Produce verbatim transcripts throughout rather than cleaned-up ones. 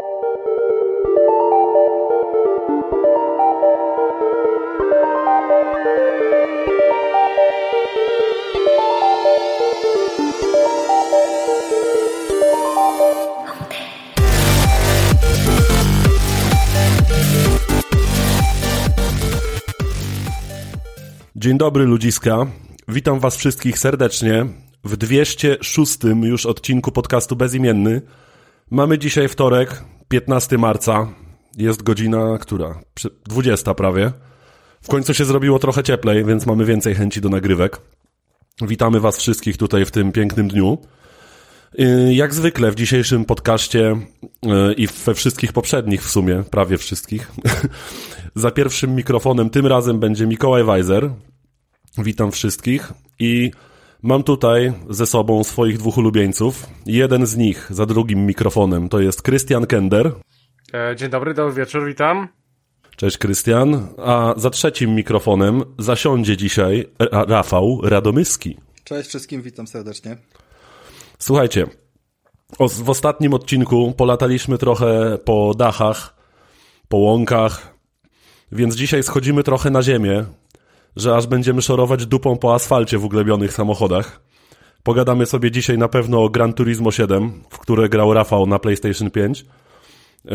Dzień dobry ludziska, witam was wszystkich serdecznie w dwieście szóstym już odcinku podcastu Bezimienny. Mamy dzisiaj wtorek, piętnastego marca, jest godzina, która? dwudziesta prawie. W końcu się zrobiło trochę cieplej, więc mamy więcej chęci do nagrywek. Witamy was wszystkich tutaj w tym pięknym dniu. Jak zwykle w dzisiejszym podcaście i we wszystkich poprzednich w sumie, prawie wszystkich, za pierwszym mikrofonem tym razem będzie Mikołaj Weiser. Witam wszystkich i mam tutaj ze sobą swoich dwóch ulubieńców. Jeden z nich za drugim mikrofonem to jest Krystian Kender. Dzień dobry, dobry wieczór, witam. Cześć Krystian. A za trzecim mikrofonem zasiądzie dzisiaj Rafał Radomyski. Cześć wszystkim, witam serdecznie. Słuchajcie, w ostatnim odcinku polataliśmy trochę po dachach, po łąkach, więc dzisiaj schodzimy trochę na ziemię, że aż będziemy szorować dupą po asfalcie w uglebionych samochodach. Pogadamy sobie dzisiaj na pewno o Gran Turismo siedem, w które grał Rafał na PlayStation pięć. Yy,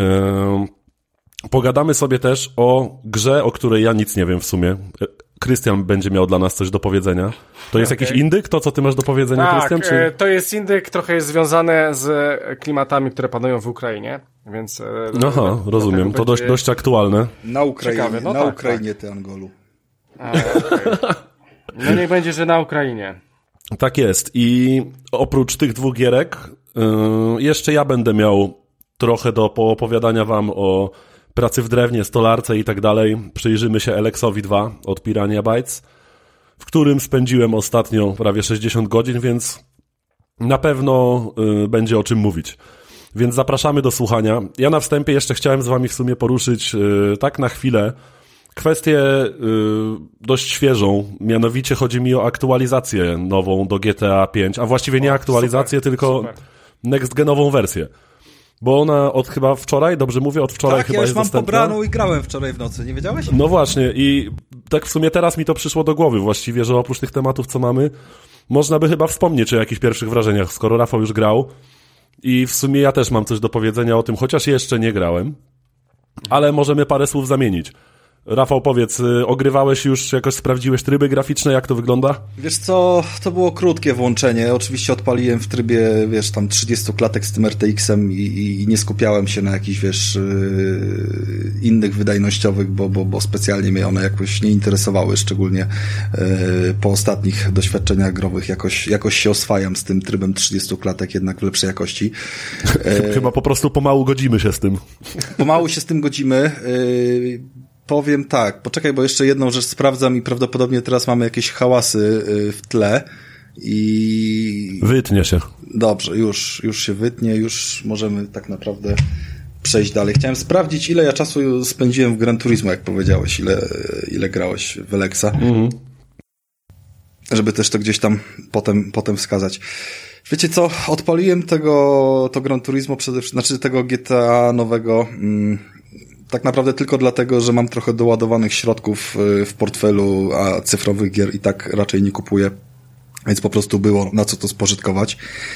pogadamy sobie też o grze, o której ja nic nie wiem w sumie. Krystian będzie miał dla nas coś do powiedzenia. To jest okay. Jakiś indyk, to co ty masz do powiedzenia, tak, Krystian? Czy... to jest indyk, trochę jest związane z klimatami, które panują w Ukrainie, więc... Aha, rozumiem, to będzie... dość, dość aktualne. Na Ukrainie, Ciekawe, no na tak, Ukrainie tak. ty, Angolu. A, okay. No niech będzie, że na Ukrainie. Tak jest i oprócz tych dwóch gierek yy, jeszcze ja będę miał trochę do poopowiadania wam o pracy w drewnie, stolarce i tak dalej. Przyjrzymy się Elexowi dwa od Piranha Bytes, w którym spędziłem ostatnio prawie sześćdziesiąt godzin, więc na pewno y, będzie o czym mówić. Więc zapraszamy do słuchania. Ja na wstępie jeszcze chciałem z wami w sumie poruszyć y, tak na chwilę kwestię y, dość świeżą, mianowicie chodzi mi o aktualizację nową do G T A pięć, a właściwie nie o, aktualizację, super, tylko super. next-genową wersję. Bo ona od chyba wczoraj, dobrze mówię, od wczoraj tak, chyba ja już jest mam dostępna. pobraną i grałem wczoraj w nocy, nie wiedziałeś? No właśnie i tak w sumie teraz mi to przyszło do głowy właściwie, że oprócz tych tematów, co mamy, można by chyba wspomnieć o jakichś pierwszych wrażeniach, skoro Rafał już grał i w sumie ja też mam coś do powiedzenia o tym, chociaż jeszcze nie grałem, ale możemy parę słów zamienić. Rafał, powiedz, ogrywałeś już, jakoś sprawdziłeś tryby graficzne, jak to wygląda? Wiesz co, to było krótkie włączenie, oczywiście odpaliłem w trybie, wiesz, tam trzydzieści klatek z tym R T X-em i, i nie skupiałem się na jakichś, wiesz, yy, innych wydajnościowych, bo, bo, bo specjalnie mnie one jakoś nie interesowały, szczególnie yy, po ostatnich doświadczeniach growych jakoś, jakoś się oswajam z tym trybem trzydzieści klatek jednak w lepszej jakości. Yy, Chyba po prostu pomału godzimy się z tym. Pomału się z tym godzimy. Yy, Powiem tak, poczekaj, bo jeszcze jedną rzecz sprawdzam i prawdopodobnie teraz mamy jakieś hałasy w tle i... Wytnie się. Dobrze, już, już się wytnie, już możemy tak naprawdę przejść dalej. Chciałem sprawdzić, ile ja czasu spędziłem w Gran Turismo, jak powiedziałeś, ile, ile grałeś w Elexa, mhm. żeby też to gdzieś tam potem, potem wskazać. Wiecie co, odpaliłem tego, to Gran Turismo przede wszystkim, znaczy tego G T A nowego... Mm, tak naprawdę tylko dlatego, że mam trochę doładowanych środków w portfelu, a cyfrowych gier i tak raczej nie kupuję. Więc po prostu było na co to spożytkować.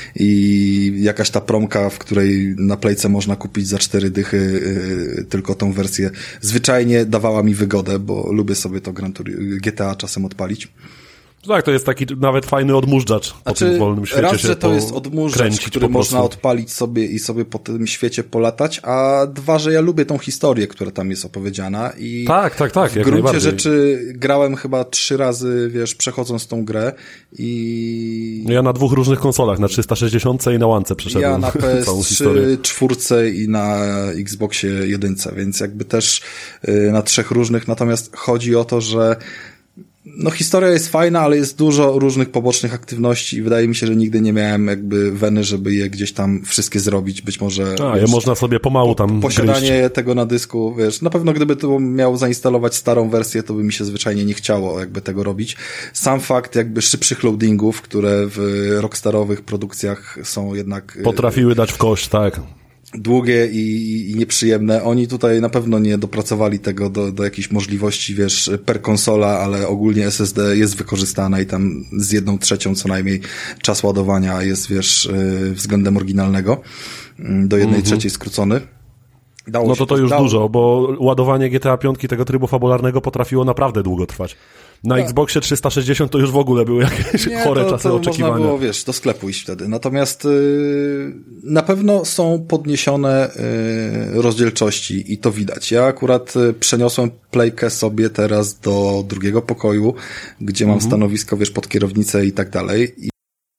I jakaś ta promka, w której na Playce można kupić za cztery dychy yy, tylko tą wersję, zwyczajnie dawała mi wygodę, bo lubię sobie to Gran Turismo, G T A czasem odpalić. Tak, to jest taki nawet fajny odmurzacz po znaczy, tym wolnym świecie. Raz, się że to jest odmurzacz, który można odpalić sobie i sobie po tym świecie polatać, a dwa, że ja lubię tą historię, która tam jest opowiedziana i tak, tak, tak, w gruncie rzeczy grałem chyba trzy razy, wiesz, przechodząc tą grę i... Ja na dwóch różnych konsolach, na trzysta sześćdziesiąt i na łance przeszedłem. Ja na P S trzy, czwórce i na Xboxie jedynce, więc jakby też yy, na trzech różnych, natomiast chodzi o to, że no historia jest fajna, ale jest dużo różnych pobocznych aktywności i wydaje mi się, że nigdy nie miałem jakby weny, żeby je gdzieś tam wszystkie zrobić. Być może... A, wiesz, je można sobie pomału tam posiadanie gryźć. tego na dysku, wiesz, na pewno gdyby to miał zainstalować starą wersję, to by mi się zwyczajnie nie chciało jakby tego robić. Sam fakt jakby szybszych loadingów, które w rockstarowych produkcjach są jednak... Potrafiły dać w kość, tak. długie i, i nieprzyjemne. Oni tutaj na pewno nie dopracowali tego do, do jakichś możliwości, wiesz, per konsola, ale ogólnie S S D jest wykorzystane i tam z jedną trzecią co najmniej czas ładowania jest, wiesz, względem oryginalnego do jednej mm-hmm. trzeciej skrócony. Dało no to to już dało. Dużo, bo ładowanie G T A pięć tego trybu fabularnego potrafiło naprawdę długo trwać. Na tak. Xboxie trzysta sześćdziesiąt to już w ogóle były jakieś nie, chore to, czasy to oczekiwania. Można było, wiesz, do sklepu iść wtedy. Natomiast yy, na pewno są podniesione yy, rozdzielczości i to widać. Ja akurat yy, przeniosłem playkę sobie teraz do drugiego pokoju, gdzie mam mhm. stanowisko, wiesz, pod kierownicę i tak dalej. I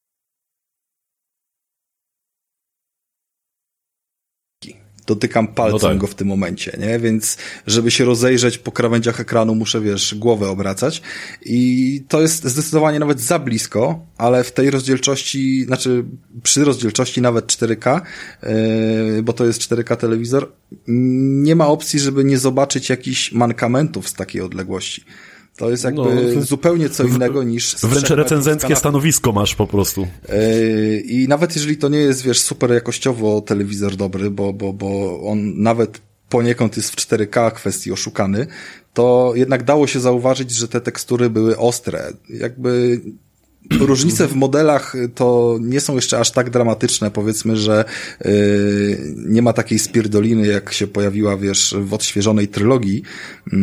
dotykam palcem no tak. go w tym momencie, nie? Więc żeby się rozejrzeć po krawędziach ekranu, muszę, wiesz, głowę obracać i to jest zdecydowanie nawet za blisko, ale w tej rozdzielczości, znaczy przy rozdzielczości nawet cztery K, yy, bo to jest cztery K telewizor, nie ma opcji, żeby nie zobaczyć jakichś mankamentów z takiej odległości. To jest jakby no, zupełnie co innego niż... Wręcz recenzenckie stanowisko masz po prostu. Yy, I nawet jeżeli to nie jest, wiesz, super jakościowo telewizor dobry, bo, bo, bo on nawet poniekąd jest w cztery K kwestii oszukany, to jednak dało się zauważyć, że te tekstury były ostre. Jakby... Różnice w modelach to nie są jeszcze aż tak dramatyczne, powiedzmy, że yy, nie ma takiej spierdoliny, jak się pojawiła, wiesz, w odświeżonej trylogii, yy,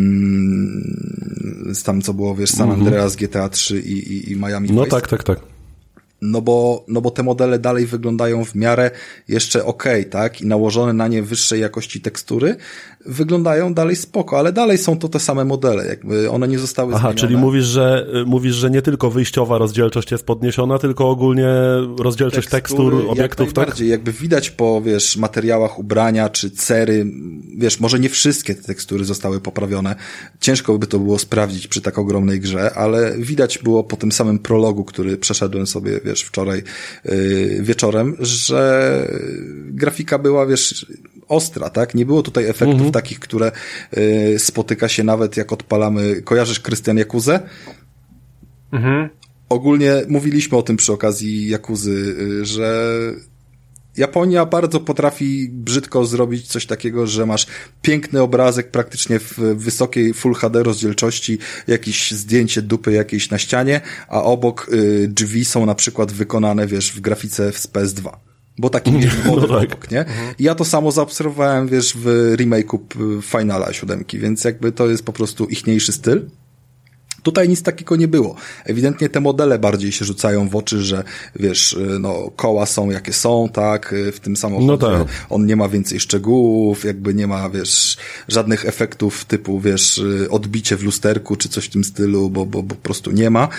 z tam co było, wiesz, San Andreas, G T A trzy i, i, i Miami Vice. No tak, tak, tak. No bo, no bo te modele dalej wyglądają w miarę jeszcze okej, okay, tak? I nałożone na nie wyższej jakości tekstury wyglądają dalej spoko, ale dalej są to te same modele, jakby one nie zostały Aha, zmienione. czyli mówisz, że mówisz, że nie tylko wyjściowa rozdzielczość jest podniesiona, tylko ogólnie rozdzielczość tekstury, tekstur, obiektów, jak najbardziej, tak? Jakby widać po, wiesz, materiałach ubrania czy cery, wiesz, może nie wszystkie te tekstury zostały poprawione. Ciężko by to było sprawdzić przy tak ogromnej grze, ale widać było po tym samym prologu, który przeszedłem sobie, wiesz, wczoraj yy, wieczorem, że grafika była, wiesz, ostra, tak? Nie było tutaj efektów mhm. takich, które yy, spotyka się nawet jak odpalamy. Kojarzysz Krystian Jakuzę? Mhm. Ogólnie mówiliśmy o tym przy okazji Jakuzy, yy, że Japonia bardzo potrafi brzydko zrobić coś takiego, że masz piękny obrazek praktycznie w wysokiej Full H D rozdzielczości, jakieś zdjęcie dupy jakiejś na ścianie, a obok y, drzwi są na przykład wykonane, wiesz, w grafice z P S dwa. Bo taki jest no tak. obok, nie? Mhm. I ja to samo zaobserwowałem, wiesz, w remake'u Finala siódemki, więc jakby to jest po prostu ichniejszy styl. Tutaj nic takiego nie było. Ewidentnie te modele bardziej się rzucają w oczy, że wiesz, no koła są jakie są, tak, w tym samochodzie no tak. on nie ma więcej szczegółów, jakby nie ma, wiesz, żadnych efektów typu, wiesz, odbicie w lusterku czy coś w tym stylu, bo, bo, bo po prostu nie ma.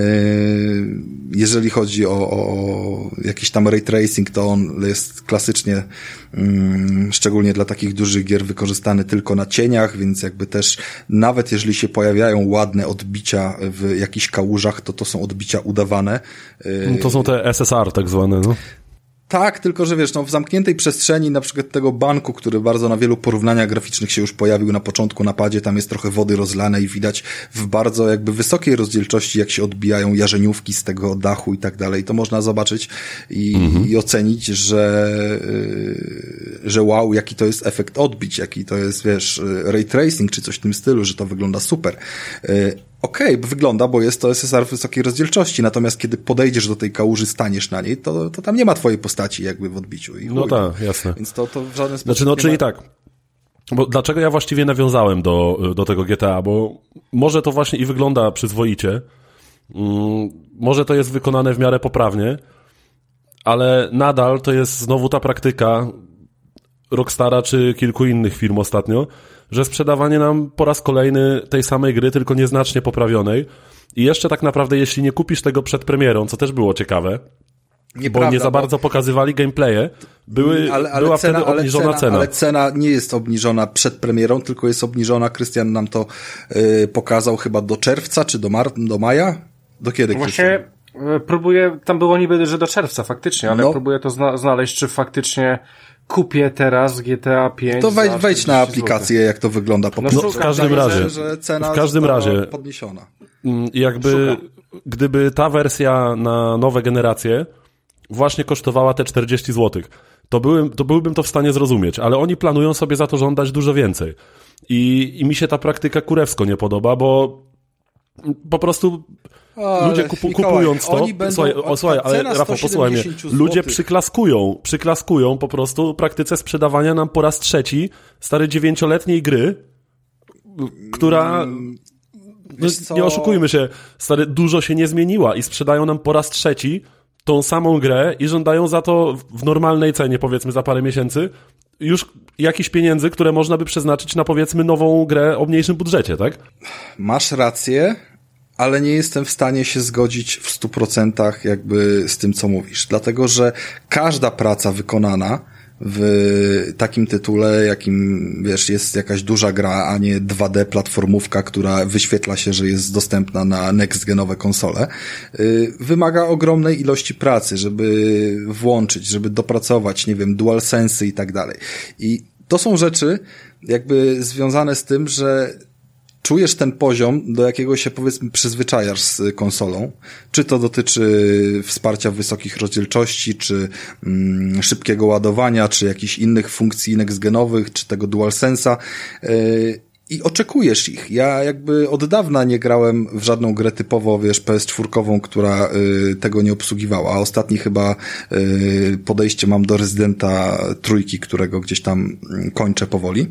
Jeżeli chodzi o, o jakiś tam ray tracing, to on jest klasycznie, mm, szczególnie dla takich dużych gier, wykorzystany tylko na cieniach, więc jakby też nawet jeżeli się pojawiają ładne odbicia odbicia w jakichś kałużach, to to są odbicia udawane. No to są te S S R tak zwane, no. Tak, tylko że wiesz, no w zamkniętej przestrzeni na przykład tego banku, który bardzo na wielu porównaniach graficznych się już pojawił na początku na padzie, tam jest trochę wody rozlane i widać w bardzo jakby wysokiej rozdzielczości, jak się odbijają jarzeniówki z tego dachu i tak dalej. To można zobaczyć i, mhm. i ocenić, że, yy, że wow, jaki to jest efekt odbić, jaki to jest, wiesz, ray tracing czy coś w tym stylu, że to wygląda super. Yy, Okej, okay, wygląda, bo jest to S S R w wysokiej rozdzielczości, natomiast kiedy podejdziesz do tej kałuży, staniesz na niej, to, to tam nie ma twojej postaci jakby w odbiciu. I no tak, jasne. Więc to, to w żaden sposób Znaczy, no czyli ma... tak, bo dlaczego ja właściwie nawiązałem do, do tego G T A, bo może to właśnie i wygląda przyzwoicie, mm, może to jest wykonane w miarę poprawnie, ale nadal to jest znowu ta praktyka Rockstara czy kilku innych firm ostatnio, że sprzedawanie nam po raz kolejny tej samej gry, tylko nieznacznie poprawionej. I jeszcze tak naprawdę, jeśli nie kupisz tego przed premierą, co też było ciekawe, Nieprawda, bo nie za bardzo bo... pokazywali gameplaye, były, ale, ale była cena, wtedy obniżona ale cena, cena. Ale cena nie jest obniżona przed premierą, tylko jest obniżona, Krystian nam to yy, pokazał chyba do czerwca, czy do, mar- do maja? Do kiedy, Właśnie Krystian? Próbuję, tam było niby, że do czerwca faktycznie, ale no. próbuję to zna- znaleźć, czy faktycznie kupię teraz G T A pięć. To wejdź, wejdź na aplikację, jak to wygląda po prostu. No, w każdym razie, że cena w każdym razie podniesiona. Jakby, Szuka. Gdyby ta wersja na nowe generacje właśnie kosztowała te czterdzieści złotych. To, byłem, to byłbym to w stanie zrozumieć, ale oni planują sobie za to żądać dużo więcej. I, i mi się ta praktyka kurewsko nie podoba, bo po prostu o, ludzie kupu, Mikołaj, kupując to... Słuchaj, o, słuchaj ale Rafał, posłuchaj mnie. Ludzie przyklaskują, przyklaskują po prostu praktyce sprzedawania nam po raz trzeci starej dziewięcioletniej gry, która... No, nie oszukujmy się, stary, dużo się nie zmieniła i sprzedają nam po raz trzeci tą samą grę i żądają za to w normalnej cenie, powiedzmy za parę miesięcy, już jakichś pieniędzy, które można by przeznaczyć na, powiedzmy, nową grę o mniejszym budżecie, tak? Masz rację, ale nie jestem w stanie się zgodzić w stu procentach jakby z tym, co mówisz, dlatego, że każda praca wykonana w takim tytule, jakim, wiesz, jest jakaś duża gra, a nie dwa D platformówka, która wyświetla się, że jest dostępna na next-genowe konsole, yy, wymaga ogromnej ilości pracy, żeby włączyć, żeby dopracować, nie wiem, DualSense'y i tak dalej. I to są rzeczy jakby związane z tym, że czujesz ten poziom, do jakiego się, powiedzmy, przyzwyczajasz z konsolą. Czy to dotyczy wsparcia wysokich rozdzielczości, czy mm, szybkiego ładowania, czy jakichś innych funkcji next-genowych, czy tego DualSense'a. Yy, I oczekujesz ich. Ja jakby od dawna nie grałem w żadną grę typowo, wiesz, P S cztery, która y, tego nie obsługiwała. A ostatni chyba y, podejście mam do Rezydenta trójki, którego gdzieś tam y, kończę powoli.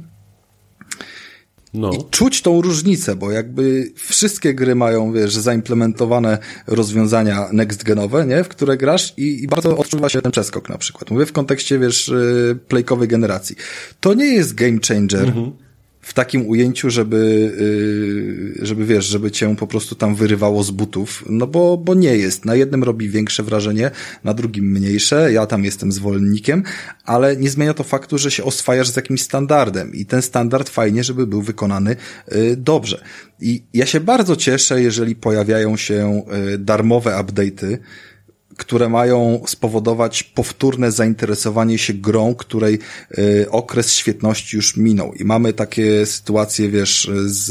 No. I czuć tą różnicę, bo jakby wszystkie gry mają, wiesz, zaimplementowane rozwiązania next-genowe, nie, w które grasz i, i bardzo odczuwa się ten przeskok na przykład. Mówię w kontekście, wiesz, playkowej generacji. To nie jest game changer, mhm. w takim ujęciu, żeby, yy, żeby wiesz, żeby cię po prostu tam wyrywało z butów, no bo, bo nie jest. Na jednym robi większe wrażenie, na drugim mniejsze, ja tam jestem zwolennikiem, ale nie zmienia to faktu, że się oswajasz z jakimś standardem i ten standard fajnie, żeby był wykonany yy, dobrze. I ja się bardzo cieszę, jeżeli pojawiają się yy, darmowe update'y, które mają spowodować powtórne zainteresowanie się grą, której y, okres świetności już minął. I mamy takie sytuacje, wiesz, z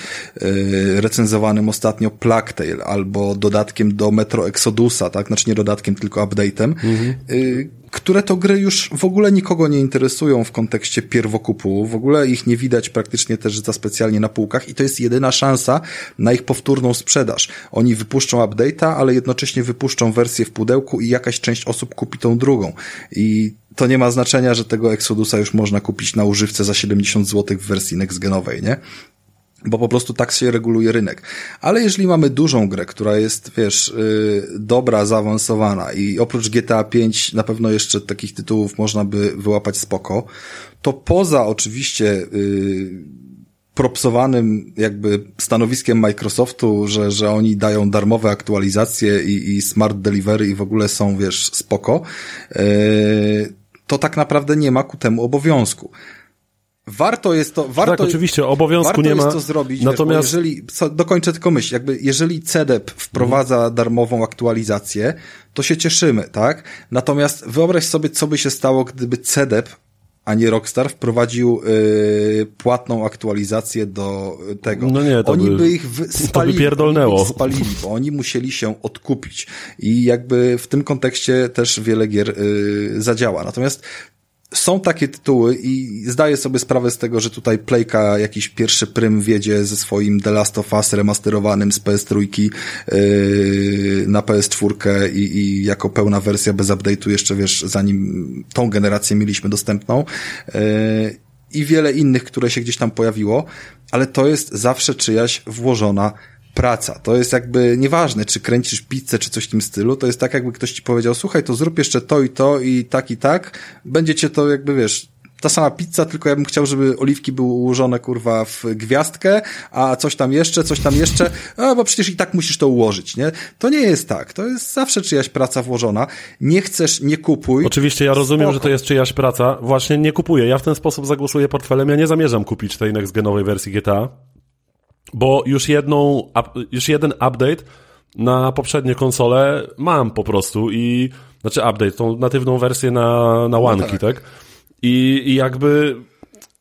y, recenzowanym ostatnio Plague Tale albo dodatkiem do Metro Exodusa, tak? Znaczy nie dodatkiem, tylko update'em, mhm. y, które to gry już w ogóle nikogo nie interesują w kontekście pierwokupu, w ogóle ich nie widać praktycznie też za specjalnie na półkach i to jest jedyna szansa na ich powtórną sprzedaż. Oni wypuszczą update'a, ale jednocześnie wypuszczą wersję w pudełku i jakaś część osób kupi tą drugą. I to nie ma znaczenia, że tego Exodusa już można kupić na używce za siedemdziesiąt złotych w wersji next-genowej, nie? Bo po prostu tak się reguluje rynek. Ale jeżeli mamy dużą grę, która jest, wiesz, yy, dobra, zaawansowana i oprócz G T A pięć na pewno jeszcze takich tytułów można by wyłapać spoko, to poza oczywiście yy, propsowanym jakby stanowiskiem Microsoftu, że, że oni dają darmowe aktualizacje i, i smart delivery i w ogóle są, wiesz, spoko, yy, to tak naprawdę nie ma ku temu obowiązku. Warto jest to, warto, tak, oczywiście, obowiązku warto nie ma. jest to zrobić, Natomiast wiesz, jeżeli, co, dokończę tylko myśl, jakby, jeżeli C D E P wprowadza hmm. darmową aktualizację, to się cieszymy, tak? Natomiast wyobraź sobie, co by się stało, gdyby C D E P, a nie Rockstar, wprowadził yy, płatną aktualizację do tego. No nie, to oni by, by ich wy, spalili, to by pierdolnęło. Oni by ich spalili, bo oni musieli się odkupić. I jakby w tym kontekście też wiele gier yy, zadziała. Natomiast są takie tytuły i zdaję sobie sprawę z tego, że tutaj Playka jakiś pierwszy prym wiedzie ze swoim The Last of Us remasterowanym z P S trzy yy, na P S cztery i, i jako pełna wersja bez update'u jeszcze, wiesz, zanim tą generację mieliśmy dostępną yy, i wiele innych, które się gdzieś tam pojawiło, ale to jest zawsze czyjaś włożona praca. To jest jakby nieważne, czy kręcisz pizzę, czy coś w tym stylu, to jest tak, jakby ktoś ci powiedział, słuchaj, to zrób jeszcze to i to i tak i tak, będziecie to jakby, wiesz, ta sama pizza, tylko ja bym chciał, żeby oliwki były ułożone, kurwa, w gwiazdkę, a coś tam jeszcze, coś tam jeszcze, a bo przecież i tak musisz to ułożyć, nie? To nie jest tak. To jest zawsze czyjaś praca włożona. Nie chcesz, nie kupuj. Oczywiście ja rozumiem, Spoko. że to jest czyjaś praca. Właśnie nie kupuję. Ja w ten sposób zagłosuję portfelem. Ja nie zamierzam kupić tej next-genowej wersji G T A. Bo już jedną, już jeden update na poprzednie konsole mam po prostu i, znaczy update, tą natywną wersję na, na łanki, no tak? tak? I, I jakby,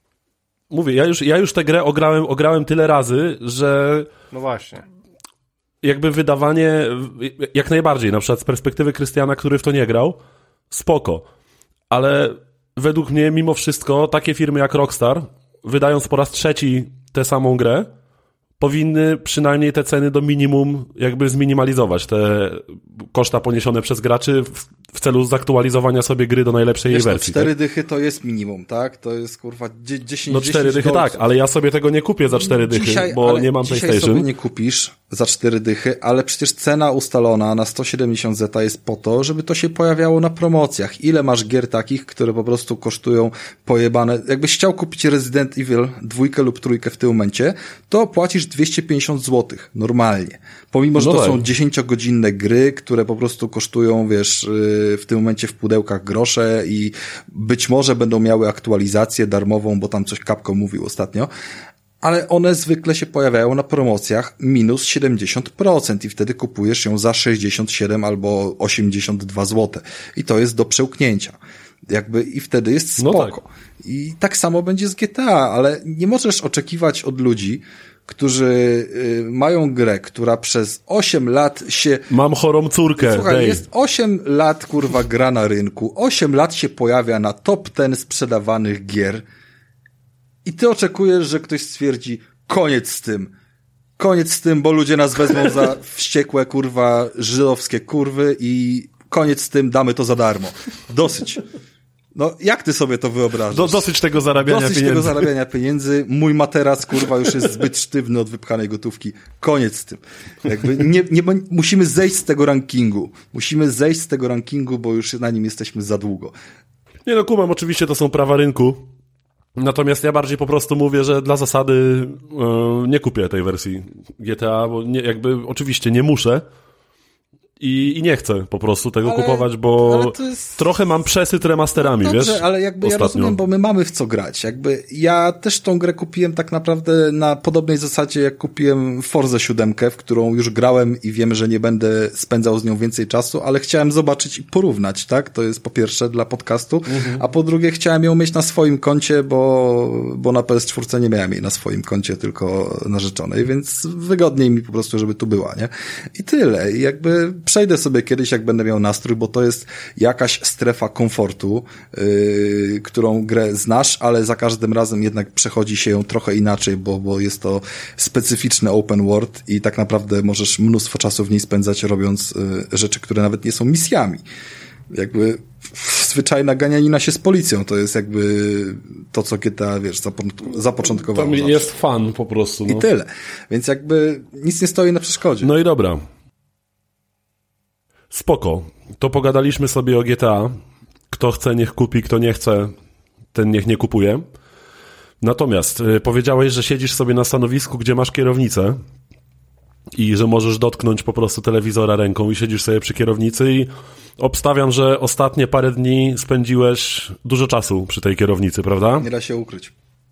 mówię, ja już, ja już tę grę ograłem, ograłem tyle razy, że... No właśnie. jakby wydawanie, jak najbardziej, na przykład z perspektywy Krystiana, który w to nie grał, spoko. Ale według mnie, mimo wszystko, takie firmy jak Rockstar, wydając po raz trzeci tę samą grę, powinny przynajmniej te ceny do minimum jakby zminimalizować, te koszta poniesione przez graczy w, w celu zaktualizowania sobie gry do najlepszej Wiesz, jej wersji. No cztery tak? dychy to jest minimum, tak? To jest kurwa dziesięć No cztery dychy tak, ale ja sobie tego nie kupię za cztery dychy, dzisiaj, bo nie mam dzisiaj PlayStation. Sobie nie kupisz za cztery dychy, ale przecież cena ustalona na sto siedemdziesiąt zeta jest po to, żeby to się pojawiało na promocjach. Ile masz gier takich, które po prostu kosztują pojebane? Jakbyś chciał kupić Resident Evil dwójkę lub trójkę w tym momencie, to płacisz dwieście pięćdziesiąt złotych normalnie. Pomimo, że no to tak. są dziesięciogodzinne gry, które po prostu kosztują, wiesz, w tym momencie w pudełkach grosze i być może będą miały aktualizację darmową, bo tam coś Capcom mówił ostatnio, ale one zwykle się pojawiają na promocjach minus siedemdziesiąt procent i wtedy kupujesz ją za sześćdziesiąt siedem albo osiemdziesiąt dwa złote. I to jest do przełknięcia. Jakby i wtedy jest spoko. No tak. I tak samo będzie z G T A, ale nie możesz oczekiwać od ludzi, którzy y, mają grę, która przez osiem lat się... Mam chorą córkę. Słuchaj, dej. jest osiem lat, kurwa, gra na rynku, osiem lat się pojawia na top dziesięć sprzedawanych gier i ty oczekujesz, że ktoś stwierdzi, koniec z tym. Koniec z tym, bo ludzie nas wezmą za wściekłe, kurwa, żydowskie kurwy i koniec z tym, damy to za darmo. Dosyć. No, jak ty sobie to wyobrażasz? Do, dosyć tego zarabiania dosyć pieniędzy. Dosyć tego zarabiania pieniędzy. Mój materac, kurwa, już jest zbyt sztywny od wypchanej gotówki. Koniec z tym. Jakby nie, nie, musimy zejść z tego rankingu. Musimy zejść z tego rankingu, bo już na nim jesteśmy za długo. Nie no, kumam, oczywiście to są prawa rynku. Natomiast ja bardziej po prostu mówię, że dla zasady yy, nie kupię tej wersji G T A, bo nie, jakby oczywiście nie muszę. I, I nie chcę po prostu tego ale, kupować, bo jest... trochę mam przesyt remasterami, no dobrze, wiesz? ale jakby ostatnio. Ja rozumiem, bo my mamy w co grać. Jakby ja też tą grę kupiłem tak naprawdę na podobnej zasadzie, jak kupiłem Forzę siedem, w którą już grałem i wiem, że nie będę spędzał z nią więcej czasu, ale chciałem zobaczyć i porównać, tak? To jest po pierwsze dla podcastu, mhm. a po drugie chciałem ją mieć na swoim koncie, bo, bo na P S cztery nie miałem jej na swoim koncie, tylko narzeczonej, więc wygodniej mi po prostu, żeby tu była, nie? I tyle. I jakby przejdę sobie kiedyś, jak będę miał nastrój, bo to jest jakaś strefa komfortu, yy, którą grę znasz, ale za każdym razem jednak przechodzi się ją trochę inaczej, bo, bo jest to specyficzny open world i tak naprawdę możesz mnóstwo czasu w niej spędzać, robiąc yy, rzeczy, które nawet nie są misjami. Jakby zwyczajna ganianina się z policją, to jest jakby to, co G T A, wiesz, zapo- zapoczątkowało. Tam jest fan po prostu. No. I tyle. Więc jakby nic nie stoi na przeszkodzie. No i dobra. Spoko. To pogadaliśmy sobie o G T A. Kto chce, niech kupi, kto nie chce, ten niech nie kupuje. Natomiast y, powiedziałeś, że siedzisz sobie na stanowisku, gdzie masz kierownicę i że możesz dotknąć po prostu telewizora ręką i siedzisz sobie przy kierownicy i obstawiam, że ostatnie parę dni spędziłeś dużo czasu przy tej kierownicy, prawda? Nie da się ukryć.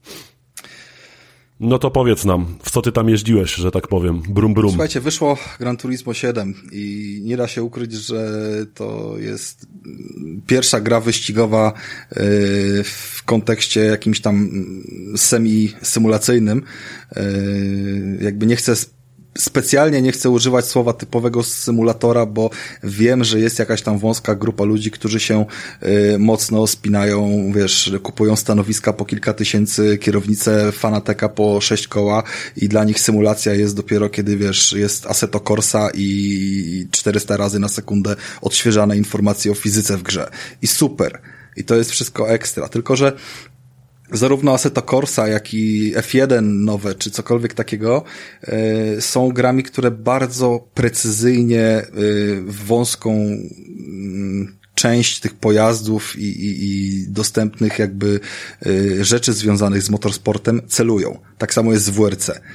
No to powiedz nam, w co ty tam jeździłeś, że tak powiem, brum brum. Słuchajcie, wyszło Gran Turismo siedem i nie da się ukryć, że to jest pierwsza gra wyścigowa w kontekście jakimś tam semi-symulacyjnym. Jakby nie chcę Specjalnie nie chcę używać słowa typowego symulatora, bo wiem, że jest jakaś tam wąska grupa ludzi, którzy się y, mocno spinają, wiesz, kupują stanowiska po kilka tysięcy, kierownicę Fanateka po sześć koła i dla nich symulacja jest dopiero kiedy, wiesz, jest Assetto Corsa i czterysta razy na sekundę odświeżane informacje o fizyce w grze. I super. I to jest wszystko ekstra. Tylko że zarówno Assetto Corsa, jak i F jeden nowe, czy cokolwiek takiego, y, są grami, które bardzo precyzyjnie y, w wąską y, część tych pojazdów i, i, i dostępnych jakby y, rzeczy związanych z motorsportem celują. Tak samo jest z W R C.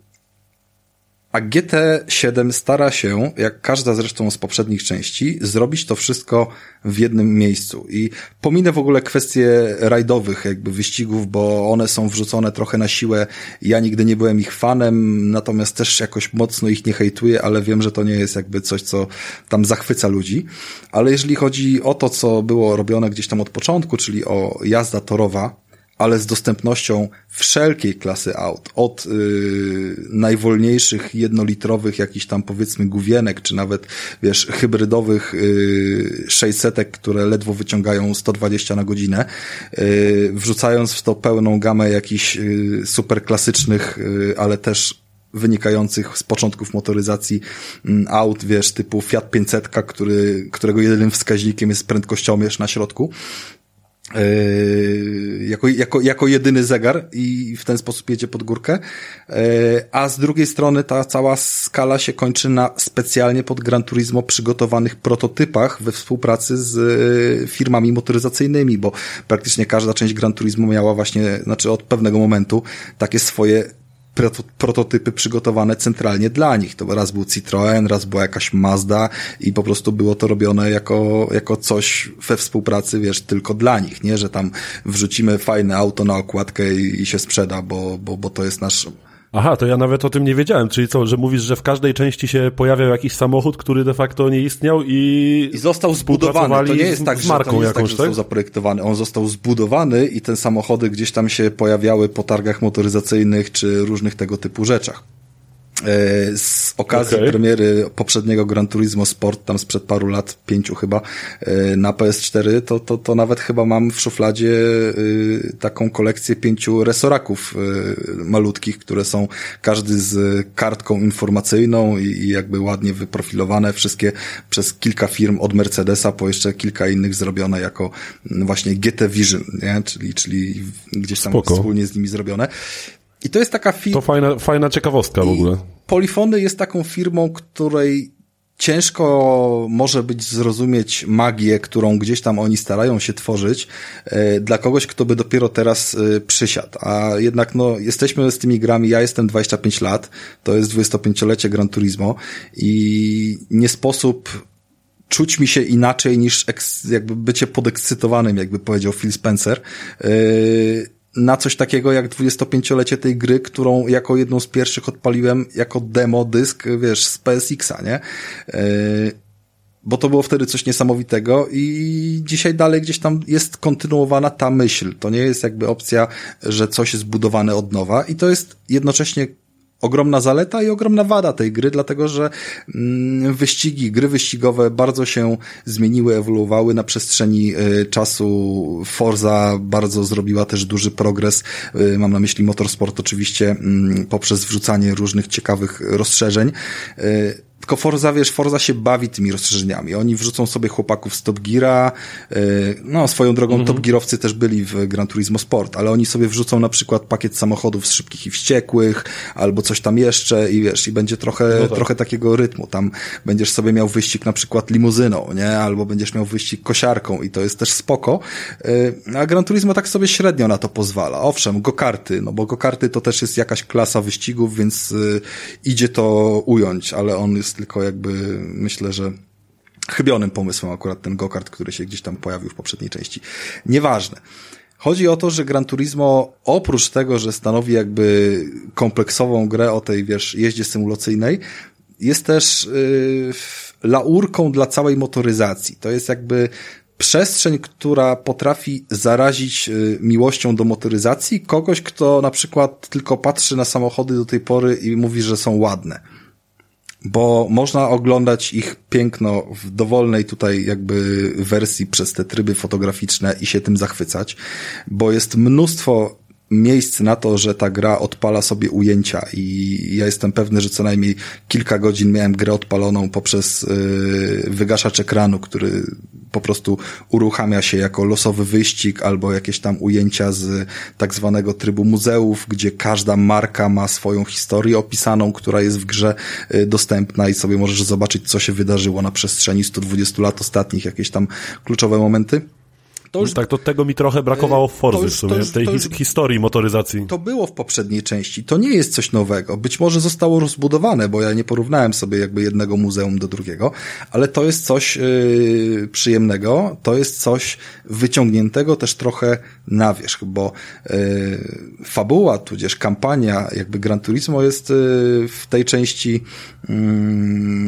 A G T siedem stara się, jak każda zresztą z poprzednich części, zrobić to wszystko w jednym miejscu. I pominę w ogóle kwestie rajdowych jakby wyścigów, bo one są wrzucone trochę na siłę. Ja nigdy nie byłem ich fanem, natomiast też jakoś mocno ich nie hejtuję, ale wiem, że to nie jest jakby coś, co tam zachwyca ludzi. Ale jeżeli chodzi o to, co było robione gdzieś tam od początku, czyli o jazda torowa, ale z dostępnością wszelkiej klasy aut, od yy, najwolniejszych jednolitrowych jakichś tam powiedzmy główienek, czy nawet wiesz, hybrydowych yy, sześćsetek, które ledwo wyciągają sto dwadzieścia na godzinę, yy, wrzucając w to pełną gamę jakichś yy, super klasycznych, yy, ale też wynikających z początków motoryzacji aut, wiesz, typu Fiat pięćset, który, którego jedynym wskaźnikiem jest prędkościomierz na środku. Yy, jako, jako, jako jedyny zegar i w ten sposób jedzie pod górkę, yy, a z drugiej strony ta cała skala się kończy na specjalnie pod Gran Turismo przygotowanych prototypach we współpracy z yy, firmami motoryzacyjnymi, bo praktycznie każda część Gran Turismo miała właśnie, znaczy od pewnego momentu takie swoje prototypy przygotowane centralnie dla nich. To raz był Citroen, raz była jakaś Mazda i po prostu było to robione jako, jako coś we współpracy, wiesz, tylko dla nich, nie? Że tam wrzucimy fajne auto na okładkę i, i się sprzeda, bo, bo, bo to jest nasz... Aha, to ja nawet o tym nie wiedziałem, czyli co, że mówisz, że w każdej części się pojawiał jakiś samochód, który de facto nie istniał i... I został zbudowany, to nie jest tak, z marką że to nie jest jakąś, tak, że został tak? zaprojektowany, on został zbudowany i te samochody gdzieś tam się pojawiały po targach motoryzacyjnych czy różnych tego typu rzeczach. Z okazji okay. premiery poprzedniego Gran Turismo Sport, tam sprzed paru lat, pięciu chyba, na P S cztery, to, to, to nawet chyba mam w szufladzie taką kolekcję pięciu resoraków malutkich, które są każdy z kartką informacyjną i, i jakby ładnie wyprofilowane, wszystkie przez kilka firm od Mercedesa po jeszcze kilka innych zrobione jako właśnie G T Vision, nie? Czyli, czyli gdzieś tam Spoko. Wspólnie z nimi zrobione. I to jest taka firma... To fajna, fajna ciekawostka w ogóle. Polyphony jest taką firmą, której ciężko może być zrozumieć magię, którą gdzieś tam oni starają się tworzyć e, dla kogoś, kto by dopiero teraz e, przysiadł. A jednak no jesteśmy z tymi grami, ja jestem dwadzieścia pięć lat, to jest dwudziestopięciolecie Gran Turismo i nie sposób czuć mi się inaczej niż eks, jakby bycie podekscytowanym, jakby powiedział Phil Spencer, e, na coś takiego jak dwudziestopięciolecie tej gry, którą jako jedną z pierwszych odpaliłem jako demo dysk, wiesz, z P S X a, nie? Yy, bo to było wtedy coś niesamowitego i dzisiaj dalej gdzieś tam jest kontynuowana ta myśl. To nie jest jakby opcja, że coś jest zbudowane od nowa i to jest jednocześnie ogromna zaleta i ogromna wada tej gry, dlatego że mm, wyścigi, gry wyścigowe bardzo się zmieniły, ewoluowały na przestrzeni y, czasu. Forza bardzo zrobiła też duży progres, y, mam na myśli Motorsport oczywiście, y, poprzez wrzucanie różnych ciekawych rozszerzeń. Y, Tylko Forza, wiesz, Forza się bawi tymi rozszerzeniami. Oni wrzucą sobie chłopaków z Top Geara, yy, no swoją drogą mm-hmm. Top Gearowcy też byli w Gran Turismo Sport, ale oni sobie wrzucą na przykład pakiet samochodów z szybkich i wściekłych, albo coś tam jeszcze i wiesz, i będzie trochę, no tak. trochę takiego rytmu. Tam będziesz sobie miał wyścig na przykład limuzyną, nie? Albo będziesz miał wyścig kosiarką i to jest też spoko. Yy, a Gran Turismo tak sobie średnio na to pozwala. Owszem, go-karty, no bo go-karty to też jest jakaś klasa wyścigów, więc yy, idzie to ująć, ale on jest tylko jakby, myślę, że chybionym pomysłem akurat ten go-kart, który się gdzieś tam pojawił w poprzedniej części. Nieważne. Chodzi o to, że Gran Turismo oprócz tego, że stanowi jakby kompleksową grę o tej, wiesz, jeździe symulacyjnej, jest też yy, laurką dla całej motoryzacji. To jest jakby przestrzeń, która potrafi zarazić y, miłością do motoryzacji kogoś, kto na przykład tylko patrzy na samochody do tej pory i mówi, że są ładne. Bo można oglądać ich piękno w dowolnej tutaj jakby wersji przez te tryby fotograficzne i się tym zachwycać, bo jest mnóstwo miejsc na to, że ta gra odpala sobie ujęcia i ja jestem pewny, że co najmniej kilka godzin miałem grę odpaloną poprzez yy, wygaszacz ekranu, który po prostu uruchamia się jako losowy wyścig albo jakieś tam ujęcia z tak zwanego trybu muzeów, gdzie każda marka ma swoją historię opisaną, która jest w grze yy, dostępna i sobie możesz zobaczyć, co się wydarzyło na przestrzeni stu dwudziestu lat ostatnich, jakieś tam kluczowe momenty. To już, tak, to tego mi trochę brakowało w Forzy w sumie, już, tej już, historii motoryzacji. To było w poprzedniej części, to nie jest coś nowego. Być może zostało rozbudowane, bo ja nie porównałem sobie jakby jednego muzeum do drugiego, ale to jest coś yy, przyjemnego, to jest coś wyciągniętego też trochę na wierzch, bo yy, fabuła, tudzież kampania jakby Gran Turismo jest yy, w tej części yy,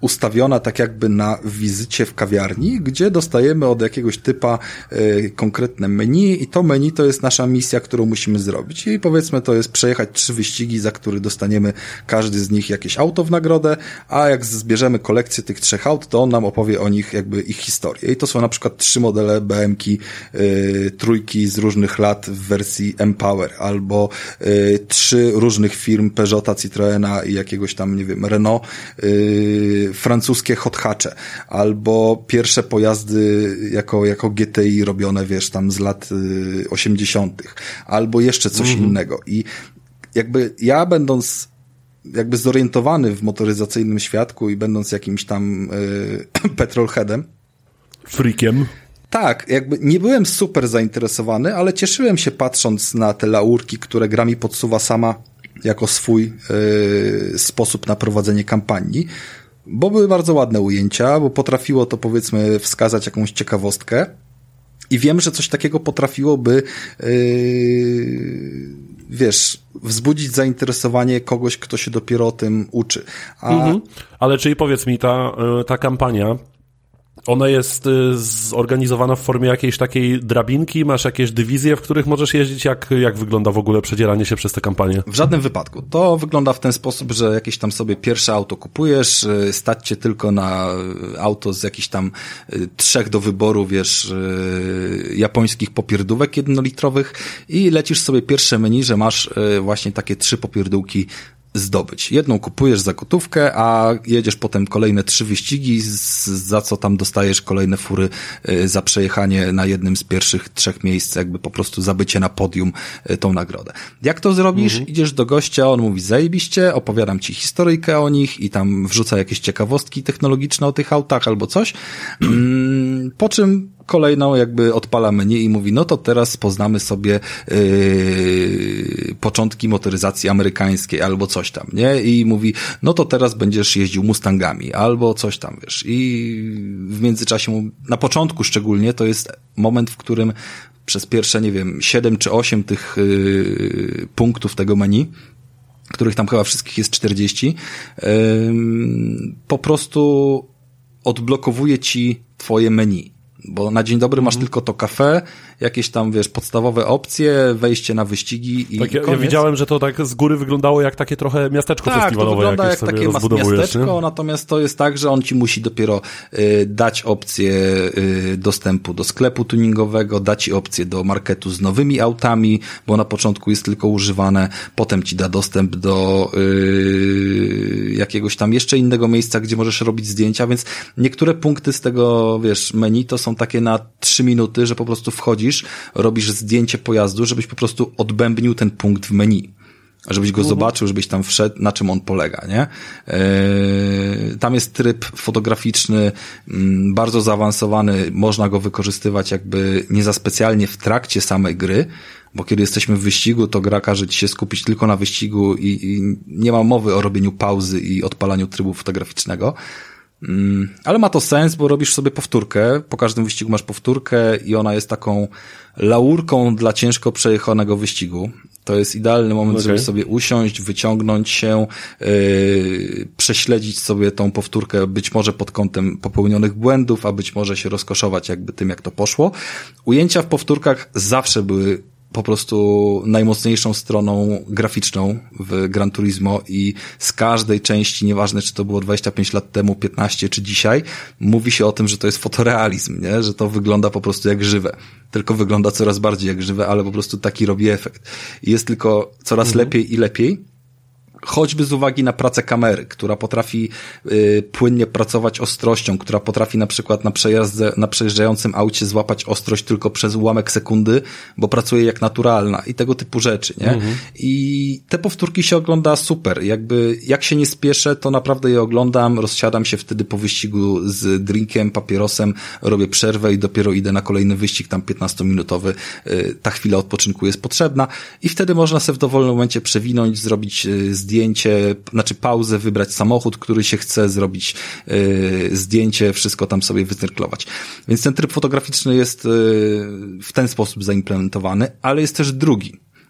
ustawiona tak jakby na wizycie w kawiarni, gdzie dostajemy od jakiegoś typa y, konkretne menu i to menu to jest nasza misja, którą musimy zrobić. I powiedzmy to jest przejechać trzy wyścigi, za które dostaniemy każdy z nich jakieś auto w nagrodę, a jak zbierzemy kolekcję tych trzech aut, to on nam opowie o nich jakby ich historię. I to są na przykład trzy modele B M ki y, trójki z różnych lat w wersji M-Power, albo y, trzy różnych firm Peugeota, Citroena i jakiegoś tam, nie wiem, Renault, y, francuskie hot hatche, albo pierwsze pojazdy jako, jako G T I robione, wiesz, tam z lat y, osiemdziesiątych, albo jeszcze coś mhm. innego. I jakby ja będąc jakby zorientowany w motoryzacyjnym świadku i będąc jakimś tam y, petrolheadem, freakiem, tak, jakby nie byłem super zainteresowany, ale cieszyłem się patrząc na te laurki, które gra mi podsuwa sama jako swój y, sposób na prowadzenie kampanii, bo były bardzo ładne ujęcia, bo potrafiło to powiedzmy wskazać jakąś ciekawostkę i wiem, że coś takiego potrafiłoby yy, wiesz, wzbudzić zainteresowanie kogoś, kto się dopiero o tym uczy. A... Mhm. Ale czyli powiedz mi, ta, ta kampania, ona jest zorganizowana w formie jakiejś takiej drabinki? Masz jakieś dywizje, w których możesz jeździć? Jak, jak wygląda w ogóle przedzieranie się przez tę kampanię? W żadnym wypadku. To wygląda w ten sposób, że jakieś tam sobie pierwsze auto kupujesz, stać cię tylko na auto z jakichś tam trzech do wyboru, wiesz, japońskich popierdówek jednolitrowych i lecisz sobie pierwsze menu, że masz właśnie takie trzy popierdółki zdobyć. Jedną kupujesz za gotówkę, a jedziesz potem kolejne trzy wyścigi, z, za co tam dostajesz kolejne fury y, za przejechanie na jednym z pierwszych trzech miejsc, jakby po prostu za bycie na podium y, tą nagrodę. Jak to zrobisz? Mhm. Idziesz do gościa, on mówi zajebiście, opowiadam ci historyjkę o nich i tam wrzuca jakieś ciekawostki technologiczne o tych autach albo coś, mm, po czym kolejną jakby odpala menu i mówi, no to teraz poznamy sobie yy, początki motoryzacji amerykańskiej albo coś tam, nie? I mówi, no to teraz będziesz jeździł Mustangami albo coś tam, wiesz. I w międzyczasie, na początku szczególnie, to jest moment, w którym przez pierwsze, nie wiem, siedem czy osiem tych yy, punktów tego menu, których tam chyba wszystkich jest czterdzieści, yy, po prostu odblokowuje ci twoje menu. Bo na dzień dobry masz mm. tylko to kafe, jakieś tam, wiesz, podstawowe opcje, wejście na wyścigi i, tak, i ja, ja widziałem, że to tak z góry wyglądało jak takie trochę miasteczko tak, festiwalowe. Tak, to wygląda jak takie miasteczko, nie? Natomiast to jest tak, że on ci musi dopiero y, dać opcję y, dostępu do sklepu tuningowego, dać ci opcję do marketu z nowymi autami, bo na początku jest tylko używane, potem ci da dostęp do y, jakiegoś tam jeszcze innego miejsca, gdzie możesz robić zdjęcia, więc niektóre punkty z tego, wiesz, menu to są takie na trzy minuty, że po prostu wchodzisz, robisz zdjęcie pojazdu, żebyś po prostu odbębnił ten punkt w menu. Żebyś go uh-huh. zobaczył, żebyś tam wszedł, na czym on polega, nie? Yy, tam jest tryb fotograficzny, yy, bardzo zaawansowany, można go wykorzystywać jakby nie za specjalnie w trakcie samej gry, bo kiedy jesteśmy w wyścigu, to gra każe ci się skupić tylko na wyścigu i, i nie ma mowy o robieniu pauzy i odpalaniu trybu fotograficznego. Ale ma to sens, bo robisz sobie powtórkę, po każdym wyścigu masz powtórkę i ona jest taką laurką dla ciężko przejechanego wyścigu. To jest idealny moment, okay. żeby sobie usiąść, wyciągnąć się, yy, prześledzić sobie tą powtórkę, być może pod kątem popełnionych błędów, a być może się rozkoszować jakby tym, jak to poszło. Ujęcia w powtórkach zawsze były po prostu najmocniejszą stroną graficzną w Gran Turismo i z każdej części, nieważne czy to było dwadzieścia pięć lat temu, piętnaście czy dzisiaj, mówi się o tym, że to jest fotorealizm, nie? Że to wygląda po prostu jak żywe. Tylko wygląda coraz bardziej jak żywe, ale po prostu taki robi efekt. I jest tylko coraz mhm. lepiej i lepiej. Choćby z uwagi na pracę kamery, która potrafi y, płynnie pracować ostrością, która potrafi na przykład na przejazdze, na przejeżdżającym aucie złapać ostrość tylko przez ułamek sekundy, bo pracuje jak naturalna i tego typu rzeczy, nie? Mhm. I te powtórki się ogląda super. Jakby, jak się nie spieszę, to naprawdę je oglądam, rozsiadam się wtedy po wyścigu z drinkiem, papierosem, robię przerwę i dopiero idę na kolejny wyścig, tam piętnastominutowy. Y, ta chwila odpoczynku jest potrzebna i wtedy można sobie w dowolnym momencie przewinąć, zrobić y, zdjęcie, zdjęcie, znaczy pauzę, wybrać samochód, który się chce, zrobić yy, zdjęcie, wszystko tam sobie wycyrklować. Więc ten tryb fotograficzny jest yy, w ten sposób zaimplementowany, ale jest też drugi.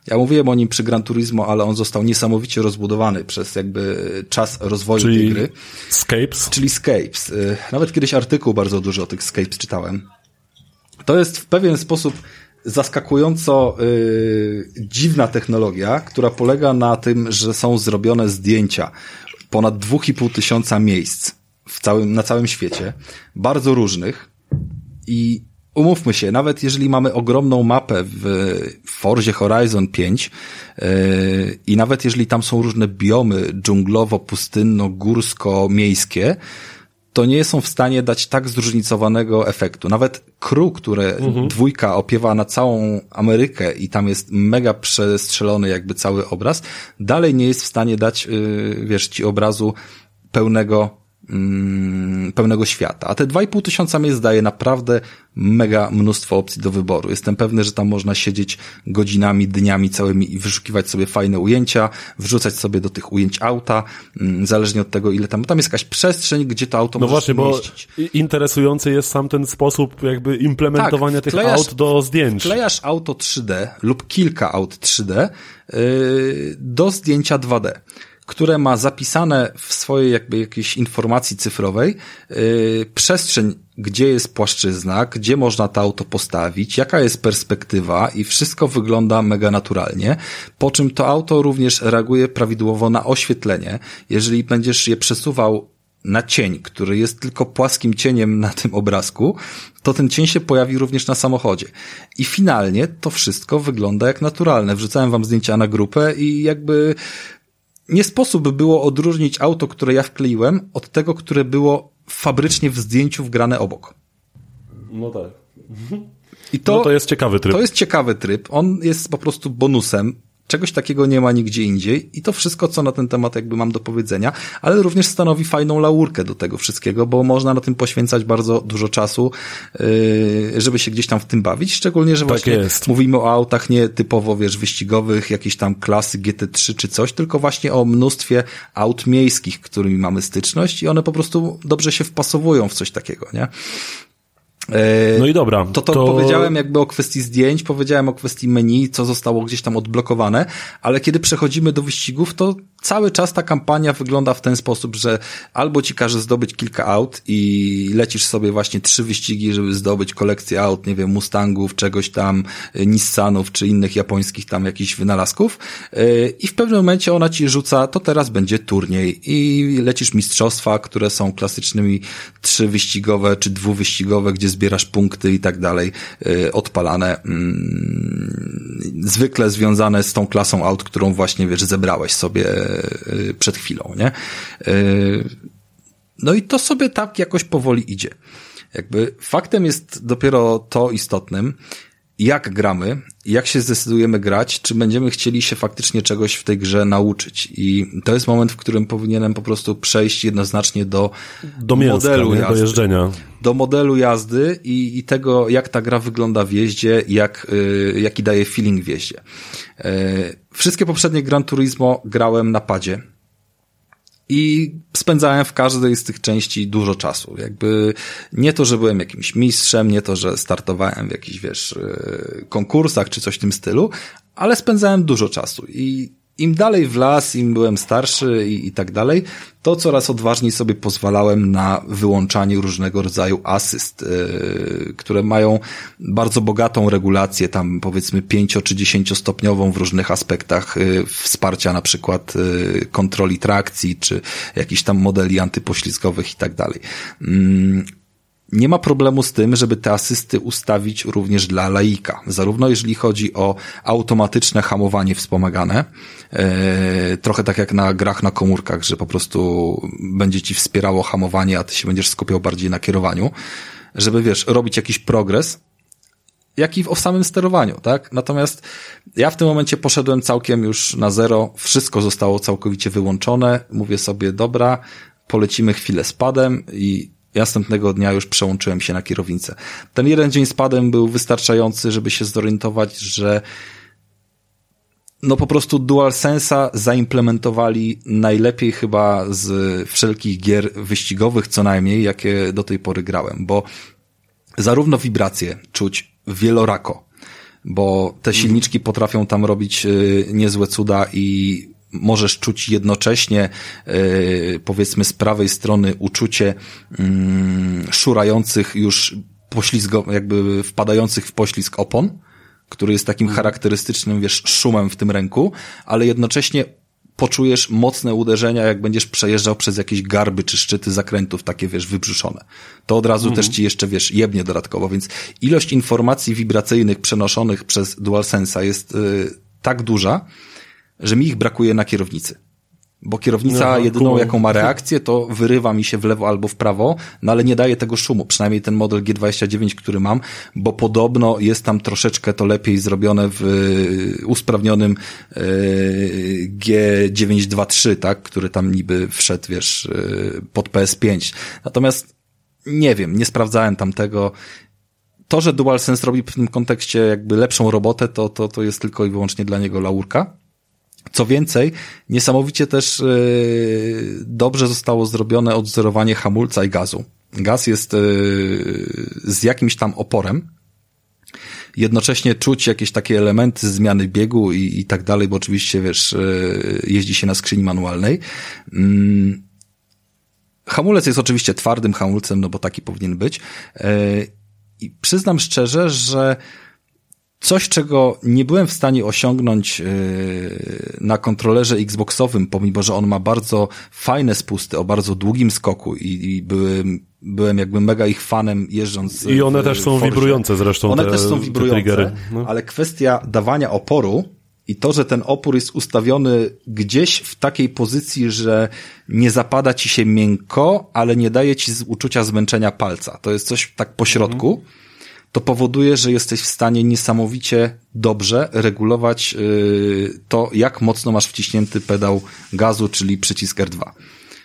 Ja mówiłem o nim przy Gran Turismo, ale on został niesamowicie rozbudowany przez jakby czas rozwoju czyli tej gry. Scapes? Czyli Scapes. Nawet kiedyś artykuł bardzo duży o tych Scapes czytałem. To jest w pewien sposób zaskakująco yy, dziwna technologia, która polega na tym, że są zrobione zdjęcia ponad dwóch i pół tysiąca miejsc w całym, na całym świecie, bardzo różnych i umówmy się, nawet jeżeli mamy ogromną mapę w Forzie Horizon pięć yy, i nawet jeżeli tam są różne biomy dżunglowo, pustynno, górsko, miejskie, to nie są w stanie dać tak zróżnicowanego efektu. Nawet Crew, które mhm. dwójka opiewa na całą Amerykę i tam jest mega przestrzelony jakby cały obraz, dalej nie jest w stanie dać, yy, wiesz, ci obrazu pełnego mm, pełnego świata. A te dwa i pół tysiąca miejsc daje naprawdę mega mnóstwo opcji do wyboru. Jestem pewny, że tam można siedzieć godzinami, dniami całymi i wyszukiwać sobie fajne ujęcia, wrzucać sobie do tych ujęć auta, mm, zależnie od tego, ile tam, tam jest jakaś przestrzeń, gdzie to auto no może właśnie, mieścić. Bo interesujący jest sam ten sposób jakby implementowania tak, tych wklejasz, aut do zdjęć. Wklejasz auto trzy D lub kilka aut trzy D yy, do zdjęcia dwa D, które ma zapisane w swojej jakby jakiejś informacji cyfrowej yy, przestrzeń, gdzie jest płaszczyzna, gdzie można to auto postawić, jaka jest perspektywa i wszystko wygląda mega naturalnie, po czym to auto również reaguje prawidłowo na oświetlenie. Jeżeli będziesz je przesuwał na cień, który jest tylko płaskim cieniem na tym obrazku, to ten cień się pojawi również na samochodzie. I finalnie to wszystko wygląda jak naturalne. Wrzucałem wam zdjęcia na grupę i jakby nie sposób było odróżnić auto, które ja wkleiłem, od tego, które było fabrycznie w zdjęciu wgrane obok. No tak. I to, no to jest ciekawy tryb. To jest ciekawy tryb. On jest po prostu bonusem. Czegoś takiego nie ma nigdzie indziej i to wszystko, co na ten temat jakby mam do powiedzenia, ale również stanowi fajną laurkę do tego wszystkiego, bo można na tym poświęcać bardzo dużo czasu, yy, żeby się gdzieś tam w tym bawić, szczególnie, że tak właśnie jest. mówimy o autach nie typowo, wiesz, wyścigowych, jakiejś tam klasy G T trzy czy coś, tylko właśnie o mnóstwie aut miejskich, którymi mamy styczność i one po prostu dobrze się wpasowują w coś takiego, nie? No i dobra. To, to, to powiedziałem jakby o kwestii zdjęć, powiedziałem o kwestii menu, co zostało gdzieś tam odblokowane, ale kiedy przechodzimy do wyścigów, to cały czas ta kampania wygląda w ten sposób, że albo ci każe zdobyć kilka aut i lecisz sobie właśnie trzy wyścigi, żeby zdobyć kolekcję aut, nie wiem, Mustangów, czegoś tam, Nissanów, czy innych japońskich tam jakichś wynalazków i w pewnym momencie ona ci rzuca, to teraz będzie turniej i lecisz mistrzostwa, które są klasycznymi trzywyścigowe czy dwuwyścigowe, gdzie zbierasz punkty i tak dalej, odpalane, zwykle związane z tą klasą aut, którą właśnie, wiesz, zebrałeś sobie przed chwilą, nie? No i to sobie tak jakoś powoli idzie. Jakby faktem jest dopiero to istotnym, jak gramy, jak się zdecydujemy grać, czy będziemy chcieli się faktycznie czegoś w tej grze nauczyć. I to jest moment, w którym powinienem po prostu przejść jednoznacznie do, do mięska, modelu nie? jazdy. Do jeżdżenia. Do modelu jazdy i, i tego, jak ta gra wygląda w jeździe, jak, yy, jaki daje feeling w jeździe. Yy, wszystkie poprzednie Gran Turismo grałem na padzie. I spędzałem w każdej z tych części dużo czasu. Jakby nie to, że byłem jakimś mistrzem, nie to, że startowałem w jakichś, wiesz, konkursach czy coś w tym stylu, ale spędzałem dużo czasu i im dalej w las, im byłem starszy i, i tak dalej, to coraz odważniej sobie pozwalałem na wyłączanie różnego rodzaju asyst, yy, które mają bardzo bogatą regulację, tam powiedzmy pięcio czy dziesięciostopniową w różnych aspektach yy, wsparcia, na przykład yy, kontroli trakcji, czy jakichś tam modeli antypoślizgowych i tak dalej. Yy. Nie ma problemu z tym, żeby te asysty ustawić również dla laika. Zarówno jeżeli chodzi o automatyczne hamowanie wspomagane, yy, trochę tak jak na grach na komórkach, że po prostu będzie ci wspierało hamowanie, a ty się będziesz skupiał bardziej na kierowaniu, żeby, wiesz, robić jakiś progres, jak i w samym sterowaniu, tak? Natomiast ja w tym momencie poszedłem całkiem już na zero, wszystko zostało całkowicie wyłączone, mówię sobie, dobra, polecimy chwilę z padem i następnego dnia już przełączyłem się na kierownicę. Ten jeden dzień z padem był wystarczający, żeby się zorientować, że no po prostu DualSense'a zaimplementowali najlepiej chyba z wszelkich gier wyścigowych, co najmniej, jakie do tej pory grałem, bo zarówno wibracje czuć wielorako, bo te silniczki potrafią tam robić y, niezłe cuda i możesz czuć jednocześnie, y, powiedzmy z prawej strony uczucie y, szurających już poślizgo, jakby wpadających w poślizg opon, który jest takim charakterystycznym, wiesz, szumem w tym ręku, ale jednocześnie poczujesz mocne uderzenia, jak będziesz przejeżdżał przez jakieś garby czy szczyty zakrętów, takie, wiesz, wybrzuszone. To od razu mhm. też ci jeszcze, wiesz, jebnie dodatkowo, więc ilość informacji wibracyjnych przenoszonych przez DualSense'a jest y, tak duża, że mi ich brakuje na kierownicy. Bo kierownica Aha, jedyną, cool. jaką ma reakcję, to wyrywa mi się w lewo albo w prawo, no ale nie daje tego szumu, przynajmniej ten model G dwadzieścia dziewięć, który mam, bo podobno jest tam troszeczkę to lepiej zrobione w y, usprawnionym y, G dziewięćset dwadzieścia trzy, tak, który tam niby wszedł, wiesz, y, pod P S pięć. Natomiast nie wiem, nie sprawdzałem tam tego. To, że DualSense robi w tym kontekście jakby lepszą robotę, to, to, to jest tylko i wyłącznie dla niego laurka. Co więcej, niesamowicie też yy, dobrze zostało zrobione odwzorowanie hamulca i gazu. Gaz jest yy, z jakimś tam oporem. Jednocześnie czuć jakieś takie elementy zmiany biegu i, i tak dalej, bo oczywiście, wiesz, yy, jeździ się na skrzyni manualnej. Yy. Hamulec jest oczywiście twardym hamulcem, no bo taki powinien być. Yy, I przyznam szczerze, że coś, czego nie byłem w stanie osiągnąć yy, na kontrolerze Xboxowym, pomimo że on ma bardzo fajne spusty o bardzo długim skoku i, i byłem, byłem jakby mega ich fanem jeżdżąc. I one w, też są Forzie. wibrujące zresztą. One te, też są wibrujące, no. Ale kwestia dawania oporu i to, że ten opór jest ustawiony gdzieś w takiej pozycji, że nie zapada ci się miękko, ale nie daje ci z uczucia zmęczenia palca. To jest coś tak po środku. Mhm. To powoduje, że jesteś w stanie niesamowicie dobrze regulować yy, to, jak mocno masz wciśnięty pedał gazu, czyli przycisk R dwa.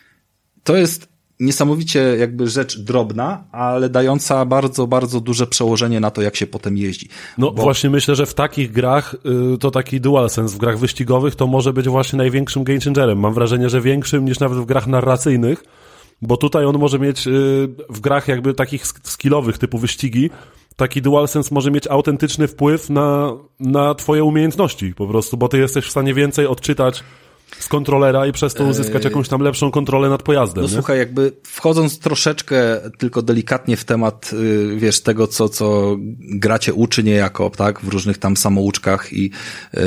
To jest niesamowicie jakby rzecz drobna, ale dająca bardzo, bardzo duże przełożenie na to, jak się potem jeździ. No Bo... właśnie myślę, że w takich grach yy, to taki DualSense, w grach wyścigowych to może być właśnie największym game changerem. Mam wrażenie, że większym niż nawet w grach narracyjnych, bo tutaj on może mieć yy, w grach jakby takich skillowych typu wyścigi, taki DualSense może mieć autentyczny wpływ na, na twoje umiejętności po prostu, bo ty jesteś w stanie więcej odczytać z kontrolera i przez to uzyskać jakąś tam lepszą kontrolę nad pojazdem. No nie? Słuchaj, jakby wchodząc troszeczkę tylko delikatnie w temat, wiesz, tego, co, co gracie uczy niejako, tak, w różnych tam samouczkach i yy,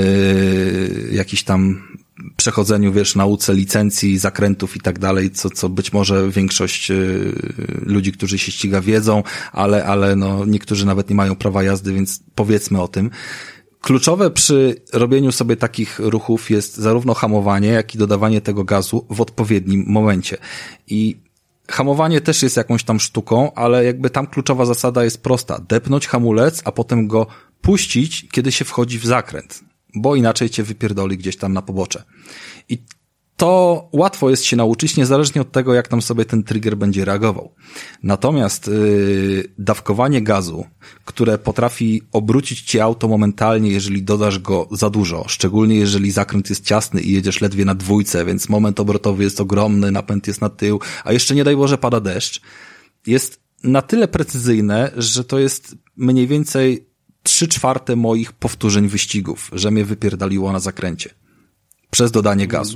jakiś tam przechodzeniu, wiesz, nauce licencji, zakrętów i tak dalej, co, co być może większość y, ludzi, którzy się ściga, wiedzą, ale, ale no, niektórzy nawet nie mają prawa jazdy, więc powiedzmy o tym. Kluczowe przy robieniu sobie takich ruchów jest zarówno hamowanie, jak i dodawanie tego gazu w odpowiednim momencie. I hamowanie też jest jakąś tam sztuką, ale jakby tam kluczowa zasada jest prosta. Depnąć hamulec, a potem go puścić, kiedy się wchodzi w zakręt, bo inaczej cię wypierdoli gdzieś tam na pobocze. I to łatwo jest się nauczyć, niezależnie od tego, jak tam sobie ten trigger będzie reagował. Natomiast yy, dawkowanie gazu, które potrafi obrócić ci auto momentalnie, jeżeli dodasz go za dużo, szczególnie jeżeli zakręt jest ciasny i jedziesz ledwie na dwójce, więc moment obrotowy jest ogromny, napęd jest na tył, a jeszcze nie daj Boże pada deszcz, jest na tyle precyzyjne, że to jest mniej więcej trzy czwarte moich powtórzeń wyścigów, że mnie wypierdaliło na zakręcie. Przez dodanie gazu.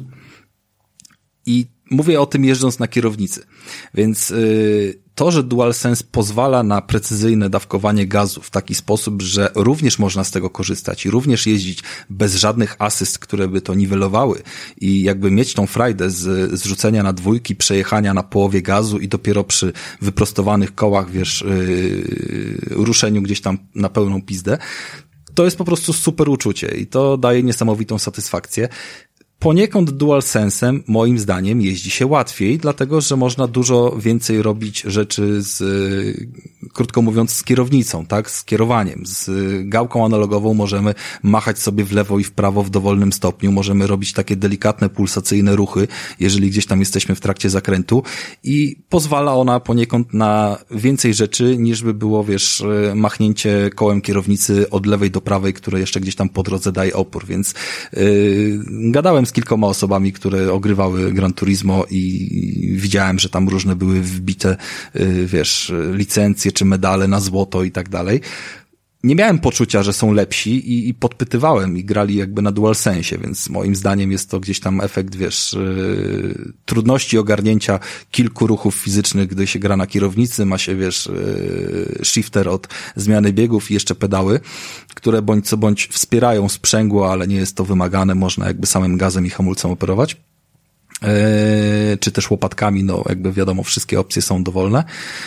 I mówię o tym jeżdżąc na kierownicy. Więc yy, to, że DualSense pozwala na precyzyjne dawkowanie gazu w taki sposób, że również można z tego korzystać i również jeździć bez żadnych asyst, które by to niwelowały i jakby mieć tą frajdę z zrzucenia na dwójki, przejechania na połowie gazu i dopiero przy wyprostowanych kołach, wiesz, yy, ruszeniu gdzieś tam na pełną pizdę, to jest po prostu super uczucie i to daje niesamowitą satysfakcję. Poniekąd DualSense'em moim zdaniem jeździ się łatwiej, dlatego że można dużo więcej robić rzeczy z, krótko mówiąc, z kierownicą, tak, z kierowaniem. Z gałką analogową możemy machać sobie w lewo i w prawo w dowolnym stopniu, możemy robić takie delikatne, pulsacyjne ruchy, jeżeli gdzieś tam jesteśmy w trakcie zakrętu i pozwala ona poniekąd na więcej rzeczy, niż by było, wiesz, machnięcie kołem kierownicy od lewej do prawej, które jeszcze gdzieś tam po drodze daje opór, więc yy, gadałem z kilkoma osobami, które ogrywały Gran Turismo i widziałem, że tam różne były wbite, wiesz, licencje czy medale na złoto i tak dalej. nie miałem poczucia, że są lepsi i, i podpytywałem i grali jakby na DualSensie, więc moim zdaniem jest to gdzieś tam efekt, wiesz, yy, trudności ogarnięcia kilku ruchów fizycznych, gdy się gra na kierownicy, ma się, wiesz, yy, shifter od zmiany biegów i jeszcze pedały, które bądź co bądź wspierają sprzęgło, ale nie jest to wymagane, można jakby samym gazem i hamulcem operować. Yy, czy też łopatkami, no jakby wiadomo, wszystkie opcje są dowolne.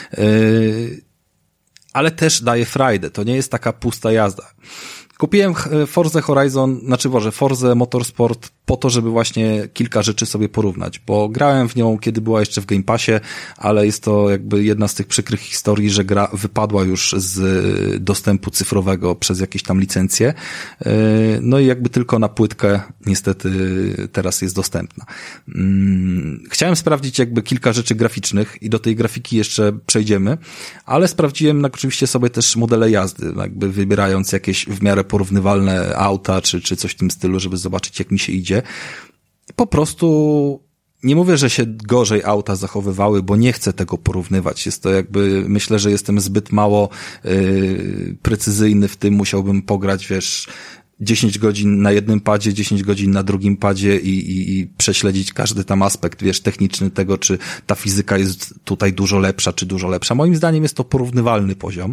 Yy, ale też daje frajdę, to nie jest taka pusta jazda. Kupiłem Forza Horizon, znaczy może Forza Motorsport po to, żeby właśnie kilka rzeczy sobie porównać, bo grałem w nią, kiedy była jeszcze w Game Passie, ale jest to jakby jedna z tych przykrych historii, że gra wypadła już z dostępu cyfrowego przez jakieś tam licencje, no i jakby tylko na płytkę niestety teraz jest dostępna. Chciałem sprawdzić jakby kilka rzeczy graficznych i do tej grafiki jeszcze przejdziemy, ale sprawdziłem oczywiście sobie też modele jazdy, jakby wybierając jakieś w miarę porównywalne auta, czy, czy coś w tym stylu, żeby zobaczyć, jak mi się idzie. Po prostu nie mówię, że się gorzej auta zachowywały, bo nie chcę tego porównywać. Jest to jakby, myślę, że jestem zbyt mało yy, precyzyjny w tym, musiałbym pograć, wiesz, dziesięć godzin na jednym padzie, dziesięć godzin na drugim padzie i, i, i prześledzić każdy tam aspekt, wiesz, techniczny tego, czy ta fizyka jest tutaj dużo lepsza, czy dużo lepsza. Moim zdaniem jest to porównywalny poziom.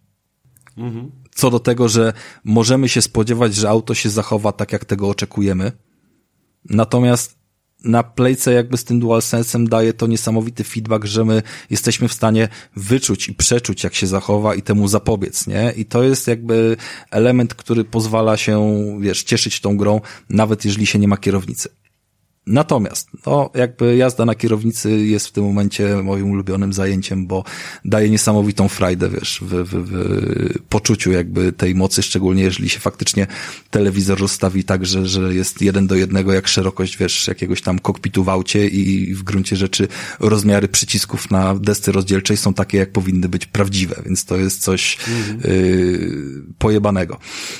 Mhm. Co do tego, że możemy się spodziewać, że auto się zachowa tak, jak tego oczekujemy. Natomiast na playce jakby z tym DualSense'em daje to niesamowity feedback, że my jesteśmy w stanie wyczuć i przeczuć, jak się zachowa i temu zapobiec, nie? I to jest jakby element, który pozwala się, wiesz, cieszyć tą grą, nawet jeżeli się nie ma kierownicy. Natomiast, no, jakby jazda na kierownicy jest w tym momencie moim ulubionym zajęciem, bo daje niesamowitą frajdę, wiesz, w, w, w poczuciu jakby tej mocy, szczególnie jeżeli się faktycznie telewizor rozstawi tak, że, że jest jeden do jednego jak szerokość, wiesz, jakiegoś tam kokpitu w aucie i w gruncie rzeczy rozmiary przycisków na desce rozdzielczej są takie, jak powinny być prawdziwe, więc to jest coś mhm. yy, pojebanego.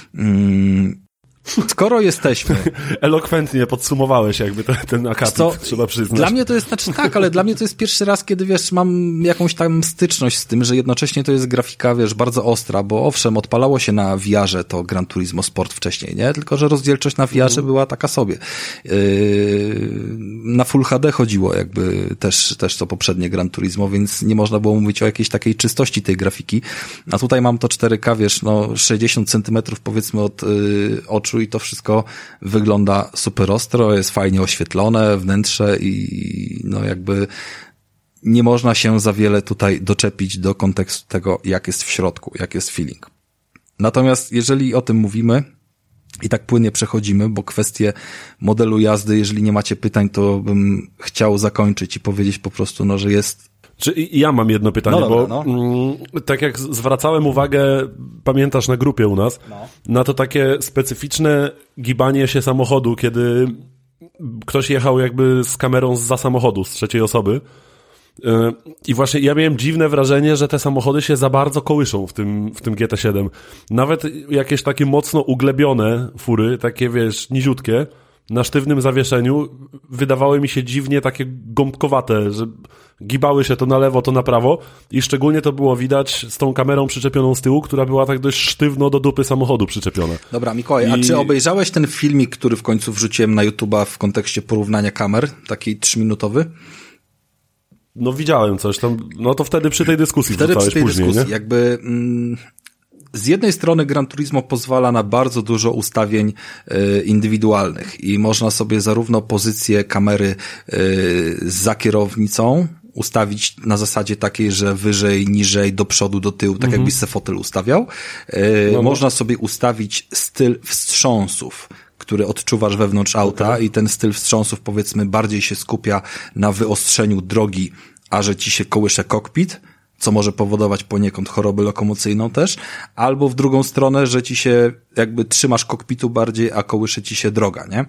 Yy. Skoro jesteśmy... Elokwentnie podsumowałeś jakby ten, ten akapit, to, trzeba przyznać. Dla mnie to jest, znaczy tak, ale dla mnie to jest pierwszy raz, kiedy, wiesz, mam jakąś tam styczność z tym, że jednocześnie to jest grafika, wiesz, bardzo ostra, bo owszem, odpalało się na V R-ze to Gran Turismo Sport wcześniej, nie? Tylko że rozdzielczość na V R-ze mm. była taka sobie. Yy, na Full H D chodziło jakby też, też to poprzednie Gran Turismo, więc nie można było mówić o jakiejś takiej czystości tej grafiki. A tutaj mam to cztery K, wiesz, no sześćdziesiąt centymetrów powiedzmy od yy, oczu i to wszystko wygląda super ostro, jest fajnie oświetlone, wnętrze i no jakby nie można się za wiele tutaj doczepić do kontekstu tego, jak jest w środku, jak jest feeling. Natomiast jeżeli o tym mówimy i tak płynnie przechodzimy, bo kwestie modelu jazdy, jeżeli nie macie pytań, to bym chciał zakończyć i powiedzieć po prostu, no, że jest... Czy ja mam jedno pytanie, no dobra, bo no. mm, tak jak zwracałem uwagę, pamiętasz na grupie u nas, no. na to takie specyficzne gibanie się samochodu, kiedy ktoś jechał jakby z kamerą zza samochodu, z trzeciej osoby. Yy, I właśnie ja miałem dziwne wrażenie, że te samochody się za bardzo kołyszą w tym, w tym G T siedem. Nawet jakieś takie mocno uglebione fury, takie wiesz, niziutkie, na sztywnym zawieszeniu wydawały mi się dziwnie takie gąbkowate, że gibały się to na lewo, to na prawo i szczególnie to było widać z tą kamerą przyczepioną z tyłu, która była tak dość sztywno do dupy samochodu przyczepiona. Dobra, Mikołaj, I... a czy obejrzałeś ten filmik, który w końcu wrzuciłem na YouTube'a w kontekście porównania kamer, taki trzyminutowy? No widziałem coś tam, no to wtedy przy tej dyskusji wtedy wrzucałeś przy tej później, dyskusji, nie? jakby... Mm... Z jednej strony Gran Turismo pozwala na bardzo dużo ustawień y, indywidualnych i można sobie zarówno pozycję kamery y, za kierownicą ustawić na zasadzie takiej, że wyżej, niżej, do przodu, do tyłu, tak mhm. jakbyś se fotel ustawiał. Y, no, można no. sobie ustawić styl wstrząsów, który odczuwasz wewnątrz auta okay. i ten styl wstrząsów powiedzmy bardziej się skupia na wyostrzeniu drogi, a że ci się kołysze kokpit, co może powodować poniekąd chorobę lokomocyjną też, albo w drugą stronę, że ci się jakby trzymasz kokpitu bardziej, a kołysze ci się droga, nie?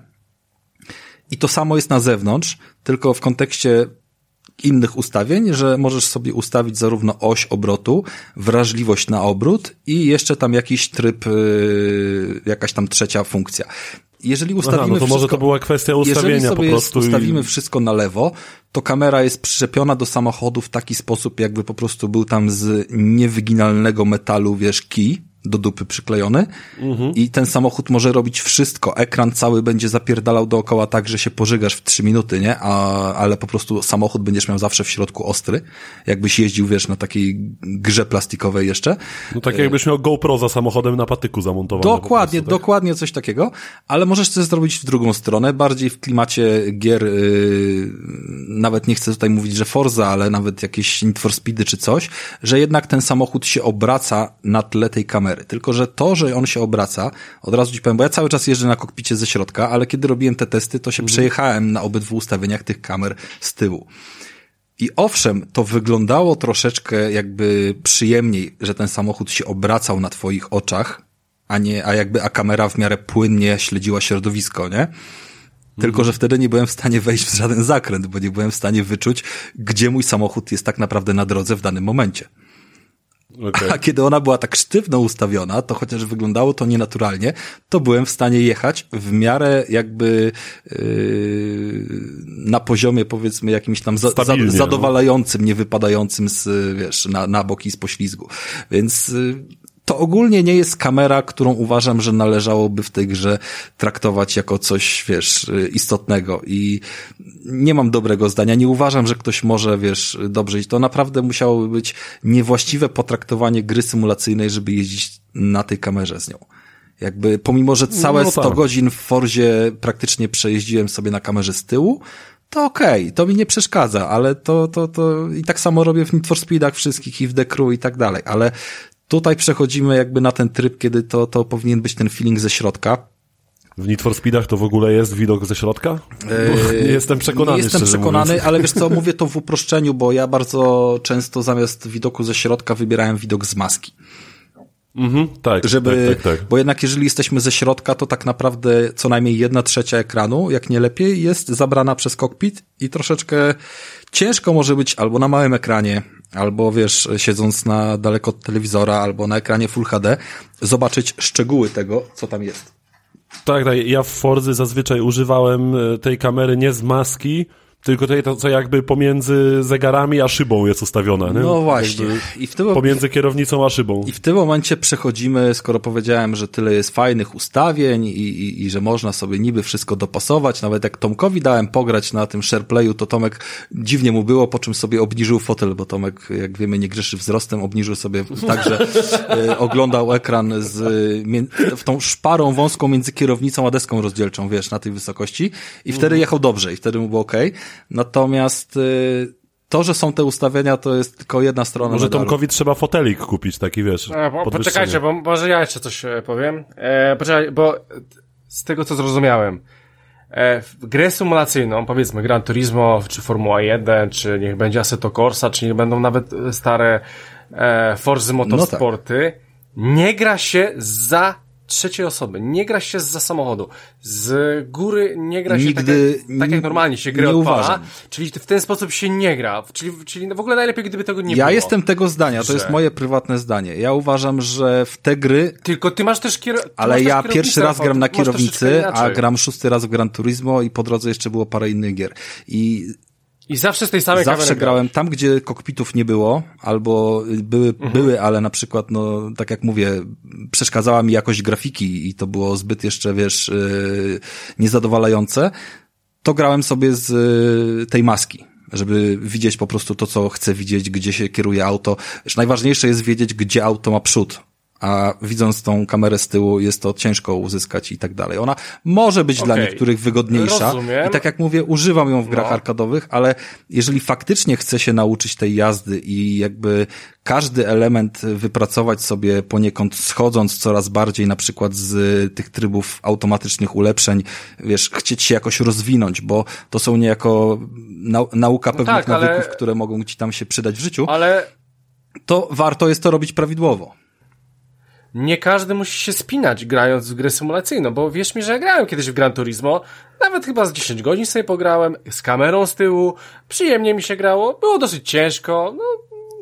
I to samo jest na zewnątrz, tylko w kontekście innych ustawień, że możesz sobie ustawić zarówno oś obrotu, wrażliwość na obrót i jeszcze tam jakiś tryb, yy, jakaś tam trzecia funkcja. Jeżeli ustawimy Aha, no to wszystko, może to była kwestia ustawienia jeżeli sobie po prostu. ustawimy i... wszystko na lewo, to kamera jest przyczepiona do samochodu w taki sposób, jakby po prostu był tam z niewyginalnego metalu, wiesz, kij, do dupy przyklejony mhm. i ten samochód może robić wszystko. Ekran cały będzie zapierdalał dookoła tak, że się pożygasz w trzy minuty, nie? A, ale po prostu samochód będziesz miał zawsze w środku ostry. Jakbyś jeździł, wiesz, na takiej grze plastikowej jeszcze. No tak jakbyś miał GoPro za samochodem na patyku zamontowane. Dokładnie, prostu, tak? dokładnie coś takiego, ale możesz coś zrobić w drugą stronę, bardziej w klimacie gier, yy, nawet nie chcę tutaj mówić, że Forza, ale nawet jakieś Need for Speedy czy coś, że jednak ten samochód się obraca na tle tej kamery. Tylko, że to, że on się obraca, od razu ci powiem, bo ja cały czas jeżdżę na kokpicie ze środka, ale kiedy robiłem te testy, to się mhm. przejechałem na obydwu ustawieniach tych kamer z tyłu. I owszem, to wyglądało troszeczkę jakby przyjemniej, że ten samochód się obracał na twoich oczach, a nie, a jakby, a kamera w miarę płynnie śledziła środowisko, nie? Tylko, że wtedy nie byłem w stanie wejść w żaden zakręt, bo nie byłem w stanie wyczuć, gdzie mój samochód jest tak naprawdę na drodze w danym momencie. Okay. A kiedy ona była tak sztywno ustawiona, to chociaż wyglądało to nienaturalnie, to byłem w stanie jechać w miarę jakby yy, na poziomie powiedzmy jakimś tam za, za, zadowalającym, nie wypadającym z, wiesz, na, na bok i z poślizgu. Więc yy, to ogólnie nie jest kamera, którą uważam, że należałoby w tej grze traktować jako coś, wiesz, istotnego i nie mam dobrego zdania. Nie uważam, że ktoś może, wiesz, dobrze iść. To naprawdę musiałoby być niewłaściwe potraktowanie gry symulacyjnej, żeby jeździć na tej kamerze z nią. Jakby, pomimo, że całe no tak. sto godzin w Forzie praktycznie przejeździłem sobie na kamerze z tyłu, to okej, okay, to mi nie przeszkadza, ale to, to, to i tak samo robię w Need for Speedach wszystkich i w The Crew i tak dalej, ale tutaj przechodzimy jakby na ten tryb, kiedy to, to powinien być ten feeling ze środka. W Need for Speedach to w ogóle jest widok ze środka? Eee, nie jestem przekonany. Nie jestem przekonany, mówiąc. Ale wiesz co, mówię to w uproszczeniu, bo ja bardzo często zamiast widoku ze środka wybierałem widok z maski. Mhm, tak, żeby, tak, tak, tak. Bo jednak jeżeli jesteśmy ze środka, to tak naprawdę co najmniej jedna trzecia ekranu, jak nie lepiej, jest zabrana przez kokpit i troszeczkę ciężko może być albo na małym ekranie, albo wiesz, siedząc na daleko od telewizora, albo na ekranie Full H D, zobaczyć szczegóły tego, co tam jest. Tak, tak. Ja w Forzy zazwyczaj używałem tej kamery nie z maski, tylko tej, to co jakby pomiędzy zegarami a szybą jest ustawione. Nie? No właśnie. I w tym, pomiędzy kierownicą a szybą. I w tym momencie przechodzimy, skoro powiedziałem, że tyle jest fajnych ustawień i, i, i że można sobie niby wszystko dopasować. Nawet jak Tomkowi dałem pograć na tym SharePlayu, to Tomek dziwnie mu było, po czym sobie obniżył fotel, bo Tomek, jak wiemy, nie grzeszy wzrostem, obniżył sobie tak, że y, oglądał ekran z y, w tą szparą wąską między kierownicą a deską rozdzielczą, wiesz, na tej wysokości i wtedy jechał dobrze i wtedy mu było okej. Okay. Natomiast y, to, że są te ustawienia, to jest tylko jedna strona Może medalu. Tomkowi trzeba fotelik kupić, taki wiesz. E, bo, poczekajcie, bo może ja jeszcze coś powiem. E, poczekaj, bo z tego co zrozumiałem, e, w grę symulacyjną, powiedzmy Gran Turismo, czy Formuła jeden, czy niech będzie Assetto Corsa, czy niech będą nawet stare e, Forzy Motorsporty, no tak. Nie gra się za trzeciej osoby. Nie gra się zza samochodu. Z góry nie gra się Nigdy, tak, jak, tak jak normalnie się gra odpala. Czyli w ten sposób się nie gra. Czyli, czyli w ogóle najlepiej, gdyby tego nie ja było. Ja jestem tego zdania. To jest moje prywatne zdanie. Ja uważam, że w te gry... Tylko ty masz też kier... Ale masz ja też pierwszy raz gram na kierownicy, a gram szósty raz w Gran Turismo i po drodze jeszcze było parę innych gier. I... I zawsze z tej samej Zawsze kamery grałem tam, gdzie kokpitów nie było, albo były, mhm. były, ale na przykład, no, tak jak mówię, przeszkadzała mi jakość grafiki i to było zbyt jeszcze, wiesz, yy, niezadowalające, to grałem sobie z yy, tej maski, żeby widzieć po prostu to, co chcę widzieć, gdzie się kieruje auto. Wiesz, najważniejsze jest wiedzieć, gdzie auto ma przód. A widząc tą kamerę z tyłu jest to ciężko uzyskać i tak dalej. Ona może być okay. dla niektórych wygodniejsza. Rozumiem. I tak jak mówię, używam ją w grach no. arkadowych, ale jeżeli faktycznie chcę się nauczyć tej jazdy i jakby każdy element wypracować sobie poniekąd schodząc coraz bardziej na przykład z tych trybów automatycznych ulepszeń, wiesz, chcieć się jakoś rozwinąć, bo to są niejako nau- nauka pewnych no tak, nawyków, ale... które mogą ci tam się przydać w życiu, ale... to warto jest to robić prawidłowo. Nie każdy musi się spinać grając w grę symulacyjną, bo wierz mi, że ja grałem kiedyś w Gran Turismo, nawet chyba z dziesięć godzin sobie pograłem, z kamerą z tyłu, przyjemnie mi się grało, było dosyć ciężko, no,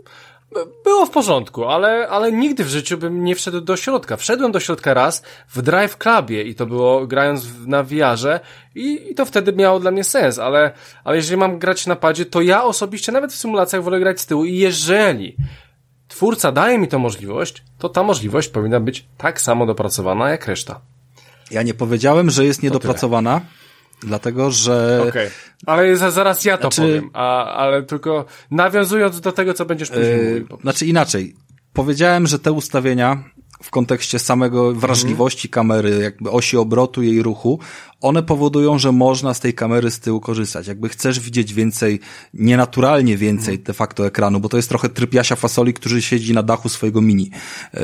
było w porządku, ale, ale nigdy w życiu bym nie wszedł do środka. Wszedłem do środka raz w Drive Clubie i to było grając na V R-ze i, i to wtedy miało dla mnie sens, ale, ale jeżeli mam grać na padzie, to ja osobiście nawet w symulacjach wolę grać z tyłu i jeżeli twórca daje mi tę możliwość, to ta możliwość powinna być tak samo dopracowana jak reszta. Ja nie powiedziałem, że jest niedopracowana, dlatego że... Okej, okay. Ale zaraz ja to znaczy... powiem, a, ale tylko nawiązując do tego, co będziesz później yy, mówił. Znaczy inaczej, powiedziałem, że te ustawienia w kontekście samego wrażliwości mm. kamery, jakby osi obrotu jej ruchu, one powodują, że można z tej kamery z tyłu korzystać. Jakby chcesz widzieć więcej, nienaturalnie więcej mm. de facto ekranu, bo to jest trochę tryb Jasia Fasoli, który siedzi na dachu swojego mini. Yy,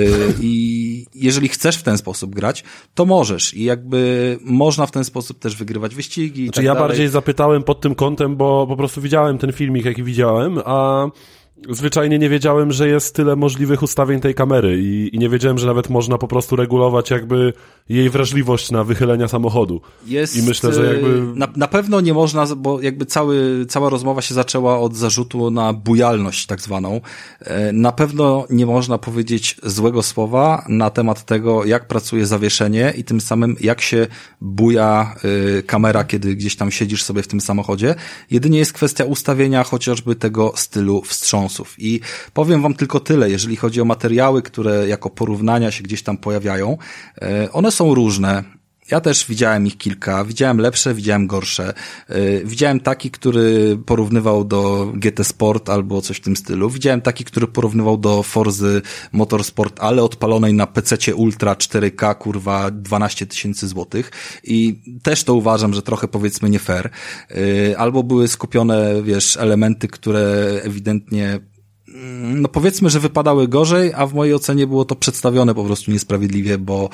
I jeżeli chcesz w ten sposób grać, to możesz. I jakby można w ten sposób też wygrywać wyścigi. Znaczy i tak ja dalej. bardziej zapytałem pod tym kątem, bo po prostu widziałem ten filmik, jaki widziałem, a zwyczajnie nie wiedziałem, że jest tyle możliwych ustawień tej kamery i, i nie wiedziałem, że nawet można po prostu regulować jakby jej wrażliwość na wychylenia samochodu. Jest, I myślę, że jakby... Na, na pewno nie można, bo jakby cały, cała rozmowa się zaczęła od zarzutu na bujalność tak zwaną. Na pewno nie można powiedzieć złego słowa na temat tego, jak pracuje zawieszenie i tym samym jak się buja y, kamera, kiedy gdzieś tam siedzisz sobie w tym samochodzie. Jedynie jest kwestia ustawienia chociażby tego stylu wstrząsów. I powiem wam tylko tyle, jeżeli chodzi o materiały, które jako porównania się gdzieś tam pojawiają, y, one są różne. Ja też widziałem ich kilka, widziałem lepsze, widziałem gorsze. Yy, widziałem taki, który porównywał do G T Sport albo coś w tym stylu. Widziałem taki, który porównywał do Forzy Motorsport, ale odpalonej na pececie Ultra cztery K, kurwa, dwanaście tysięcy złotych. I też to uważam, że trochę powiedzmy nie fair. Yy, albo były skupione, wiesz, elementy, które ewidentnie no powiedzmy, że wypadały gorzej, a w mojej ocenie było to przedstawione po prostu niesprawiedliwie, bo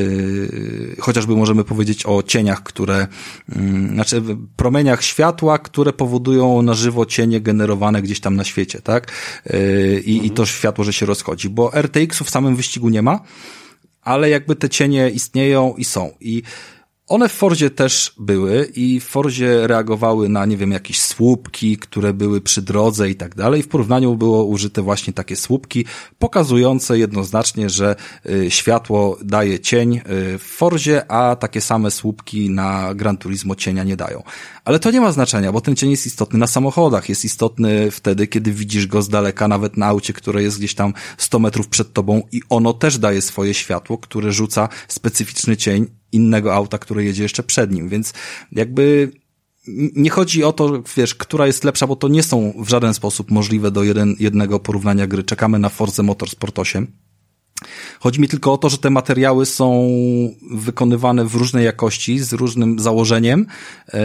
yy, chociażby możemy powiedzieć o cieniach, które, yy, znaczy promieniach światła, które powodują na żywo cienie generowane gdzieś tam na świecie, tak? Yy, i, mhm. I to światło, że się rozchodzi, bo R T X-u w samym wyścigu nie ma, ale jakby te cienie istnieją i są. I one w Forzie też były i w Forzie reagowały na, nie wiem, jakieś słupki, które były przy drodze i tak dalej. W porównaniu było użyte właśnie takie słupki pokazujące jednoznacznie, że y, światło daje cień y, w Forzie, a takie same słupki na Gran Turismo cienia nie dają. Ale to nie ma znaczenia, bo ten cień jest istotny na samochodach. Jest istotny wtedy, kiedy widzisz go z daleka, nawet na aucie, które jest gdzieś tam sto metrów przed tobą i ono też daje swoje światło, które rzuca specyficzny cień innego auta, które jedzie jeszcze przed nim, więc jakby nie chodzi o to, wiesz, która jest lepsza, bo to nie są w żaden sposób możliwe do jeden, jednego porównania gry. Czekamy na Forza Motorsport osiem. Chodzi mi tylko o to, że te materiały są wykonywane w różnej jakości, z różnym założeniem, yy,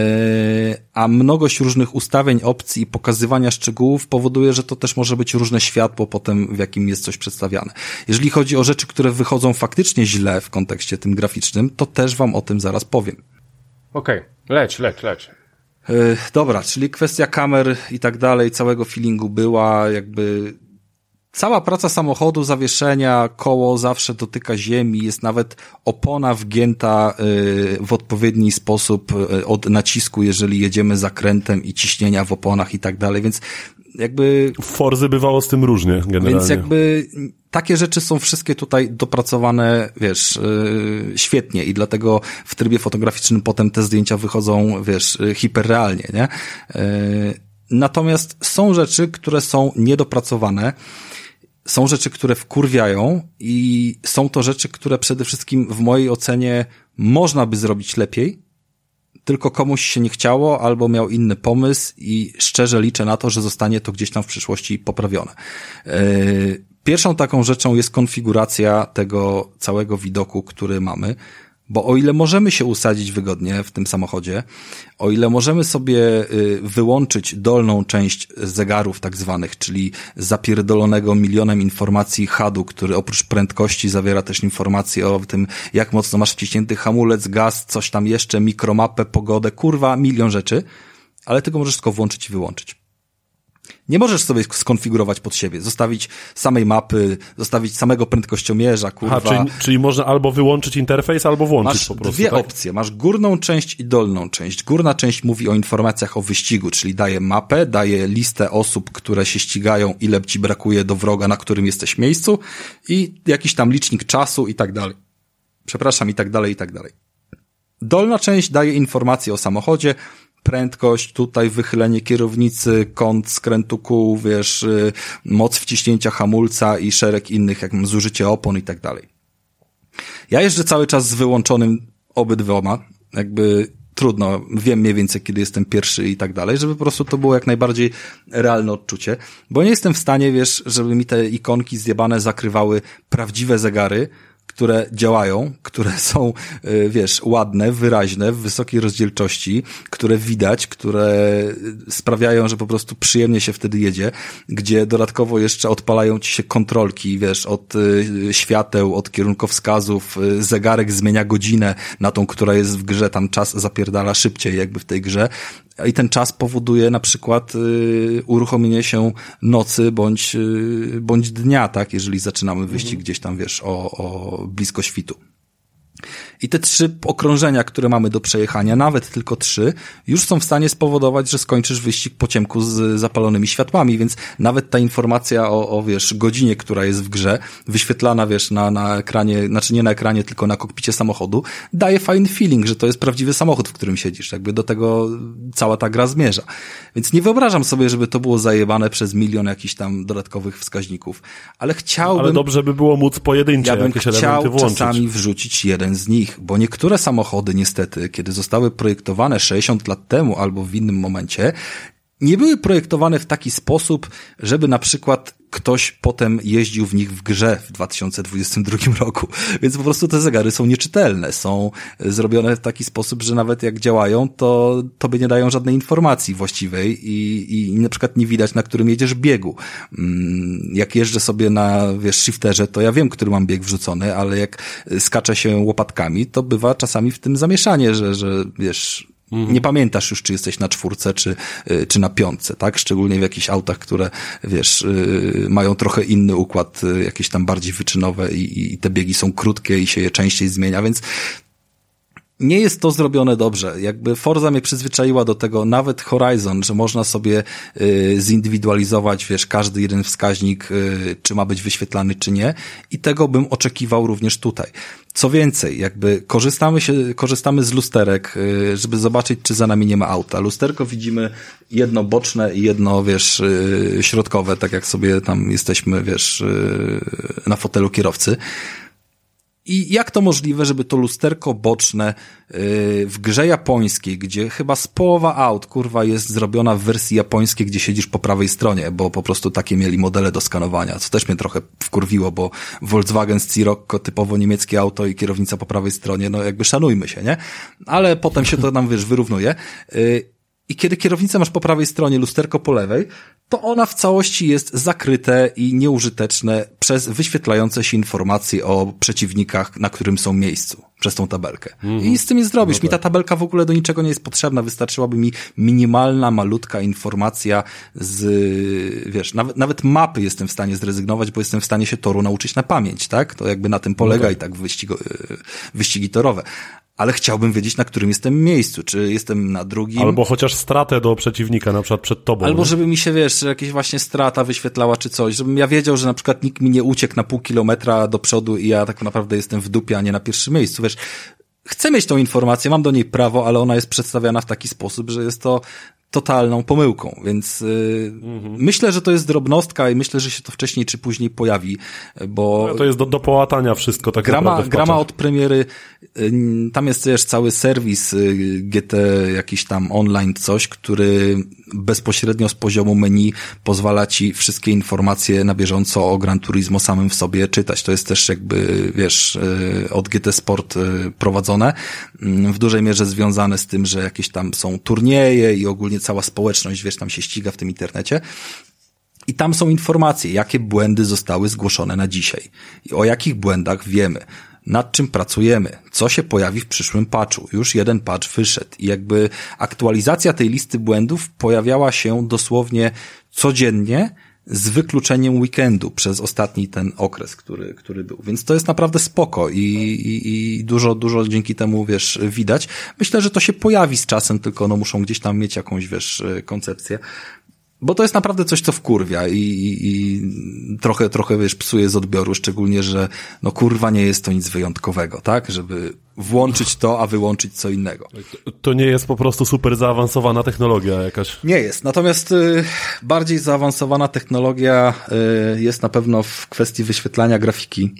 a mnogość różnych ustawień, opcji i pokazywania szczegółów powoduje, że to też może być różne światło potem, w jakim jest coś przedstawiane. Jeżeli chodzi o rzeczy, które wychodzą faktycznie źle w kontekście tym graficznym, to też wam o tym zaraz powiem. Okej, okay. leć, leć, leć. Yy, dobra, czyli kwestia kamer i tak dalej, całego feelingu była jakby... Cała praca samochodu, zawieszenia, koło zawsze dotyka ziemi, jest nawet opona wgięta w odpowiedni sposób od nacisku, jeżeli jedziemy zakrętem i ciśnienia w oponach i tak dalej, więc jakby... W Forzy bywało z tym różnie generalnie. Więc jakby takie rzeczy są wszystkie tutaj dopracowane, wiesz, świetnie i dlatego w trybie fotograficznym potem te zdjęcia wychodzą, wiesz, hiperrealnie, nie? Natomiast są rzeczy, które są niedopracowane, są rzeczy, które wkurwiają i są to rzeczy, które przede wszystkim w mojej ocenie można by zrobić lepiej, tylko komuś się nie chciało albo miał inny pomysł i szczerze liczę na to, że zostanie to gdzieś tam w przyszłości poprawione. Pierwszą taką rzeczą jest konfiguracja tego całego widoku, który mamy. Bo o ile możemy się usadzić wygodnie w tym samochodzie, o ile możemy sobie wyłączyć dolną część zegarów tak zwanych, czyli zapierdolonego milionem informacji H U D-u, który oprócz prędkości zawiera też informacje o tym, jak mocno masz wciśnięty hamulec, gaz, coś tam jeszcze, mikromapę, pogodę, kurwa, milion rzeczy, ale tylko możesz tylko włączyć i wyłączyć. Nie możesz sobie skonfigurować pod siebie, zostawić samej mapy, zostawić samego prędkościomierza, kurwa. Aha, czyli, czyli można albo wyłączyć interfejs, albo włączyć masz po prostu. Masz dwie tak? opcje. Masz górną część i dolną część. Górna część mówi o informacjach o wyścigu, czyli daje mapę, daje listę osób, które się ścigają, ile ci brakuje do wroga, na którym jesteś miejscu i jakiś tam licznik czasu i tak dalej. Przepraszam, i tak dalej, i tak dalej. Dolna część daje informacje o samochodzie, prędkość, tutaj wychylenie kierownicy, kąt skrętu kół, wiesz, moc wciśnięcia hamulca i szereg innych, jak zużycie opon i tak dalej. Ja jeżdżę cały czas z wyłączonym obydwoma, jakby trudno, wiem mniej więcej, kiedy jestem pierwszy i tak dalej, żeby po prostu to było jak najbardziej realne odczucie, bo nie jestem w stanie, wiesz, żeby mi te ikonki zjebane zakrywały prawdziwe zegary, które działają, które są, wiesz, ładne, wyraźne, w wysokiej rozdzielczości, które widać, które sprawiają, że po prostu przyjemnie się wtedy jedzie, gdzie dodatkowo jeszcze odpalają ci się kontrolki, wiesz, od świateł, od kierunkowskazów, zegarek zmienia godzinę na tą, która jest w grze, tam czas zapierdala szybciej jakby w tej grze. I ten czas powoduje na przykład y, uruchomienie się nocy bądź, y, bądź dnia, tak, jeżeli zaczynamy wyścig mhm. gdzieś tam, wiesz, o, o blisko świtu. I te trzy okrążenia, które mamy do przejechania, nawet tylko trzy, już są w stanie spowodować, że skończysz wyścig po ciemku z zapalonymi światłami, więc nawet ta informacja o, o wiesz, godzinie, która jest w grze, wyświetlana, wiesz, na, na ekranie, znaczy nie na ekranie, tylko na kokpicie samochodu, daje fajny feeling, że to jest prawdziwy samochód, w którym siedzisz. Jakby do tego cała ta gra zmierza. Więc nie wyobrażam sobie, żeby to było zajebane przez milion jakichś tam dodatkowych wskaźników. Ale chciałbym... Ale dobrze by było móc pojedyncze ja bym jakieś elementy chciał włączyć. czasami wrzucić jeden z nich, bo niektóre samochody niestety, kiedy zostały projektowane sześćdziesiąt lat temu albo w innym momencie, nie były projektowane w taki sposób, żeby na przykład ktoś potem jeździł w nich w grze w dwa tysiące dwudziestym drugim roku. Więc po prostu te zegary są nieczytelne, są zrobione w taki sposób, że nawet jak działają, to tobie nie dają żadnej informacji właściwej i, i na przykład nie widać, na którym jedziesz biegu. Jak jeżdżę sobie na, wiesz, shifterze, to ja wiem, który mam bieg wrzucony, ale jak skaczę się łopatkami, to bywa czasami w tym zamieszanie, że, że wiesz... Mhm. Nie pamiętasz już, czy jesteś na czwórce, czy, czy na piątce, tak? Szczególnie w jakichś autach, które, wiesz, mają trochę inny układ, jakieś tam bardziej wyczynowe i, i te biegi są krótkie i się je częściej zmienia, więc nie jest to zrobione dobrze. Jakby Forza mnie przyzwyczaiła do tego, nawet Horizon, że można sobie y, zindywidualizować, wiesz, każdy jeden wskaźnik, y, czy ma być wyświetlany, czy nie. I tego bym oczekiwał również tutaj. Co więcej, jakby korzystamy się, korzystamy z lusterek, y, żeby zobaczyć, czy za nami nie ma auta. Lusterko widzimy jedno boczne i jedno, wiesz, y, środkowe, tak jak sobie tam jesteśmy, wiesz, y, na fotelu kierowcy. I jak to możliwe, żeby to lusterko boczne yy, w grze japońskiej, gdzie chyba z połowa aut, kurwa, jest zrobiona w wersji japońskiej, gdzie siedzisz po prawej stronie, bo po prostu takie mieli modele do skanowania, co też mnie trochę wkurwiło, bo Volkswagen Scirocco, typowo niemieckie auto i kierownica po prawej stronie, no jakby szanujmy się, nie? Ale potem się to nam, wiesz, wyrównuje. Yy, I kiedy kierownicę masz po prawej stronie, lusterko po lewej, to ona w całości jest zakryte i nieużyteczne przez wyświetlające się informacje o przeciwnikach, na którym są miejscu, przez tą tabelkę. Mm-hmm. I z tym nie zrobisz. No tak. Mi ta tabelka w ogóle do niczego nie jest potrzebna. Wystarczyłaby mi minimalna, malutka informacja z, wiesz, nawet, nawet mapy jestem w stanie zrezygnować, bo jestem w stanie się toru nauczyć na pamięć, tak? To jakby na tym polega no tak. i tak wyścigo, wyścigi torowe. Ale chciałbym wiedzieć, na którym jestem miejscu, czy jestem na drugim. Albo chociaż stratę do przeciwnika, na przykład przed tobą. Albo nie? żeby mi się, wiesz, jakieś właśnie strata wyświetlała, czy coś, żebym ja wiedział, że na przykład nikt mi nie uciekł na pół kilometra do przodu i ja tak naprawdę jestem w dupie, a nie na pierwszym miejscu, wiesz. Chcę mieć tą informację, mam do niej prawo, ale ona jest przedstawiana w taki sposób, że jest to totalną pomyłką, więc yy, mhm. myślę, że to jest drobnostka i myślę, że się to wcześniej czy później pojawi, bo... No to jest do, do połatania wszystko tak grama, naprawdę w grama od premiery, yy, tam jest też cały serwis yy, G T jakiś tam online coś, który bezpośrednio z poziomu menu pozwala ci wszystkie informacje na bieżąco o Gran Turismo samym w sobie czytać. To jest też jakby, wiesz, yy, od G T Sport yy, prowadzone, yy, w dużej mierze związane z tym, że jakieś tam są turnieje i ogólnie cała społeczność, wiesz, tam się ściga w tym internecie. I tam są informacje, jakie błędy zostały zgłoszone na dzisiaj. I o jakich błędach wiemy. Nad czym pracujemy. Co się pojawi w przyszłym patchu. Już jeden patch wyszedł. I jakby aktualizacja tej listy błędów pojawiała się dosłownie codziennie z wykluczeniem weekendu przez ostatni ten okres, który, który był. Więc to jest naprawdę spoko i, i, i dużo, dużo dzięki temu, wiesz, widać. Myślę, że to się pojawi z czasem, tylko no muszą gdzieś tam mieć jakąś, wiesz, koncepcję. Bo to jest naprawdę coś, co wkurwia i, i, i trochę, trochę, wiesz, psuje z odbioru, szczególnie, że no kurwa nie jest to nic wyjątkowego, tak? Żeby włączyć to, a wyłączyć co innego. To nie jest po prostu super zaawansowana technologia jakaś? Nie jest. Natomiast y, bardziej zaawansowana technologia y, jest na pewno w kwestii wyświetlania grafiki.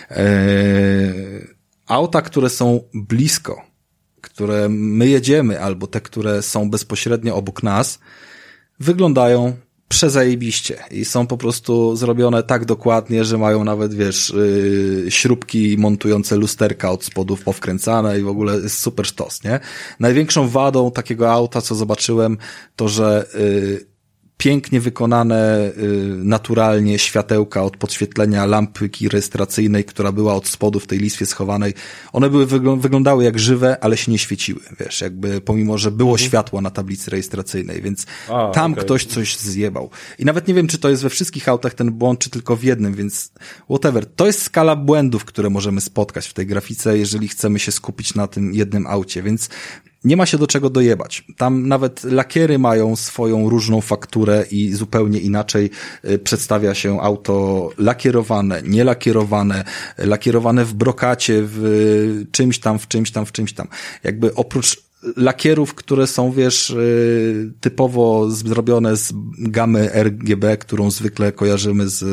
Y, auta, które są blisko, które my jedziemy, albo te, które są bezpośrednio obok nas, wyglądają przezajebiście i są po prostu zrobione tak dokładnie, że mają nawet, wiesz, yy, śrubki montujące lusterka od spodów powkręcane i w ogóle jest super sztos, nie? Największą wadą takiego auta, co zobaczyłem, to, że yy, pięknie wykonane y, naturalnie światełka od podświetlenia lampki rejestracyjnej, która była od spodu w tej listwie schowanej, one były wygl- wyglądały jak żywe, ale się nie świeciły, wiesz, jakby pomimo, że było mhm. światło na tablicy rejestracyjnej, więc A, tam okay. ktoś coś zjebał. I nawet nie wiem, czy to jest we wszystkich autach ten błąd, czy tylko w jednym, więc whatever. To jest skala błędów, które możemy spotkać w tej grafice, jeżeli chcemy się skupić na tym jednym aucie, więc nie ma się do czego dojebać. Tam nawet lakiery mają swoją różną fakturę i zupełnie inaczej y, przedstawia się auto lakierowane, nielakierowane, lakierowane w brokacie, w y, czymś tam, w czymś tam, w czymś tam. Jakby oprócz lakierów, które są, wiesz, y, typowo zrobione z gamy R G B, którą zwykle kojarzymy z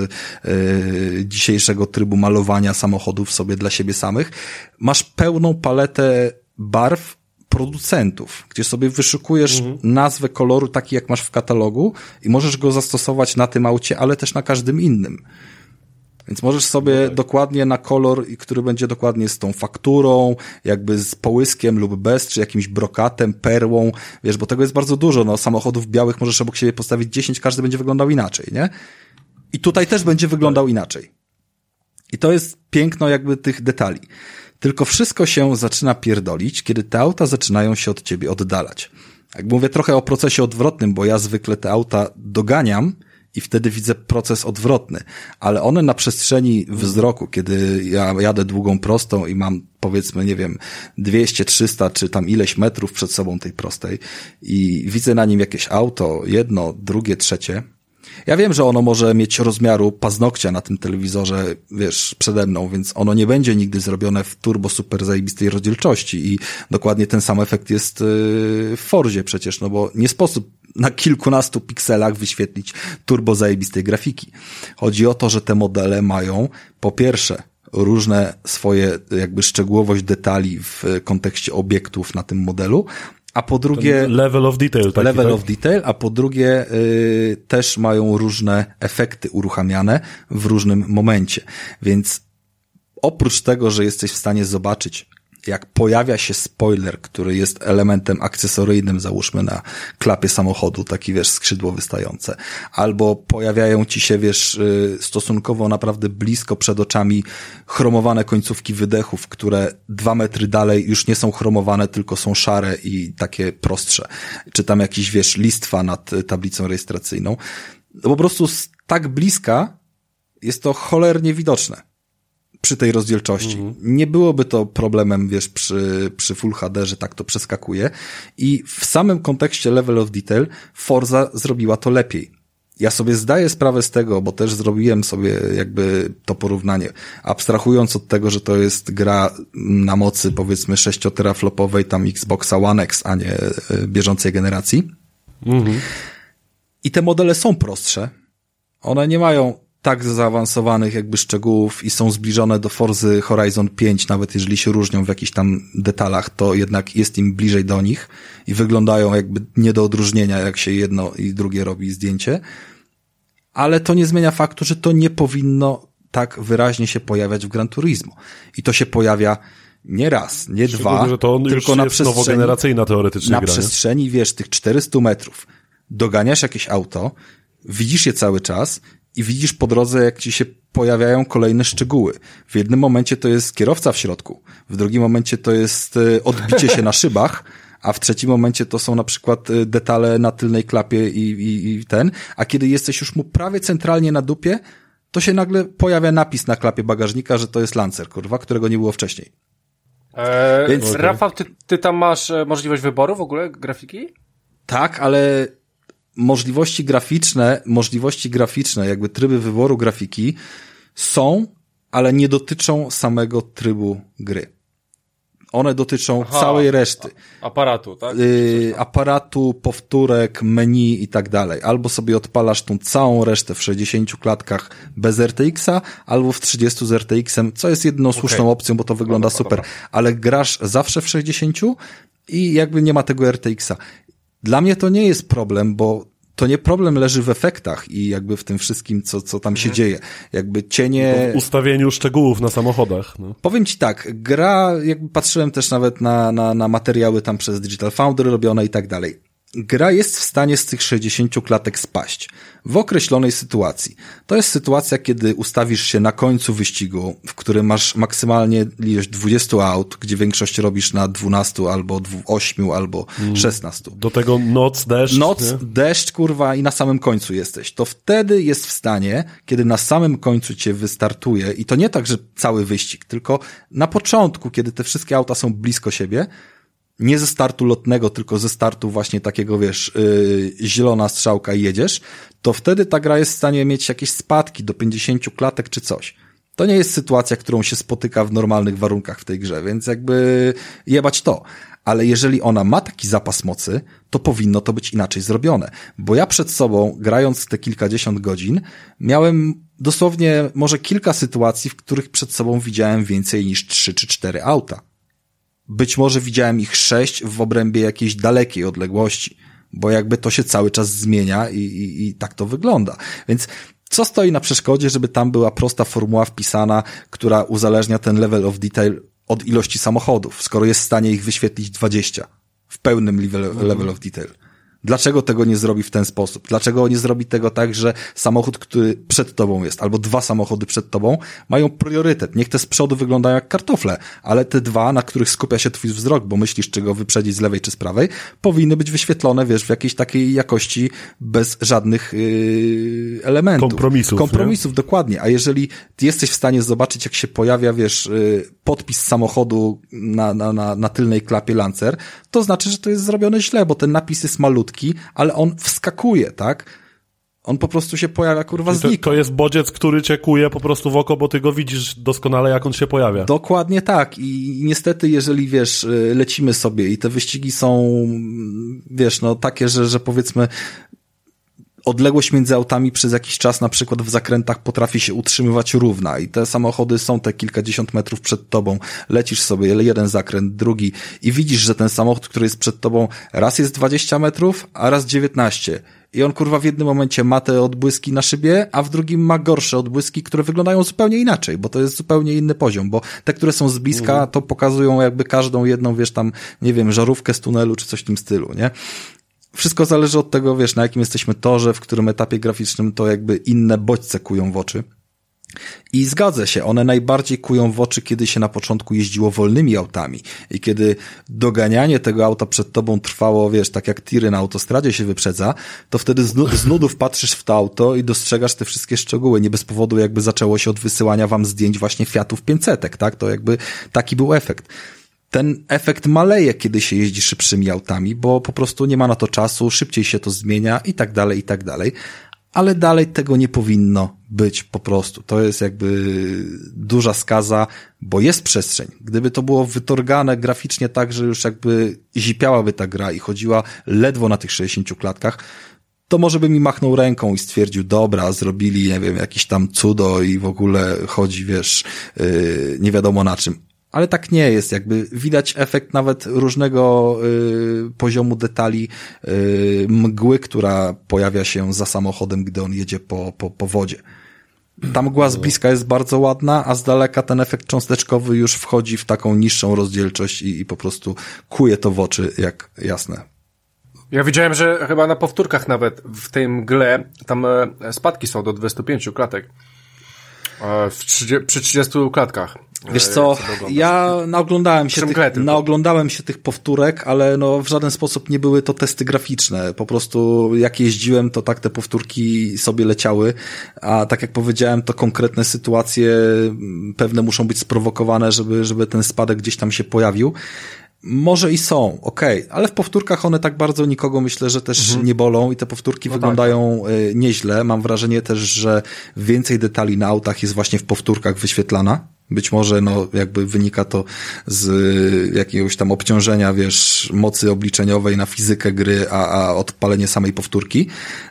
y, dzisiejszego trybu malowania samochodów sobie dla siebie samych, masz pełną paletę barw producentów, gdzie sobie wyszukujesz mhm. nazwę koloru taki, jak masz w katalogu i możesz go zastosować na tym aucie, ale też na każdym innym. Więc możesz sobie no tak. dokładnie na kolor, który będzie dokładnie z tą fakturą, jakby z połyskiem lub bez, czy jakimś brokatem, perłą, wiesz, bo tego jest bardzo dużo, no samochodów białych możesz obok siebie postawić dziesięć, każdy będzie wyglądał inaczej, nie? I tutaj też będzie wyglądał inaczej. I to jest piękno jakby tych detali. Tylko wszystko się zaczyna pierdolić, kiedy te auta zaczynają się od ciebie oddalać. Jak mówię trochę o procesie odwrotnym, bo ja zwykle te auta doganiam i wtedy widzę proces odwrotny, ale one na przestrzeni wzroku, kiedy ja jadę długą prostą i mam, powiedzmy, nie wiem, dwieście, trzysta czy tam ileś metrów przed sobą tej prostej i widzę na nim jakieś auto, jedno, drugie, trzecie. Ja wiem, że ono może mieć rozmiaru paznokcia na tym telewizorze, wiesz, przede mną, więc ono nie będzie nigdy zrobione w turbo super zajebistej rozdzielczości i dokładnie ten sam efekt jest w Forzie przecież, no bo nie sposób na kilkunastu pikselach wyświetlić turbo zajebistej grafiki. Chodzi o to, że te modele mają, po pierwsze, różne swoje jakby szczegółowość detali w kontekście obiektów na tym modelu, a po drugie... Ten level of detail. Taki, level tak? of detail, a po drugie yy, też mają różne efekty uruchamiane w różnym momencie. Więc oprócz tego, że jesteś w stanie zobaczyć, jak pojawia się spoiler, który jest elementem akcesoryjnym, załóżmy na klapie samochodu, taki, wiesz, skrzydło wystające, albo pojawiają ci się, wiesz, stosunkowo naprawdę blisko przed oczami chromowane końcówki wydechów, które dwa metry dalej już nie są chromowane, tylko są szare i takie prostsze. Czy tam jakiś, wiesz, listwa nad tablicą rejestracyjną. No po prostu z tak bliska jest to cholernie widoczne. Przy tej rozdzielczości. Mhm. Nie byłoby to problemem, wiesz, przy, przy Full H D, że tak to przeskakuje. I w samym kontekście level of detail Forza zrobiła to lepiej. Ja sobie zdaję sprawę z tego, bo też zrobiłem sobie jakby to porównanie. Abstrahując od tego, że to jest gra na mocy, powiedzmy, sześcioteraflopowej tam Xboxa One X, a nie bieżącej generacji. Mhm. I te modele są prostsze. One nie mają tak zaawansowanych jakby szczegółów i są zbliżone do Forzy Horizon pięć, nawet jeżeli się różnią w jakichś tam detalach, to jednak jest im bliżej do nich i wyglądają jakby nie do odróżnienia, jak się jedno i drugie robi zdjęcie, ale to nie zmienia faktu, że to nie powinno tak wyraźnie się pojawiać w Gran Turismo. I to się pojawia nie raz, nie dwa, że to on tylko już na jest przestrzeni, nowogeneracyjna teoretycznie na gra, przestrzeni, wiesz, tych czterystu metrów. Doganiasz jakieś auto, widzisz je cały czas i widzisz po drodze, jak ci się pojawiają kolejne szczegóły. W jednym momencie to jest kierowca w środku, w drugim momencie to jest odbicie się na szybach, a w trzecim momencie to są na przykład detale na tylnej klapie i, i, i ten, a kiedy jesteś już mu prawie centralnie na dupie, to się nagle pojawia napis na klapie bagażnika, że to jest Lancer, kurwa, którego nie było wcześniej. Eee, Więc... okay. Rafał, ty, ty tam masz możliwość wyboru w ogóle grafiki? Tak, ale możliwości graficzne, możliwości graficzne, jakby tryby wyboru grafiki są, ale nie dotyczą samego trybu gry. One dotyczą Aha, całej reszty. Aparatu, tak? Yy, aparatu, powtórek, menu i tak dalej. Albo sobie odpalasz tą całą resztę w sześćdziesięciu klatkach bez R T X-a, albo w trzydziestu z R T X-em, co jest jedyną okay. słuszną opcją, bo to wygląda dobra, super. Dobra. Ale grasz zawsze w sześćdziesięciu i jakby nie ma tego R T X-a. Dla mnie to nie jest problem, bo to nie problem leży w efektach i jakby w tym wszystkim, co, co tam się mhm. dzieje. Jakby cienie... W ustawieniu szczegółów na samochodach. No. Powiem ci tak, gra, jakby patrzyłem też nawet na, na, na materiały tam przez Digital Foundry robione i tak dalej. Gra jest w stanie z tych sześćdziesięciu klatek spaść w określonej sytuacji. To jest sytuacja, kiedy ustawisz się na końcu wyścigu, w którym masz maksymalnie ilość dwudziestu aut, gdzie większość robisz na dwunastu albo ośmiu albo mm. szesnastu. Do tego noc, deszcz. Noc, nie? deszcz, kurwa, i na samym końcu jesteś. To wtedy jest w stanie, kiedy na samym końcu cię wystartuje i to nie tak, że cały wyścig, tylko na początku, kiedy te wszystkie auta są blisko siebie, nie ze startu lotnego, tylko ze startu właśnie takiego, wiesz, yy, zielona strzałka i jedziesz, to wtedy ta gra jest w stanie mieć jakieś spadki do pięćdziesięciu klatek czy coś. To nie jest sytuacja, którą się spotyka w normalnych warunkach w tej grze, więc jakby jebać to. Ale jeżeli ona ma taki zapas mocy, to powinno to być inaczej zrobione. Bo ja przed sobą, grając te kilkadziesiąt godzin, miałem dosłownie może kilka sytuacji, w których przed sobą widziałem więcej niż trzy czy cztery auta. Być może widziałem ich sześć w obrębie jakiejś dalekiej odległości, bo jakby to się cały czas zmienia i, i, i tak to wygląda. Więc co stoi na przeszkodzie, żeby tam była prosta formuła wpisana, która uzależnia ten level of detail od ilości samochodów, skoro jest w stanie ich wyświetlić dwadzieścia w pełnym level, mhm. level of detail. Dlaczego tego nie zrobi w ten sposób? Dlaczego nie zrobi tego tak, że samochód, który przed tobą jest, albo dwa samochody przed tobą, mają priorytet? Niech te z przodu wyglądają jak kartofle, ale te dwa, na których skupia się twój wzrok, bo myślisz, czy go wyprzedzić z lewej czy z prawej, powinny być wyświetlone, wiesz, w jakiejś takiej jakości bez żadnych yy, elementów. Kompromisów. Kompromisów, nie? Dokładnie. A jeżeli ty jesteś w stanie zobaczyć, jak się pojawia, wiesz, yy, podpis samochodu na, na, na, na tylnej klapie Lancer, to znaczy, że to jest zrobione źle, bo ten napis jest malutki, ale on wskakuje, tak? On po prostu się pojawia, kurwa, znika. To, to jest bodziec, który cię kuje po prostu w oko, bo ty go widzisz doskonale, jak on się pojawia. Dokładnie tak. I niestety, jeżeli, wiesz, lecimy sobie i te wyścigi są, wiesz, no takie, że, że powiedzmy odległość między autami przez jakiś czas, na przykład w zakrętach, potrafi się utrzymywać równa i te samochody są te kilkadziesiąt metrów przed tobą, lecisz sobie jeden zakręt, drugi i widzisz, że ten samochód, który jest przed tobą, raz jest dwadzieścia metrów, a raz dziewiętnaście. I on, kurwa, w jednym momencie ma te odbłyski na szybie, a w drugim ma gorsze odbłyski, które wyglądają zupełnie inaczej, bo to jest zupełnie inny poziom, bo te, które są z bliska, mhm. to pokazują jakby każdą jedną, wiesz, tam, nie wiem, żarówkę z tunelu, czy coś w tym stylu, nie? Wszystko zależy od tego, wiesz, na jakim jesteśmy torze, w którym etapie graficznym to jakby inne bodźce kują w oczy. I zgadza się, one najbardziej kują w oczy, kiedy się na początku jeździło wolnymi autami i kiedy doganianie tego auta przed tobą trwało, wiesz, tak jak tiry na autostradzie się wyprzedza, to wtedy z, nu- z nudów patrzysz w to auto i dostrzegasz te wszystkie szczegóły. Nie bez powodu jakby zaczęło się od wysyłania wam zdjęć właśnie Fiatów pięćsetek, tak? To jakby taki był efekt. Ten efekt maleje, kiedy się jeździ szybszymi autami, bo po prostu nie ma na to czasu, szybciej się to zmienia i tak dalej, i tak dalej. Ale dalej tego nie powinno być po prostu. To jest jakby duża skaza, bo jest przestrzeń. Gdyby to było wytorgane graficznie tak, że już jakby zipiałaby ta gra i chodziła ledwo na tych sześćdziesięciu klatkach, to może by mi machnął ręką i stwierdził, dobra, zrobili, nie wiem, jakieś tam cudo i w ogóle chodzi, wiesz, yy, nie wiadomo na czym. Ale tak nie jest, jakby widać efekt nawet różnego y, poziomu detali y, mgły, która pojawia się za samochodem, gdy on jedzie po, po, po wodzie. Ta mgła z bliska jest bardzo ładna, a z daleka ten efekt cząsteczkowy już wchodzi w taką niższą rozdzielczość i, i po prostu kuje to w oczy jak jasne. Ja widziałem, że chyba na powtórkach nawet w tej mgle tam e, spadki są do dwudziestu pięciu klatek. E, w trzydziestu, przy trzydziestu klatkach. Wiesz co, ja naoglądałem się, tych, naoglądałem się tych powtórek, ale no w żaden sposób nie były to testy graficzne. Po prostu jak jeździłem, to tak te powtórki sobie leciały, a tak jak powiedziałem, to konkretne sytuacje pewne muszą być sprowokowane, żeby, żeby ten spadek gdzieś tam się pojawił. Może i są, okej, okay. Ale w powtórkach one tak bardzo nikogo myślę, że też mhm. nie bolą i te powtórki no wyglądają tak. nieźle. Mam wrażenie też, że więcej detali na autach jest właśnie w powtórkach wyświetlana. Być może, no, jakby wynika to z jakiegoś tam obciążenia, wiesz, mocy obliczeniowej na fizykę gry, a, a odpalenie samej powtórki.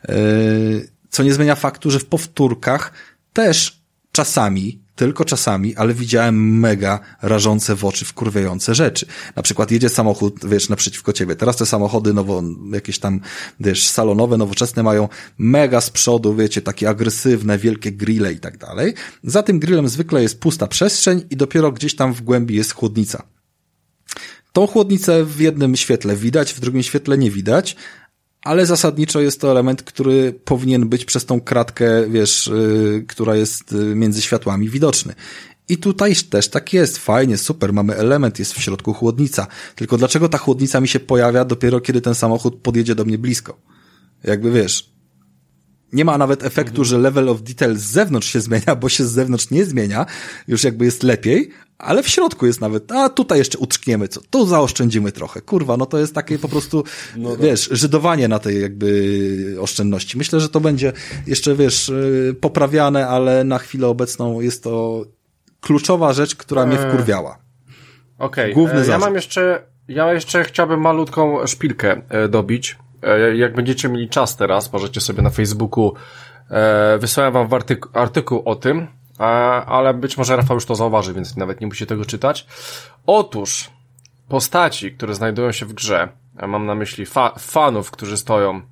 Co nie zmienia faktu, że w powtórkach też czasami, tylko czasami, ale widziałem mega rażące w oczy, wkurwiające rzeczy. Na przykład jedzie samochód, wiesz, naprzeciwko ciebie. Teraz te samochody nowo, jakieś tam, wiesz, salonowe, nowoczesne mają mega z przodu, wiecie, takie agresywne, wielkie grille i tak dalej. Za tym grillem zwykle jest pusta przestrzeń i dopiero gdzieś tam w głębi jest chłodnica. Tą chłodnicę w jednym świetle widać, w drugim świetle nie widać, ale zasadniczo jest to element, który powinien być przez tą kratkę, wiesz, yy, która jest między światłami widoczny. I tutaj też tak jest, fajnie, super, mamy element, jest w środku chłodnica. Tylko dlaczego ta chłodnica mi się pojawia dopiero kiedy ten samochód podjedzie do mnie blisko? Jakby wiesz, nie ma nawet efektu, że level of detail z zewnątrz się zmienia, bo się z zewnątrz nie zmienia, już jakby jest lepiej, ale w środku jest nawet, a tutaj jeszcze utrzkniemy, co, tu zaoszczędzimy trochę. Kurwa, no to jest takie po prostu, no wiesz, żydowanie na tej jakby oszczędności. Myślę, że to będzie jeszcze, wiesz, poprawiane, ale na chwilę obecną jest to kluczowa rzecz, która mnie wkurwiała. Okej, okay. ja mam jeszcze, ja jeszcze chciałbym malutką szpilkę dobić. Jak będziecie mieli czas teraz, możecie sobie na Facebooku, e, wysłałem wam artyku, artykuł o tym, e, ale być może Rafał już to zauważy, więc nawet nie musicie tego czytać. Otóż postaci, które znajdują się w grze, ja mam na myśli fa- fanów, którzy stoją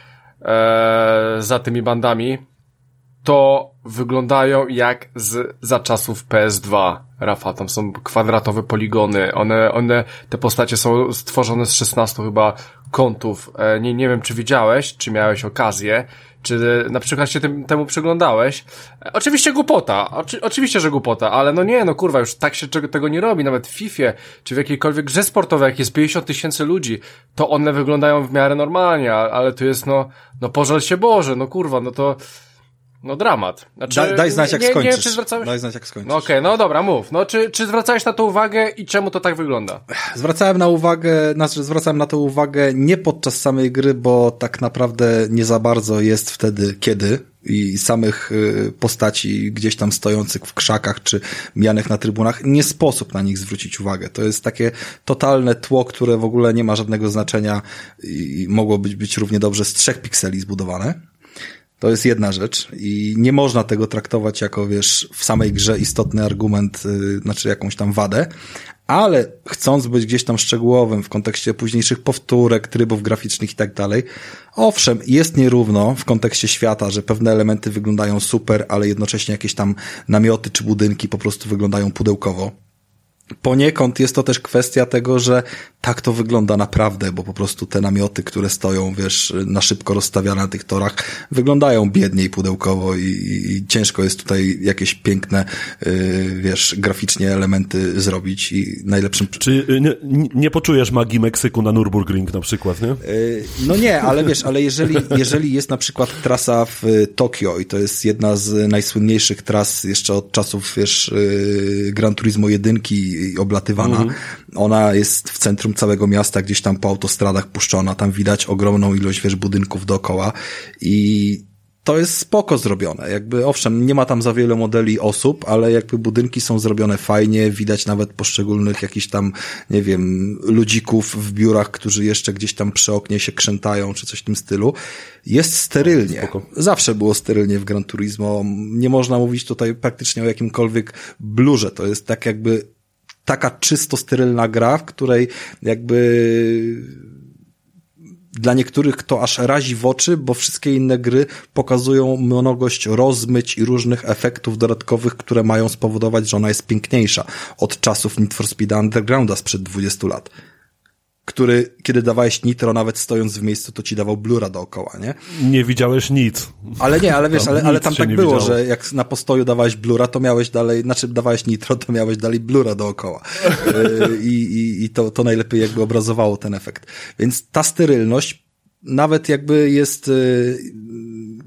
e, za tymi bandami, to wyglądają jak z za czasów P S dwa. Rafa, tam są kwadratowe poligony, one, one, te postacie są stworzone z szesnastu chyba kątów. E, nie, nie wiem, czy widziałeś, czy miałeś okazję, czy na przykład się tym, temu przyglądałeś. E, oczywiście głupota, oczy, oczywiście, że głupota, ale no nie, no kurwa, już tak się czego, tego nie robi, nawet w Fifie, czy w jakiejkolwiek grze sportowej, jak jest pięćdziesiąt tysięcy ludzi, to one wyglądają w miarę normalnie, ale tu jest no, no pożal się Boże, no kurwa, no to no dramat. Znaczy, daj, daj znać jak nie, skończysz. Nie, czy zwracałeś... Daj znać jak skończysz. No okej, okay, no dobra, mów. No czy, czy zwracałeś na to uwagę i czemu to tak wygląda? Zwracałem na uwagę, znaczy zwracałem na to uwagę nie podczas samej gry, bo tak naprawdę nie za bardzo jest wtedy kiedy i samych postaci gdzieś tam stojących w krzakach czy mijanych na trybunach, nie sposób na nich zwrócić uwagę. To jest takie totalne tło, które w ogóle nie ma żadnego znaczenia i mogło być, być równie dobrze z trzech pikseli zbudowane. To jest jedna rzecz i nie można tego traktować jako, wiesz, w samej grze istotny argument, yy, znaczy jakąś tam wadę, ale chcąc być gdzieś tam szczegółowym w kontekście późniejszych powtórek, trybów graficznych i tak dalej, owszem, jest nierówno w kontekście świata, że pewne elementy wyglądają super, ale jednocześnie jakieś tam namioty czy budynki po prostu wyglądają pudełkowo. Poniekąd jest to też kwestia tego, że tak to wygląda naprawdę, bo po prostu te namioty, które stoją, wiesz, na szybko rozstawiane na tych torach, wyglądają biednie i pudełkowo i, i, i ciężko jest tutaj jakieś piękne, yy, wiesz, graficznie elementy zrobić i najlepszym... Czy nie, nie poczujesz magii Meksyku na Nürburgring na przykład, nie? Yy, no nie, ale wiesz, ale jeżeli, jeżeli jest na przykład trasa w Tokio i to jest jedna z najsłynniejszych tras jeszcze od czasów, wiesz, yy, Gran Turismo jedynki i oblatywana. Mhm. Ona jest w centrum całego miasta, gdzieś tam po autostradach puszczona, tam widać ogromną ilość, wiesz, budynków dookoła i to jest spoko zrobione. Jakby owszem, nie ma tam za wiele modeli osób, ale jakby budynki są zrobione fajnie, widać nawet poszczególnych jakichś tam, nie wiem, ludzików w biurach, którzy jeszcze gdzieś tam przy oknie się krzątają, czy coś w tym stylu. Jest sterylnie. Spoko. Zawsze było sterylnie w Gran Turismo. Nie można mówić tutaj praktycznie o jakimkolwiek blurze. To jest tak jakby taka czysto sterylna gra, w której jakby dla niektórych to aż razi w oczy, bo wszystkie inne gry pokazują mnogość rozmyć i różnych efektów dodatkowych, które mają spowodować, że ona jest piękniejsza od czasów Need for Speed Undergrounda sprzed dwudziestu lat. Który, kiedy dawałeś nitro, nawet stojąc w miejscu, to ci dawał blura dookoła, nie? Nie widziałeś nic. Ale nie, ale wiesz, ale, ale tam tak było, widziało. Że jak na postoju dawałeś blura, to miałeś dalej, znaczy dawałeś nitro, to miałeś dalej blura dookoła. I, i, i to, to najlepiej jakby obrazowało ten efekt. Więc ta sterylność nawet jakby jest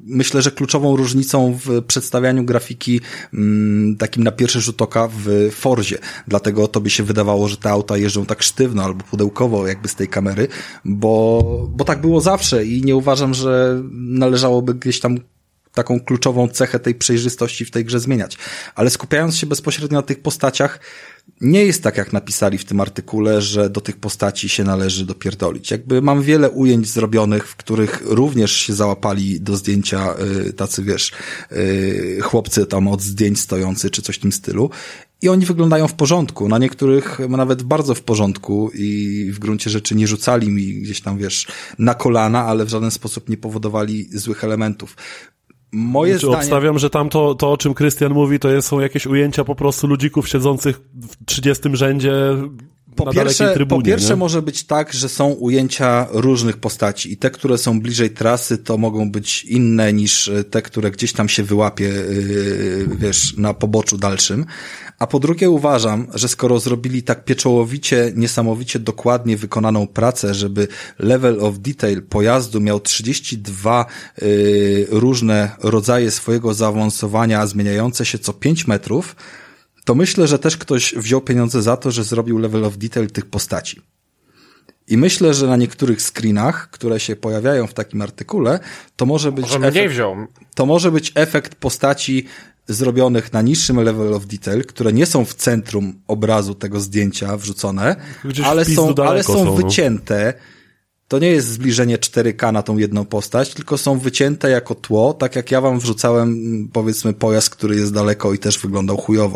myślę, że kluczową różnicą w przedstawianiu grafiki m, takim na pierwszy rzut oka w Forzie. Dlatego tobie się wydawało, że te auta jeżdżą tak sztywno albo pudełkowo jakby z tej kamery, bo, bo tak było zawsze i nie uważam, że należałoby gdzieś tam taką kluczową cechę tej przejrzystości w tej grze zmieniać. Ale skupiając się bezpośrednio na tych postaciach, nie jest tak, jak napisali w tym artykule, że do tych postaci się należy dopierdolić. Jakby mam wiele ujęć zrobionych, w których również się załapali do zdjęcia y, tacy, wiesz, y, chłopcy tam od zdjęć stojący, czy coś w tym stylu. I oni wyglądają w porządku. Na niektórych nawet bardzo w porządku i w gruncie rzeczy nie rzucali mi gdzieś tam, wiesz, na kolana, ale w żaden sposób nie powodowali złych elementów. Moje znaczy, zdanie... Obstawiam, że tam to, to, o czym Krystian mówi, to są jakieś ujęcia po prostu ludzików siedzących w trzydziestym rzędzie po na pierwsze, dalekiej trybunie. Po pierwsze nie? może być tak, że są ujęcia różnych postaci i te, które są bliżej trasy, to mogą być inne niż te, które gdzieś tam się wyłapie, yy, wiesz, na poboczu dalszym. A po drugie uważam, że skoro zrobili tak pieczołowicie, niesamowicie dokładnie wykonaną pracę, żeby level of detail pojazdu miał trzydzieści dwa yy, różne rodzaje swojego zaawansowania, zmieniające się co pięć metrów, to myślę, że też ktoś wziął pieniądze za to, że zrobił level of detail tych postaci. I myślę, że na niektórych screenach, które się pojawiają w takim artykule, to może być może efekt, mniej wziął. to może być efekt postaci zrobionych na niższym level of detail, które nie są w centrum obrazu tego zdjęcia wrzucone, Gdzieś ale są, ale są, są no. wycięte. To nie jest zbliżenie cztery K na tą jedną postać, tylko są wycięte jako tło, tak jak ja wam wrzucałem, powiedzmy, pojazd, który jest daleko i też wyglądał chujowo.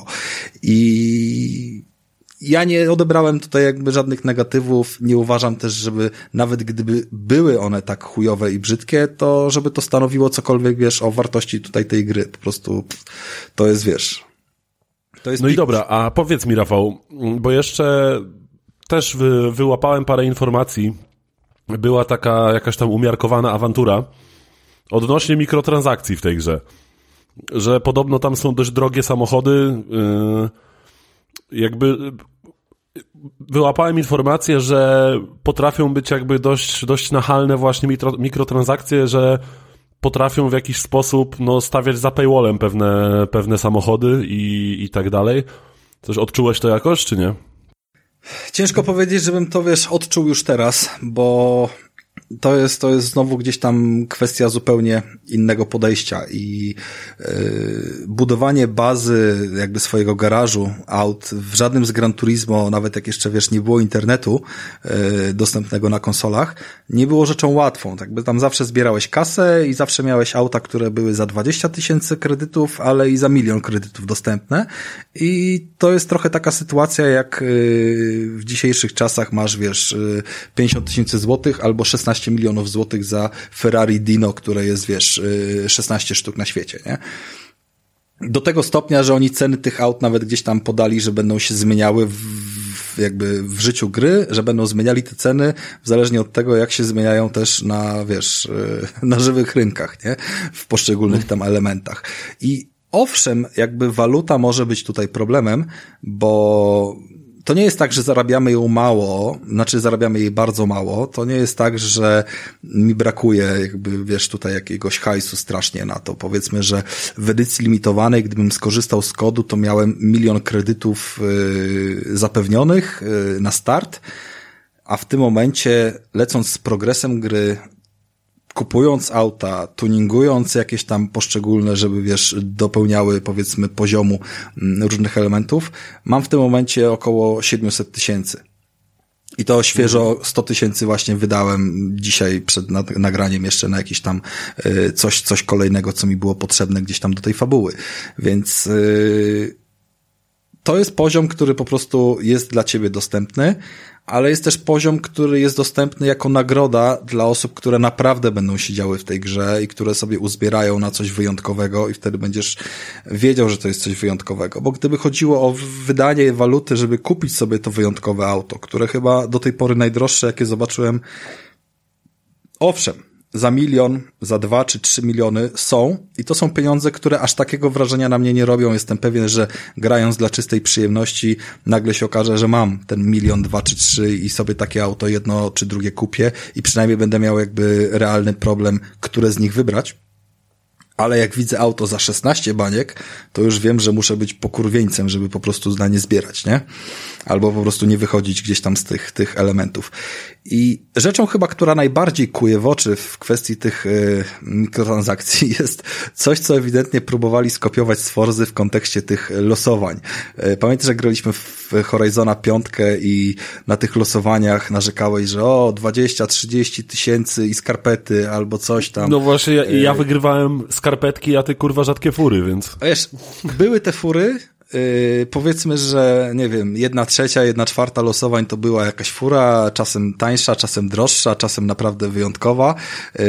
I ja nie odebrałem tutaj jakby żadnych negatywów, nie uważam też, żeby nawet gdyby były one tak chujowe i brzydkie, to żeby to stanowiło cokolwiek, wiesz, o wartości tutaj tej gry. Po prostu to jest, wiesz... To jest no pik- i dobra, a powiedz mi, Rafał, bo jeszcze też wy, wyłapałem parę informacji. Była taka jakaś tam umiarkowana awantura odnośnie mikrotransakcji w tej grze. Że podobno tam są dość drogie samochody. Yy, jakby wyłapałem informację, że potrafią być jakby dość, dość nachalne właśnie mikro, mikrotransakcje, że potrafią w jakiś sposób no, stawiać za paywallem pewne, pewne samochody i, i tak dalej. Coś odczułeś to jakoś, czy nie? Ciężko powiedzieć, żebym to, wiesz, odczuł już teraz, bo to jest, to jest znowu gdzieś tam kwestia zupełnie innego podejścia i yy, budowanie bazy jakby swojego garażu aut w żadnym z Gran Turismo, nawet jak jeszcze, wiesz, nie było internetu yy, dostępnego na konsolach, nie było rzeczą łatwą. Tak by tam zawsze zbierałeś kasę i zawsze miałeś auta, które były za dwadzieścia tysięcy kredytów, ale i za milion kredytów dostępne i to jest trochę taka sytuacja, jak yy, w dzisiejszych czasach masz, wiesz, yy, pięćdziesiąt tysięcy złotych albo szesnaście milionów złotych za Ferrari Dino, które jest, wiesz, szesnaście sztuk na świecie, nie? Do tego stopnia, że oni ceny tych aut nawet gdzieś tam podali, że będą się zmieniały w, w jakby w życiu gry, że będą zmieniali te ceny zależnie od tego, jak się zmieniają też na, wiesz, na żywych rynkach, nie? W poszczególnych tam elementach. I owszem, jakby waluta może być tutaj problemem, bo to nie jest tak, że zarabiamy ją mało, znaczy zarabiamy jej bardzo mało, to nie jest tak, że mi brakuje jakby, wiesz, tutaj jakiegoś hajsu strasznie na to. Powiedzmy, że w edycji limitowanej, gdybym skorzystał z kodu, to miałem milion kredytów yy, zapewnionych yy, na start, a w tym momencie, lecąc z progresem gry, kupując auta, tuningując jakieś tam poszczególne, żeby, wiesz, dopełniały, powiedzmy, poziomu różnych elementów, mam w tym momencie około siedemset tysięcy. I to świeżo sto tysięcy właśnie wydałem dzisiaj przed nagraniem jeszcze na jakieś tam coś, coś kolejnego, co mi było potrzebne gdzieś tam do tej fabuły. Więc yy, to jest poziom, który po prostu jest dla ciebie dostępny, ale jest też poziom, który jest dostępny jako nagroda dla osób, które naprawdę będą siedziały w tej grze i które sobie uzbierają na coś wyjątkowego i wtedy będziesz wiedział, że to jest coś wyjątkowego. Bo gdyby chodziło o wydanie waluty, żeby kupić sobie to wyjątkowe auto, które chyba do tej pory najdroższe, jakie zobaczyłem, owszem, za milion, za dwa czy trzy miliony są i to są pieniądze, które aż takiego wrażenia na mnie nie robią. Jestem pewien, że grając dla czystej przyjemności nagle się okaże, że mam ten milion, dwa czy trzy i sobie takie auto jedno czy drugie kupię i przynajmniej będę miał jakby realny problem, które z nich wybrać. Ale jak widzę auto za szesnaście baniek, to już wiem, że muszę być pokurwieńcem, żeby po prostu na nie zbierać, nie? Albo po prostu nie wychodzić gdzieś tam z tych, tych elementów. I rzeczą chyba, która najbardziej kuje w oczy w kwestii tych y, mikrotransakcji jest coś, co ewidentnie próbowali skopiować z Forzy w kontekście tych losowań. Y, pamiętasz, jak graliśmy w Horizona piątkę i na tych losowaniach narzekałeś, że o, dwadzieścia trzydzieści tysięcy i skarpety albo coś tam. No właśnie, ja, ja wygrywałem skarpetki, a ty kurwa rzadkie fury, więc... Wiesz, były te fury, yy, powiedzmy, że nie wiem, jedna trzecia, jedna czwarta losowań to była jakaś fura, czasem tańsza, czasem droższa, czasem naprawdę wyjątkowa. Yy,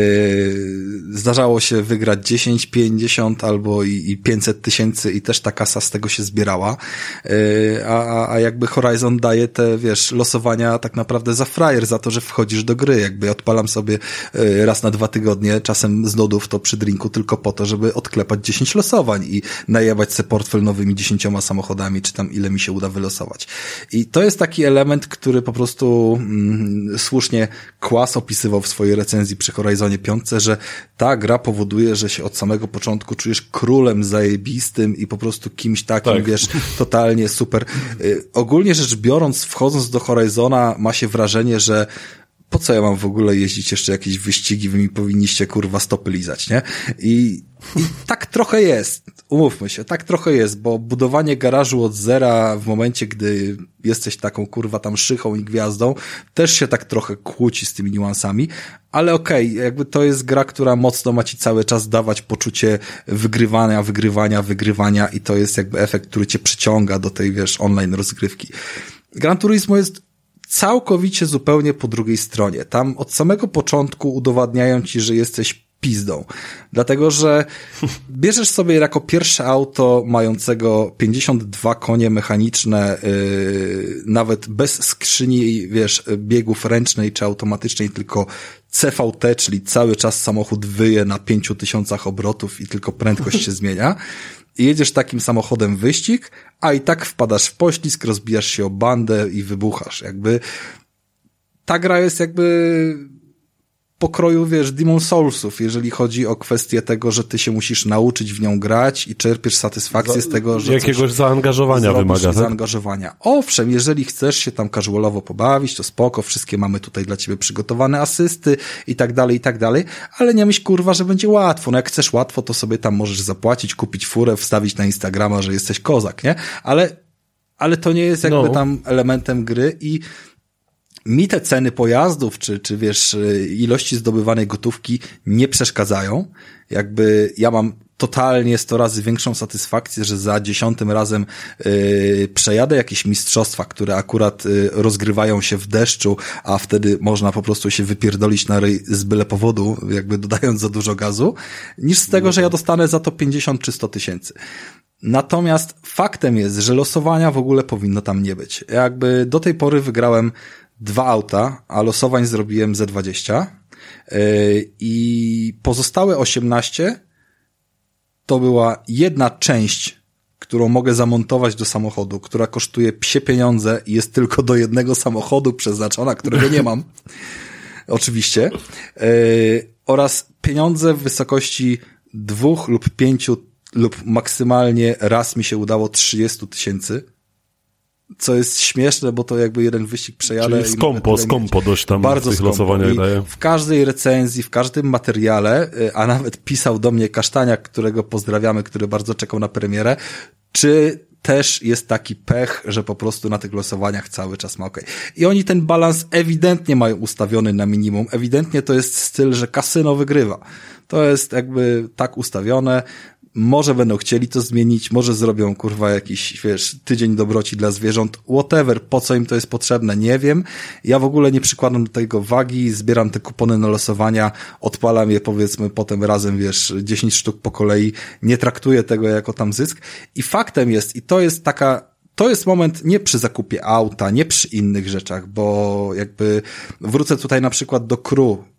zdarzało się wygrać dziesięć, pięćdziesiąt albo i, i pięćset tysięcy i też ta kasa z tego się zbierała. Yy, a, a jakby Horizon daje te, wiesz, losowania tak naprawdę za frajer, za to, że wchodzisz do gry. Jakby odpalam sobie yy, raz na dwa tygodnie, czasem z nudów to przy drinku tylko po to, żeby odklepać dziesięć losowań i najebać se portfel nowymi dziesięcioma samochodami, czy tam ile mi się uda wylosować. I to jest taki element, który po prostu mm, słusznie Kłas opisywał w swojej recenzji przy Horizonie piątce, że ta gra powoduje, że się od samego początku czujesz królem zajebistym i po prostu kimś takim, tak. Wiesz, totalnie super. Y, ogólnie rzecz biorąc, wchodząc do Horizona ma się wrażenie, że po co ja mam w ogóle jeździć jeszcze jakieś wyścigi, wy mi powinniście kurwa stopy lizać, nie? I, i tak trochę jest, umówmy się, tak trochę jest, bo budowanie garażu od zera w momencie, gdy jesteś taką kurwa tam szychą i gwiazdą, też się tak trochę kłóci z tymi niuansami, ale okej, okay, jakby to jest gra, która mocno ma ci cały czas dawać poczucie wygrywania, wygrywania, wygrywania i to jest jakby efekt, który cię przyciąga do tej, wiesz, online rozgrywki. Gran Turismo jest całkowicie zupełnie po drugiej stronie. Tam od samego początku udowadniają ci, że jesteś pizdą. Dlatego, że bierzesz sobie jako pierwsze auto mającego pięćdziesiąt dwa konie mechaniczne, yy, nawet bez skrzyni, wiesz, biegów ręcznej czy automatycznej, tylko C V T, czyli cały czas samochód wyje na pięciu tysiącach obrotów i tylko prędkość się zmienia. I jedziesz takim samochodem w wyścig, a i tak wpadasz w poślizg, rozbijasz się o bandę i wybuchasz. Jakby ta gra jest jakby pokroju, wiesz, Demon Soulsów, jeżeli chodzi o kwestię tego, że ty się musisz nauczyć w nią grać i czerpiesz satysfakcję Za, z tego, że jakiegoś zaangażowania wymaga, tak? Zaangażowania. Owszem, jeżeli chcesz się tam casualowo pobawić, to spoko, wszystkie mamy tutaj dla ciebie przygotowane asysty i tak dalej, i tak dalej, ale nie myśl, kurwa, że będzie łatwo. No jak chcesz łatwo, to sobie tam możesz zapłacić, kupić furę, wstawić na Instagrama, że jesteś kozak, nie? Ale, ale to nie jest jakby no. tam elementem gry i mi te ceny pojazdów, czy, czy wiesz, ilości zdobywanej gotówki nie przeszkadzają. Jakby ja mam totalnie sto razy większą satysfakcję, że za dziesiątym razem yy, przejadę jakieś mistrzostwa, które akurat yy, rozgrywają się w deszczu, a wtedy można po prostu się wypierdolić na ryj z byle powodu, jakby dodając za dużo gazu, niż z tego, że ja dostanę za to pięćdziesiąt czy sto tysięcy. Natomiast faktem jest, że losowania w ogóle powinno tam nie być. Jakby do tej pory wygrałem dwa auta, a losowań zrobiłem ze dwadzieścia yy, i pozostałe osiemnaście to była jedna część, którą mogę zamontować do samochodu, która kosztuje psie pieniądze i jest tylko do jednego samochodu przeznaczona, którego nie mam. Oczywiście. Yy, oraz pieniądze w wysokości dwóch lub pięciu lub maksymalnie raz mi się udało trzydzieści tysięcy. Co jest śmieszne, bo to jakby jeden wyścig przejadę. Czyli skąpo, skąpo dość tam bardzo w tych losowaniach daje. W każdej recenzji, w każdym materiale, a nawet pisał do mnie Kasztaniak, którego pozdrawiamy, który bardzo czekał na premierę, czy też jest taki pech, że po prostu na tych losowaniach cały czas ma okej. I oni ten balans ewidentnie mają ustawiony na minimum. Ewidentnie to jest styl, że kasyno wygrywa. To jest jakby tak ustawione. Może będą chcieli to zmienić, może zrobią, kurwa, jakiś, wiesz, tydzień dobroci dla zwierząt, whatever, po co im to jest potrzebne, nie wiem. Ja w ogóle nie przykładam do tego wagi, zbieram te kupony na losowania, odpalam je, powiedzmy, potem razem, wiesz, dziesięć sztuk po kolei, nie traktuję tego jako tam zysk. I faktem jest, i to jest taka, to jest moment nie przy zakupie auta, nie przy innych rzeczach, bo jakby wrócę tutaj na przykład do Crew,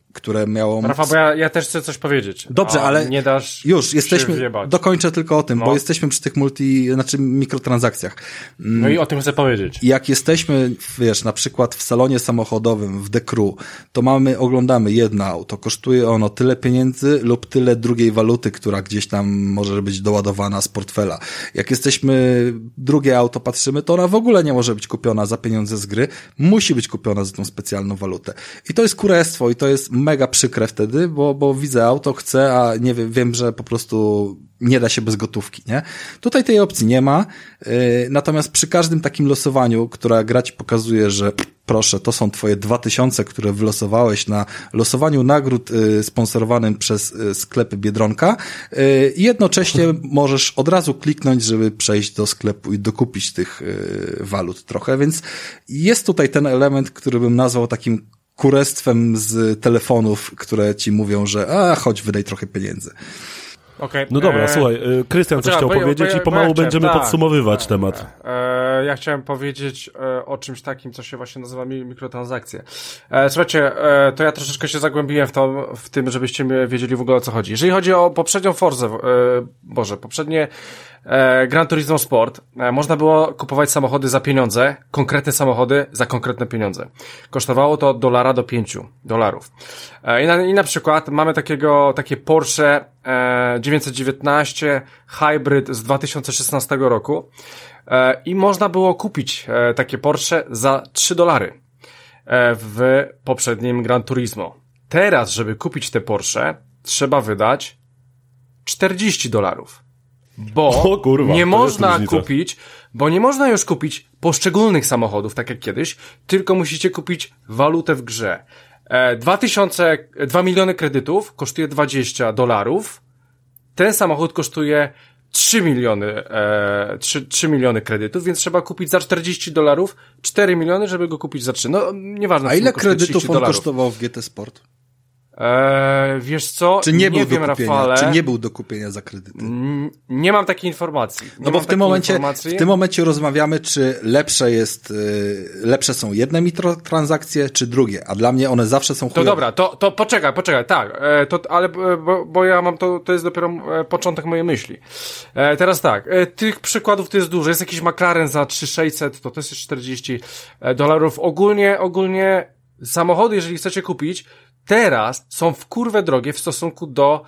które miało... Rafał, bo ja, ja też chcę coś powiedzieć. Dobrze, ale nie dasz już jesteśmy, wjebać. Dokończę tylko o tym, no. bo jesteśmy przy tych multi, znaczy mikrotransakcjach. No i o tym chcę powiedzieć. Jak jesteśmy, wiesz, na przykład w salonie samochodowym, w The Crew, to mamy, oglądamy jedno auto, kosztuje ono tyle pieniędzy lub tyle drugiej waluty, która gdzieś tam może być doładowana z portfela. Jak jesteśmy, drugie auto patrzymy, to ona w ogóle nie może być kupiona za pieniądze z gry, musi być kupiona za tą specjalną walutę. I to jest kurestwo i to jest mega przykre wtedy, bo, bo widzę auto, chcę, a nie wiem, wiem, że po prostu nie da się bez gotówki, nie? Tutaj tej opcji nie ma, yy, natomiast przy każdym takim losowaniu, która gra ci pokazuje, że proszę, to są twoje dwa tysiące, które wylosowałeś na losowaniu nagród yy, sponsorowanym przez yy, sklepy Biedronka yy, i jednocześnie możesz od razu kliknąć, żeby przejść do sklepu i dokupić tych yy, walut trochę, więc jest tutaj ten element, który bym nazwał takim kurestwem z telefonów, które ci mówią, że a, chodź, wydaj trochę pieniędzy. Okay. No dobra, eee, słuchaj, Krystian coś chciał bo, powiedzieć bo, bo, i pomału ja chciałem, będziemy tak, podsumowywać tak, temat. Eee, ja chciałem powiedzieć e, o czymś takim, co się właśnie nazywa mikrotransakcje. E, słuchajcie, e, to ja troszeczkę się zagłębiłem w, to, w tym, żebyście wiedzieli w ogóle o co chodzi. Jeżeli chodzi o poprzednią Forzę, e, Boże, poprzednie e, Gran Turismo Sport, e, można było kupować samochody za pieniądze, konkretne samochody za konkretne pieniądze. Kosztowało to od dolara do pięciu dolarów. E, i, na, I na przykład mamy takiego, takie Porsche e, dziewięćset dziewiętnaście Hybrid z dwa tysiące szesnastego roku e, i można było kupić e, takie Porsche za trzy dolary e, w poprzednim Gran Turismo. Teraz, żeby kupić te Porsche, trzeba wydać czterdzieści dolarów. Bo o, kurwa, nie można kupić, bo nie można już kupić poszczególnych samochodów, tak jak kiedyś, tylko musicie kupić walutę w grze. E, dwa tysiące, dwa miliony kredytów kosztuje dwadzieścia dolarów. Ten samochód kosztuje trzy miliony, e, trzy miliony kredytów, więc trzeba kupić za czterdzieści dolarów cztery miliony, żeby go kupić za trzy. No, nieważne. A ile kredytów on dolarów. kosztował w G T Sport? Eee, wiesz co? Czy nie, nie był wiem, do kupienia, Rafale. czy nie był do kupienia za kredyty? N- nie mam takiej informacji. Nie no bo w tym momencie, informacji. w tym momencie rozmawiamy, czy lepsze jest, y, lepsze są jedne mikrotransakcje, czy drugie, a dla mnie one zawsze są chujowe. To dobra, to, to poczekaj, poczekaj, tak, e, to, ale, bo, bo ja mam to, to jest dopiero e, początek mojej myśli. E, teraz tak, e, tych przykładów to jest dużo, jest jakiś McLaren za trzy tysiące sześćset, to to jest czterdzieści dolarów. Ogólnie, ogólnie samochody, jeżeli chcecie kupić, teraz są w kurwę drogie w stosunku do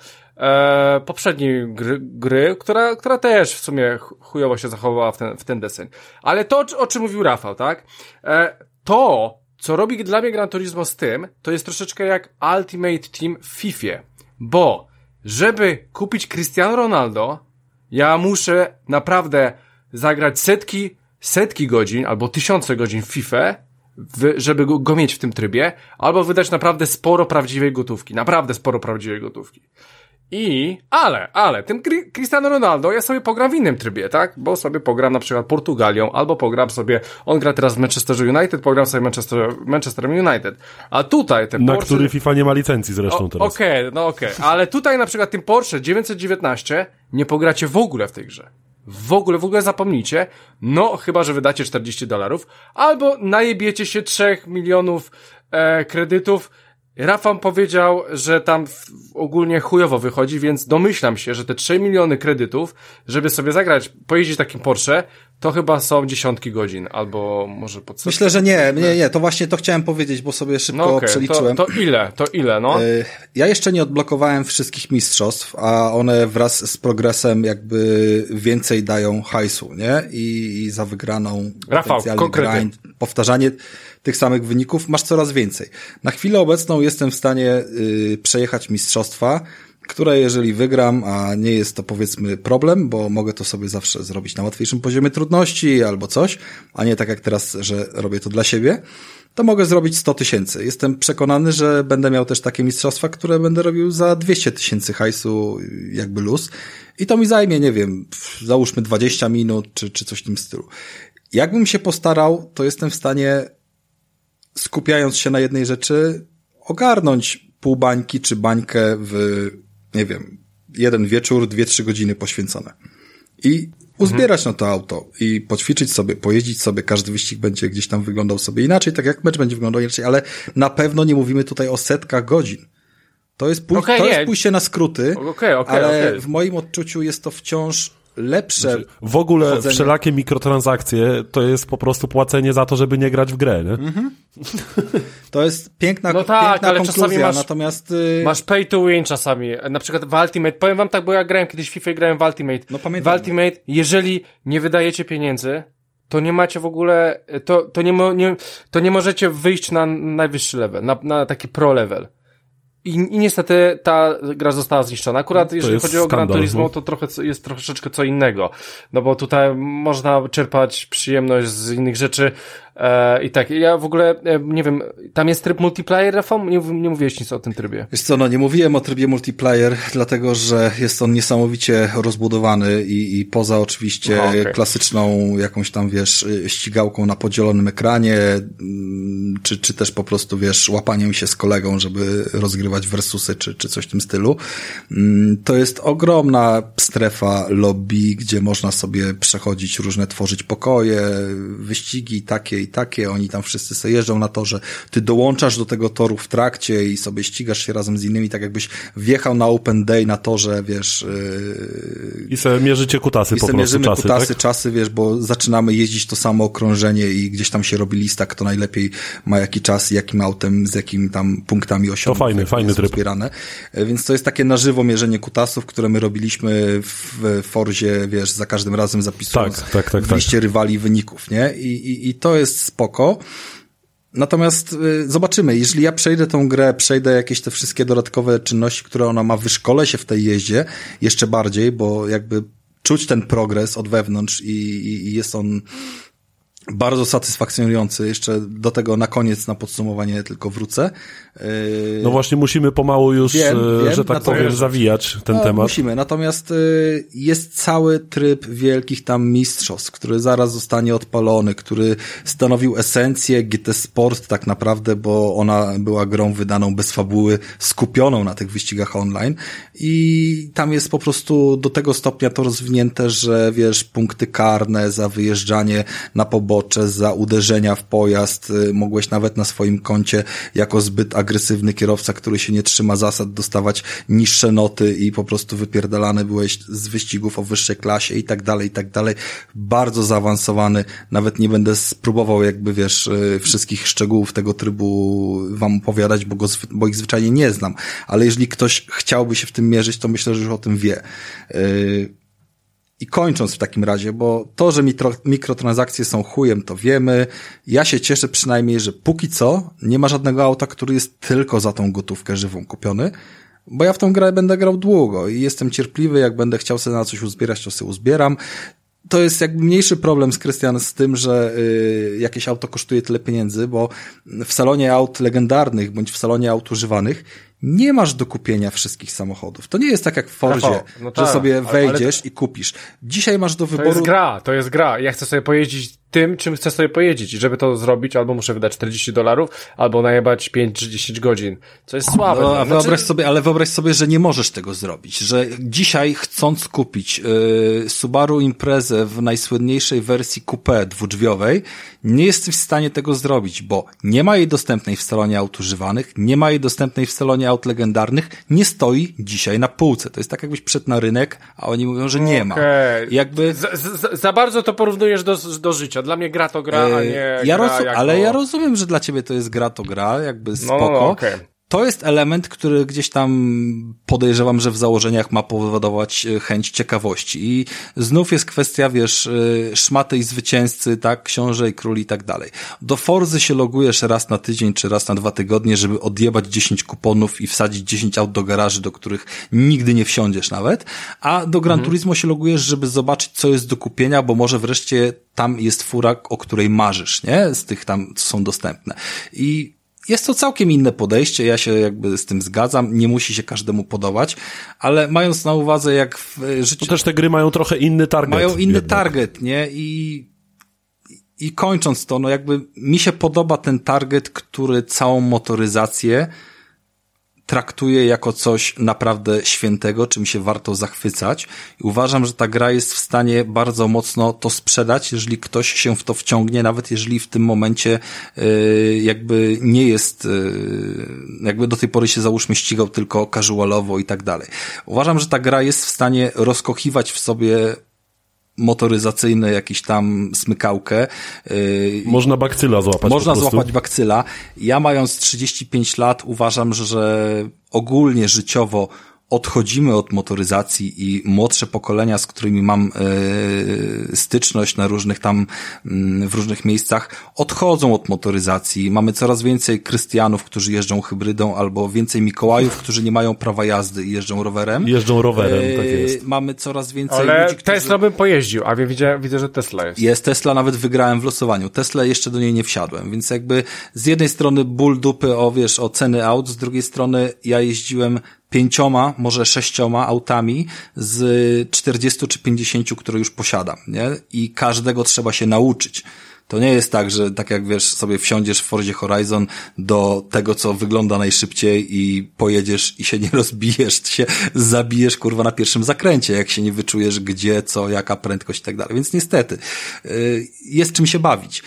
e, poprzedniej gry, gry która, która też w sumie chujowo się zachowała w ten, w ten deseń. Ale to, o czym mówił Rafał, tak? E, to, co robi dla mnie Gran Turismo z tym, to jest troszeczkę jak Ultimate Team w Fifie. Bo, żeby kupić Cristiano Ronaldo, ja muszę naprawdę zagrać setki, setki godzin albo tysiące godzin w Fifę, W, żeby go, go mieć w tym trybie, albo wydać naprawdę sporo prawdziwej gotówki. Naprawdę sporo prawdziwej gotówki. I, ale, ale, tym Cristiano Ronaldo ja sobie pogram w innym trybie, tak? Bo sobie pogram na przykład Portugalią, albo pogram sobie, on gra teraz w Manchesterze United, pogram sobie Manchester, Manchesterem United. A tutaj te Na Porsche... który FIFA nie ma licencji zresztą teraz. Okej, okay, no okej. Okay. Ale tutaj na przykład tym Porsche dziewięćset dziewiętnaście nie pogracie w ogóle w tej grze. W ogóle, w ogóle zapomnijcie, no chyba, że wydacie czterdzieści dolarów, albo najebiecie się trzech milionów e, kredytów. Rafał powiedział, że tam w, ogólnie chujowo wychodzi, więc domyślam się, że te trzy miliony kredytów, żeby sobie zagrać, pojeździć takim Porsche, to chyba są dziesiątki godzin, albo może pod Myślę, że nie, nie, nie, to właśnie to chciałem powiedzieć, bo sobie szybko no okay, przeliczyłem. To, to ile, to ile, no? Ja jeszcze nie odblokowałem wszystkich mistrzostw, a one wraz z progresem jakby więcej dają hajsu, nie? I, i za wygraną Rafał, konkretnie. Grind, powtarzanie tych samych wyników masz coraz więcej. Na chwilę obecną jestem w stanie y, przejechać mistrzostwa, które jeżeli wygram, a nie jest to powiedzmy problem, bo mogę to sobie zawsze zrobić na łatwiejszym poziomie trudności albo coś, a nie tak jak teraz, że robię to dla siebie, to mogę zrobić sto tysięcy. Jestem przekonany, że będę miał też takie mistrzostwa, które będę robił za dwieście tysięcy hajsu, jakby luz. I to mi zajmie, nie wiem, załóżmy dwadzieścia minut, czy, czy coś w tym stylu. Jakbym się postarał, to jestem w stanie, skupiając się na jednej rzeczy, ogarnąć pół bańki, czy bańkę w, nie wiem, jeden wieczór, dwie, trzy godziny poświęcone. I uzbierać na to auto i poćwiczyć sobie, pojeździć sobie, każdy wyścig będzie gdzieś tam wyglądał sobie inaczej, tak jak mecz będzie wyglądał inaczej, ale na pewno nie mówimy tutaj o setkach godzin. To jest, pój- okay, to nie. jest pójście na skróty, okay, okay, ale okay. w moim odczuciu jest to wciąż lepsze. Znaczy, w ogóle chodzenie. wszelakie mikrotransakcje to jest po prostu płacenie za to, żeby nie grać w grę, nie? Mm-hmm. To jest piękna, no tak, piękna ale konkluzja, czasami masz, natomiast... Yy... Masz pay to win czasami. Na przykład w Ultimate, powiem wam tak, bo ja grałem kiedyś w FIFA i grałem w Ultimate. No pamiętam. W Ultimate, jeżeli nie wydajecie pieniędzy, to nie macie w ogóle, to, to, nie, mo, nie, to nie możecie wyjść na najwyższy level, na, na taki pro level. I, I niestety ta gra została zniszczona. Akurat to jeżeli chodzi o Gran skandal, Turismo, no. to trochę jest troszeczkę co innego. No bo tutaj można czerpać przyjemność z innych rzeczy. E, I tak, ja w ogóle, e, nie wiem, tam jest tryb multiplayer, Rafał? Nie, nie mówiłeś nic o tym trybie. Wiesz co, no nie mówiłem o trybie multiplayer, dlatego że jest on niesamowicie rozbudowany i, i poza oczywiście Aha, okay. klasyczną jakąś tam, wiesz, ścigałką na podzielonym ekranie, czy, czy też po prostu, wiesz, łapaniem się z kolegą, żeby rozgrywać versusy, czy, czy coś w tym stylu. To jest ogromna strefa lobby, gdzie można sobie przechodzić różne, tworzyć pokoje, wyścigi takie i takie, oni tam wszyscy sobie jeżdżą na torze, ty dołączasz do tego toru w trakcie i sobie ścigasz się razem z innymi, tak jakbyś wjechał na open day na torze, wiesz... Yy... I sobie mierzycie kutasy I po sobie prostu, mierzymy czasy, kutasy, tak? czasy, wiesz, bo zaczynamy jeździć to samo okrążenie i gdzieś tam się robi lista, kto najlepiej ma jaki czas, jakim autem, z jakimi tam punktami osiągnięć. To fajny, fajny tryb. Zbierane. Więc to jest takie na żywo mierzenie kutasów, które my robiliśmy w Forzie, wiesz, za każdym razem zapisując tak, tak, tak, w liście tak. rywali wyników, nie? I, i, i to jest spoko. Natomiast y, zobaczymy, jeżeli ja przejdę tą grę, przejdę jakieś te wszystkie dodatkowe czynności, które ona ma, wyszkolę się w tej jeździe jeszcze bardziej, bo jakby czuć ten progres od wewnątrz i, i, i jest on bardzo satysfakcjonujący. Jeszcze do tego na koniec, na podsumowanie tylko wrócę. Yy... No właśnie musimy pomału już, wiem, wiem, że tak powiem, zawijać ten no, temat. Musimy, natomiast yy, jest cały tryb wielkich tam mistrzostw, który zaraz zostanie odpalony, który stanowił esencję G T Sport tak naprawdę, bo ona była grą wydaną bez fabuły, skupioną na tych wyścigach online i tam jest po prostu do tego stopnia to rozwinięte, że wiesz, punkty karne za wyjeżdżanie na pobocze, za uderzenia w pojazd, mogłeś nawet na swoim koncie jako zbyt agresywny kierowca, który się nie trzyma zasad, dostawać niższe noty i po prostu wypierdalany byłeś z wyścigów o wyższej klasie i tak dalej, i tak dalej. Bardzo zaawansowany. Nawet nie będę spróbował jakby, wiesz, wszystkich szczegółów tego trybu wam opowiadać, bo, go, bo ich zwyczajnie nie znam. Ale jeżeli ktoś chciałby się w tym mierzyć, to myślę, że już o tym wie. Yy... I kończąc w takim razie, bo to, że mikro, mikrotransakcje są chujem, to wiemy. Ja się cieszę przynajmniej, że póki co nie ma żadnego auta, który jest tylko za tą gotówkę żywą kupiony, bo ja w tą grę będę grał długo i jestem cierpliwy, jak będę chciał sobie na coś uzbierać, to sobie uzbieram. To jest jakby mniejszy problem z Krystian z tym, że y, jakieś auto kosztuje tyle pieniędzy, bo w salonie aut legendarnych bądź w salonie aut używanych nie masz do kupienia wszystkich samochodów. To nie jest tak jak w Forzie, Rafał, no tak, że sobie wejdziesz ale... i kupisz. Dzisiaj masz do wyboru... To jest gra, to jest gra. Ja chcę sobie pojeździć tym, czym chcę sobie pojeździć. I żeby to zrobić, albo muszę wydać czterdzieści dolarów, albo najebać pięć czy dziesięć godzin. Co jest słabe. No, a znaczy... wyobraź sobie, ale wyobraź sobie, że nie możesz tego zrobić. Że dzisiaj chcąc kupić yy, Subaru Imprezę w najsłynniejszej wersji coupé dwudrzwiowej, nie jesteś w stanie tego zrobić, bo nie ma jej dostępnej w salonie aut używanych, nie ma jej dostępnej w salonie aut legendarnych, nie stoi dzisiaj na półce. To jest tak, jakbyś wszedł na rynek, a oni mówią, że nie ma. Okay. Jakby... Za, za, za bardzo to porównujesz do, do życia. Dla mnie gra to gra, a nie ja gra rozum- jako... Ale ja rozumiem, że dla ciebie to jest gra to gra, jakby spoko. No, no, okay. To jest element, który gdzieś tam podejrzewam, że w założeniach ma powodować chęć ciekawości. I znów jest kwestia, wiesz, szmaty i zwycięzcy, tak, książę i król i tak dalej. Do Forzy się logujesz raz na tydzień, czy raz na dwa tygodnie, żeby odjebać dziesięć kuponów i wsadzić dziesięć aut do garaży, do których nigdy nie wsiądziesz nawet. A do Gran mhm. Turismo się logujesz, żeby zobaczyć, co jest do kupienia, bo może wreszcie tam jest fura, o której marzysz, nie? Z tych tam, co są dostępne. I jest to całkiem inne podejście, ja się jakby z tym zgadzam, nie musi się każdemu podobać, ale mając na uwadze, jak w życiu... To też te gry mają trochę inny target. Mają inny jednak. target, nie? I, I kończąc to, no jakby mi się podoba ten target, który całą motoryzację traktuję jako coś naprawdę świętego, czym się warto zachwycać. I uważam, że ta gra jest w stanie bardzo mocno to sprzedać, jeżeli ktoś się w to wciągnie, nawet jeżeli w tym momencie yy, jakby nie jest, yy, jakby do tej pory się załóżmy ścigał tylko casualowo i tak dalej. Uważam, że ta gra jest w stanie rozkochiwać w sobie motoryzacyjne, jakiś tam smykałkę. Można bakcyla złapać. Można złapać bakcyla. Ja mając trzydzieści pięć lat uważam, że ogólnie życiowo odchodzimy od motoryzacji i młodsze pokolenia, z którymi mam e, styczność na różnych tam, m, w różnych miejscach, odchodzą od motoryzacji. Mamy coraz więcej Krystianów, którzy jeżdżą hybrydą, albo więcej Mikołajów, którzy nie mają prawa jazdy i jeżdżą rowerem. Jeżdżą rowerem, e, tak jest. Mamy coraz więcej Ale ludzi, którzy... Tesla bym pojeździł, a widzę, widzę, że Tesla jest. Jest Tesla, nawet wygrałem w losowaniu. Tesla jeszcze do niej nie wsiadłem, więc jakby z jednej strony ból dupy o, wiesz, o ceny aut, z drugiej strony ja jeździłem pięcioma, może sześcioma autami z czterdziestu czy pięćdziesięciu, które już posiadam, nie? I każdego trzeba się nauczyć. To nie jest tak, że tak jak wiesz, sobie wsiądziesz w Fordzie Horizon do tego, co wygląda najszybciej i pojedziesz i się nie rozbijesz, się zabijesz, kurwa, na pierwszym zakręcie, jak się nie wyczujesz gdzie, co, jaka prędkość i tak dalej. Więc niestety, jest czym się bawić.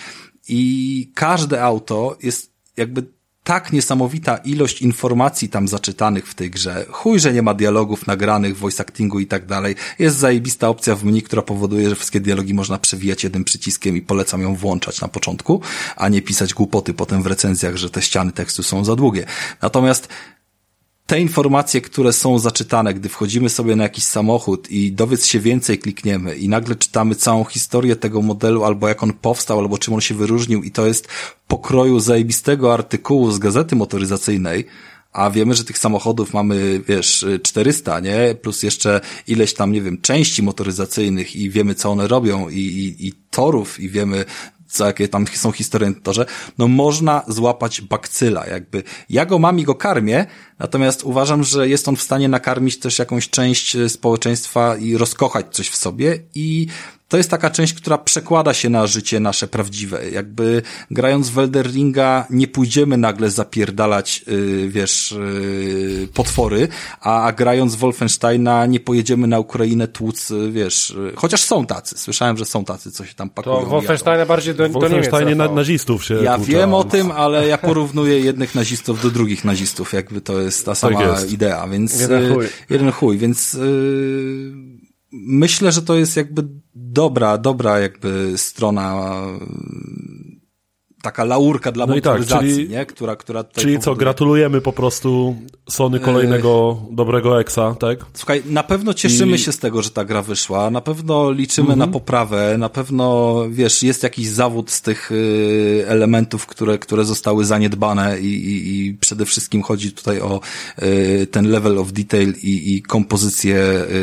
I każde auto jest jakby tak niesamowita ilość informacji tam zaczytanych w tej grze. Chuj, że nie ma dialogów nagranych, voice actingu i tak dalej. Jest zajebista opcja w menu, która powoduje, że wszystkie dialogi można przewijać jednym przyciskiem i polecam ją włączać na początku, a nie pisać głupoty potem w recenzjach, że te ściany tekstu są za długie. Natomiast te informacje, które są zaczytane, gdy wchodzimy sobie na jakiś samochód i dowiedz się więcej klikniemy i nagle czytamy całą historię tego modelu, albo jak on powstał, albo czym on się wyróżnił i to jest pokroju zajebistego artykułu z gazety motoryzacyjnej, a wiemy, że tych samochodów mamy, wiesz, czterysta, nie? Plus jeszcze ileś tam, nie wiem, części motoryzacyjnych i wiemy, co one robią i, i, i torów i wiemy, co, jakie tam są historie na torze, no można złapać bakcyla, jakby. Ja go mam i go karmię, natomiast uważam, że jest on w stanie nakarmić też jakąś część społeczeństwa i rozkochać coś w sobie i to jest taka część, która przekłada się na życie nasze prawdziwe. Jakby grając w Elden Ringa nie pójdziemy nagle zapierdalać, yy, wiesz, yy, potwory, a, a grając w Wolfensteina nie pojedziemy na Ukrainę tłuc, yy, wiesz, yy, chociaż są tacy. Słyszałem, że są tacy, co się tam pakują. To Wolfensteina bardziej do, do Niemiec. Wolfensteinie na, nazistów się Ja tłucza. wiem o tym, ale ja porównuję jednych nazistów do drugich nazistów, jakby to jest ta sama jest. idea, więc jeden chuj, yy, jeden chuj więc yy, myślę, że to jest jakby dobra, dobra jakby strona, taka laurka dla no motoryzacji, tak, czyli, nie? Która, która tutaj czyli powoduje... co, gratulujemy po prostu Sony kolejnego yy... dobrego eksa, tak? Słuchaj, na pewno cieszymy I... się z tego, że ta gra wyszła, na pewno liczymy mm-hmm. na poprawę, na pewno, wiesz, jest jakiś zawód z tych y, elementów, które, które zostały zaniedbane i, i, i przede wszystkim chodzi tutaj o y, ten level of detail i, i kompozycję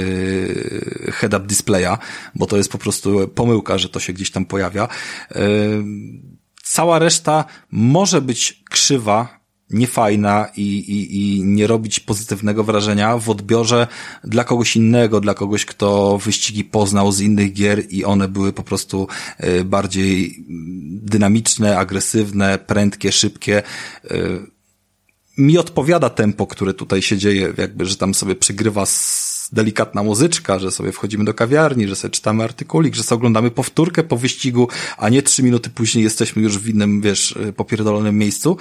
y, head-up displaya, bo to jest po prostu pomyłka, że to się gdzieś tam pojawia. Y, Cała reszta może być krzywa, niefajna i, i, i nie robić pozytywnego wrażenia w odbiorze dla kogoś innego, dla kogoś, kto wyścigi poznał z innych gier i one były po prostu bardziej dynamiczne, agresywne, prędkie, szybkie. Mi odpowiada tempo, które tutaj się dzieje, jakby, że tam sobie przygrywa z delikatna muzyczka, że sobie wchodzimy do kawiarni, że sobie czytamy artykulik, że sobie oglądamy powtórkę po wyścigu, a nie trzy minuty później jesteśmy już w innym, wiesz, popierdolonym miejscu.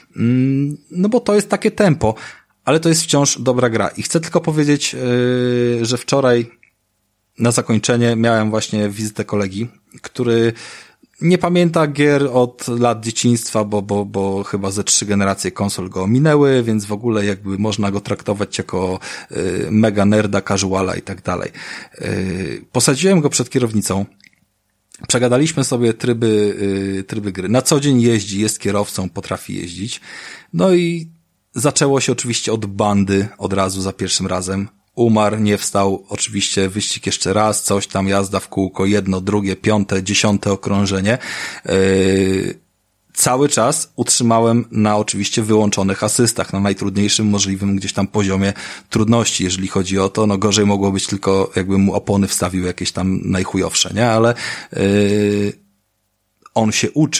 No bo to jest takie tempo, ale to jest wciąż dobra gra. I chcę tylko powiedzieć, yy, że wczoraj na zakończenie miałem właśnie wizytę kolegi, który nie pamięta gier od lat dzieciństwa, bo, bo, bo chyba ze trzy generacje konsol go minęły, więc w ogóle jakby można go traktować jako y, mega nerda, casuala i tak dalej. Y, posadziłem go przed kierownicą, przegadaliśmy sobie tryby, y, tryby gry. Na co dzień jeździ, jest kierowcą, potrafi jeździć. No i zaczęło się oczywiście od bandy od razu za pierwszym razem. Umarł, nie wstał, oczywiście wyścig jeszcze raz, coś tam, jazda w kółko, jedno, drugie, piąte, dziesiąte okrążenie. Yy, cały czas utrzymałem na oczywiście wyłączonych asystach, na najtrudniejszym możliwym gdzieś tam poziomie trudności, jeżeli chodzi o to, no gorzej mogło być tylko jakbym mu opony wstawił jakieś tam najchujowsze, nie, ale yy, on się uczył.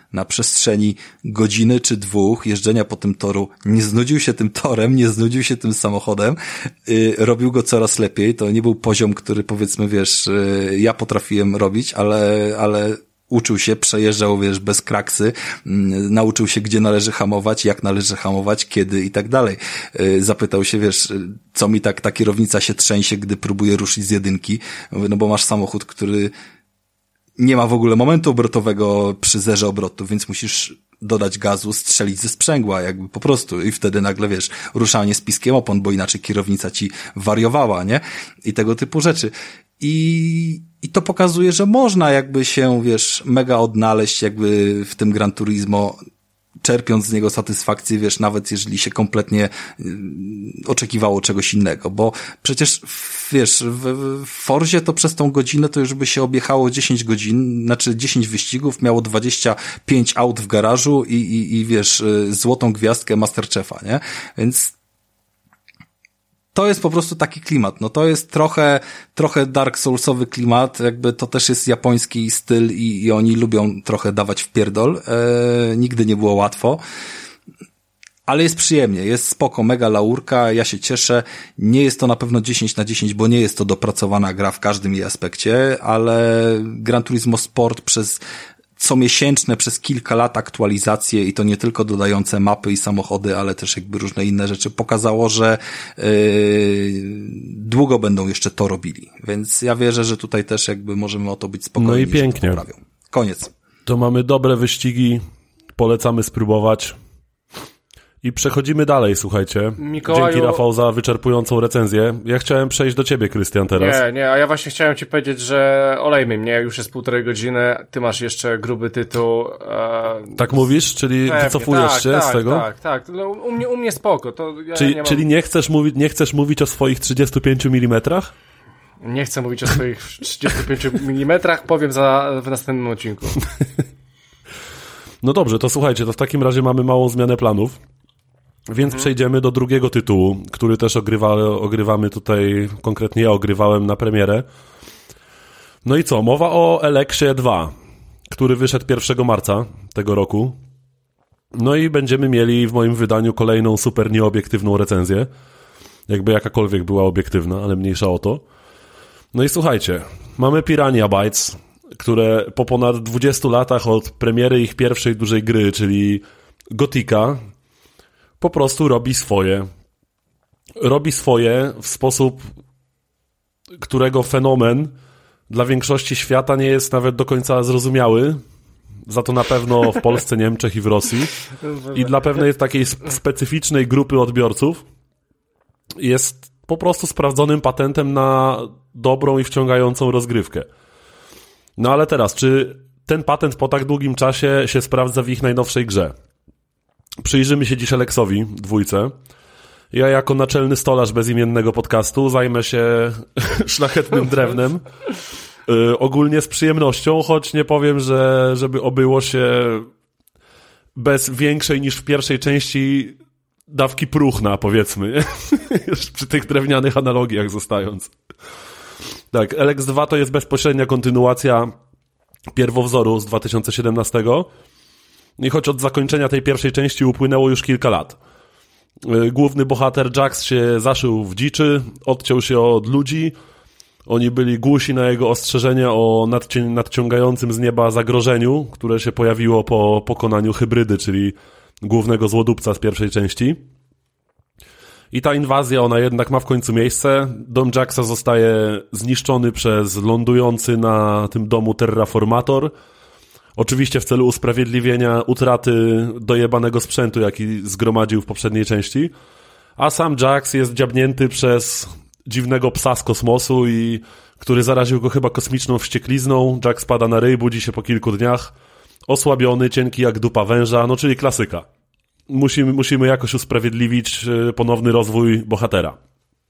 na przestrzeni godziny czy dwóch jeżdżenia po tym toru nie znudził się tym torem, nie znudził się tym samochodem, yy, robił go coraz lepiej. To nie był poziom, który powiedzmy, wiesz, yy, ja potrafiłem robić, ale, ale uczył się, przejeżdżał, wiesz, bez kraksy, yy, nauczył się, gdzie należy hamować, jak należy hamować, kiedy i tak dalej. Yy, zapytał się, wiesz, co mi tak ta kierownica się trzęsie, gdy próbuje ruszyć z jedynki, no bo masz samochód, który nie ma w ogóle momentu obrotowego przy zerze obrotów, więc musisz dodać gazu, strzelić ze sprzęgła, jakby po prostu i wtedy nagle, wiesz, ruszanie z piskiem opon, bo inaczej kierownica ci wariowała, nie? I tego typu rzeczy. I, i to pokazuje, że można jakby się, wiesz, mega odnaleźć jakby w tym Gran Turismo, czerpiąc z niego satysfakcję, wiesz, nawet jeżeli się kompletnie y, oczekiwało czegoś innego, bo przecież, wiesz, w, w Forzie to przez tą godzinę to już by się objechało dziesięć godzin, znaczy dziesięć wyścigów, miało dwadzieścia pięć aut w garażu i, i, i wiesz, y, złotą gwiazdkę Masterchefa, nie? Więc to jest po prostu taki klimat. No to jest trochę, trochę Dark Soulsowy klimat, jakby to też jest japoński styl i, i oni lubią trochę dawać w pierdol. E, nigdy nie było łatwo. Ale jest przyjemnie, jest spoko, mega laurka, ja się cieszę. Nie jest to na pewno dziesięć na dziesięć, bo nie jest to dopracowana gra w każdym jej aspekcie, ale Gran Turismo Sport przez comiesięczne przez kilka lat aktualizacje i to nie tylko dodające mapy i samochody, ale też jakby różne inne rzeczy pokazało, że yy, długo będą jeszcze to robili. Więc ja wierzę, że tutaj też jakby możemy o to być spokojni. No i pięknie. Koniec. To mamy dobre wyścigi, polecamy spróbować. I przechodzimy dalej, słuchajcie. Mikołaju... Dzięki, Rafał, za wyczerpującą recenzję. Ja chciałem przejść do ciebie, Krystian, teraz. Nie, nie, a ja właśnie chciałem ci powiedzieć, że olejmy mnie, już jest półtorej godziny, ty masz jeszcze gruby tytuł. E... Tak mówisz? Czyli Pewnie, wycofujesz tak, się tak, z tego? Tak, tak, no, u mnie, u mnie spoko. To ja czyli, nie mam... czyli nie chcesz mówić, nie chcesz mówić o swoich trzydziestu pięciu milimetrach? Nie chcę mówić o swoich trzydziestu pięciu milimetrach, powiem za, w następnym odcinku. No dobrze, to słuchajcie, to w takim razie mamy małą zmianę planów. Więc mhm. przejdziemy do drugiego tytułu, który też ogrywa, ogrywamy tutaj, konkretnie ja ogrywałem na premierę. No i co? Mowa o Eleksie dwa, który wyszedł pierwszego marca tego roku. No i będziemy mieli w moim wydaniu kolejną super nieobiektywną recenzję. Jakby jakakolwiek była obiektywna, ale mniejsza o to. No i słuchajcie, mamy Piranha Bytes, które po ponad dwudziestu latach od premiery ich pierwszej dużej gry, czyli Gothica, po prostu robi swoje. Robi swoje w sposób, którego fenomen dla większości świata nie jest nawet do końca zrozumiały. Za to na pewno w Polsce, Niemczech i w Rosji. I dla pewnej takiej specyficznej grupy odbiorców jest po prostu sprawdzonym patentem na dobrą i wciągającą rozgrywkę. No ale teraz, czy ten patent po tak długim czasie się sprawdza w ich najnowszej grze? Przyjrzymy się dziś Aleksowi, dwójce. Ja jako naczelny stolarz bezimiennego podcastu zajmę się szlachetnym drewnem. Yy, ogólnie z przyjemnością, choć nie powiem, że żeby obyło się bez większej niż w pierwszej części dawki próchna, powiedzmy. Już przy tych drewnianych analogiach zostając. Tak, Elex dwa to jest bezpośrednia kontynuacja pierwowzoru z dwa tysiące siedemnastego. I choć od zakończenia tej pierwszej części upłynęło już kilka lat. Główny bohater Jax się zaszył w dziczy, odciął się od ludzi. Oni byli głusi na jego ostrzeżenia o nadci- nadciągającym z nieba zagrożeniu, które się pojawiło po pokonaniu hybrydy, czyli głównego złodupca z pierwszej części. I ta inwazja, ona jednak ma w końcu miejsce. Dom Jaxa zostaje zniszczony przez lądujący na tym domu terraformator. Oczywiście w celu usprawiedliwienia utraty dojebanego sprzętu, jaki zgromadził w poprzedniej części. A sam Jax jest dziabnięty przez dziwnego psa z kosmosu, i który zaraził go chyba kosmiczną wścieklizną. Jax pada na ryj, budzi się po kilku dniach. Osłabiony, cienki jak dupa węża, no czyli klasyka. Musimy, musimy jakoś usprawiedliwić ponowny rozwój bohatera.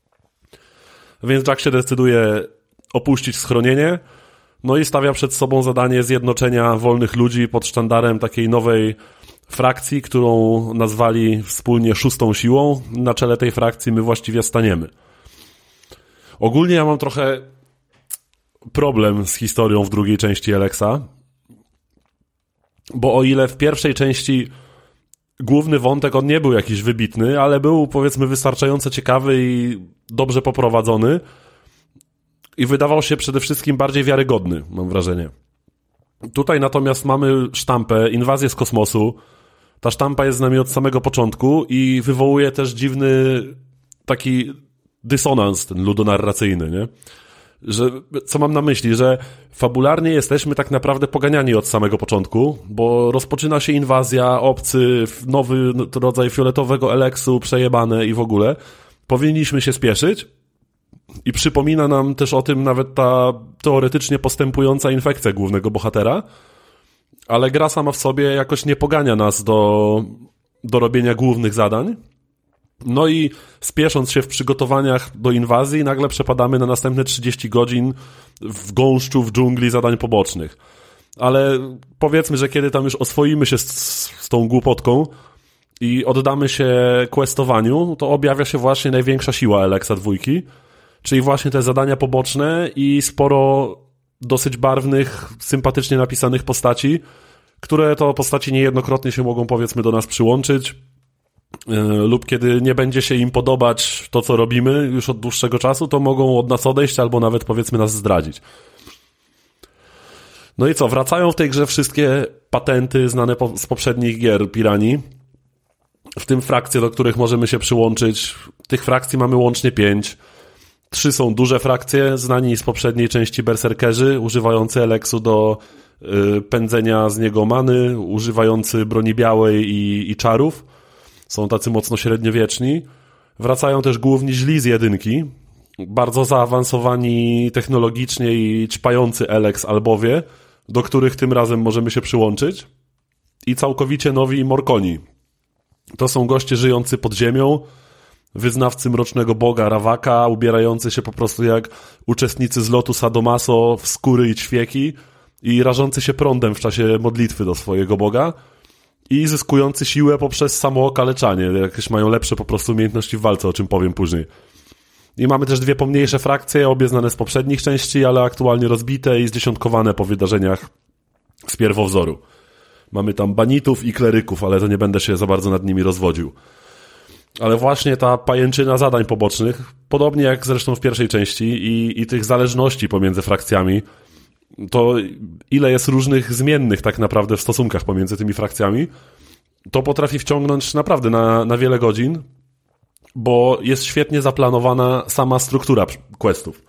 Więc Jax się decyduje opuścić schronienie, no i stawia przed sobą zadanie zjednoczenia wolnych ludzi pod sztandarem takiej nowej frakcji, którą nazwali wspólnie szóstą siłą. Na czele tej frakcji my właściwie staniemy. Ogólnie ja mam trochę problem z historią w drugiej części Elexa, bo o ile w pierwszej części główny wątek, on nie był jakiś wybitny, ale był, powiedzmy, wystarczająco ciekawy i dobrze poprowadzony i wydawał się przede wszystkim bardziej wiarygodny, mam wrażenie. Tutaj natomiast mamy sztampę, inwazję z kosmosu. Ta sztampa jest z nami od samego początku i wywołuje też dziwny taki dysonans, ten ludonarracyjny, nie? Że, co mam na myśli, że fabularnie jesteśmy tak naprawdę poganiani od samego początku, bo rozpoczyna się inwazja, obcy, nowy rodzaj fioletowego eleksu, przejebane i w ogóle. Powinniśmy się spieszyć i przypomina nam też o tym nawet ta teoretycznie postępująca infekcja głównego bohatera, ale gra sama w sobie jakoś nie pogania nas do, do robienia głównych zadań. No i spiesząc się w przygotowaniach do inwazji, nagle przepadamy na następne trzydzieści godzin w gąszczu, w dżungli zadań pobocznych. Ale powiedzmy, że kiedy tam już oswoimy się z, z tą głupotką i oddamy się questowaniu, to objawia się właśnie największa siła Elexa dwójki, czyli właśnie te zadania poboczne i sporo dosyć barwnych, sympatycznie napisanych postaci, które to postaci niejednokrotnie się mogą, powiedzmy, do nas przyłączyć, lub kiedy nie będzie się im podobać to, co robimy już od dłuższego czasu, to mogą od nas odejść albo nawet, powiedzmy, nas zdradzić. No i co, wracają w tej grze wszystkie patenty znane po, z poprzednich gier Piranii, w tym frakcje, do których możemy się przyłączyć. Tych frakcji mamy łącznie pięć. Trzy są duże frakcje, znani z poprzedniej części berserkerzy, używający Eleksu do y, pędzenia z niego many, używający broni białej i, i czarów. Są tacy mocno średniowieczni. Wracają też główni źli z jedynki, bardzo zaawansowani technologicznie i ćpający Elex albowie, do których tym razem możemy się przyłączyć. I całkowicie nowi Morkoni. To są goście żyjący pod ziemią, wyznawcy mrocznego boga Ravaka, ubierający się po prostu jak uczestnicy zlotu Sadomaso w skóry i ćwieki i rażący się prądem w czasie modlitwy do swojego boga i zyskujący siłę poprzez samo okaleczanie. Jakieś mają lepsze po prostu umiejętności w walce, o czym powiem później. I mamy też dwie pomniejsze frakcje, obie znane z poprzednich części, ale aktualnie rozbite i zdziesiątkowane po wydarzeniach z pierwowzoru. Mamy tam banitów i kleryków, ale to nie będę się za bardzo nad nimi rozwodził. Ale właśnie ta pajęczyna zadań pobocznych, podobnie jak zresztą w pierwszej części i, i tych zależności pomiędzy frakcjami, to ile jest różnych zmiennych tak naprawdę w stosunkach pomiędzy tymi frakcjami, to potrafi wciągnąć naprawdę na, na wiele godzin, bo jest świetnie zaplanowana sama struktura questów.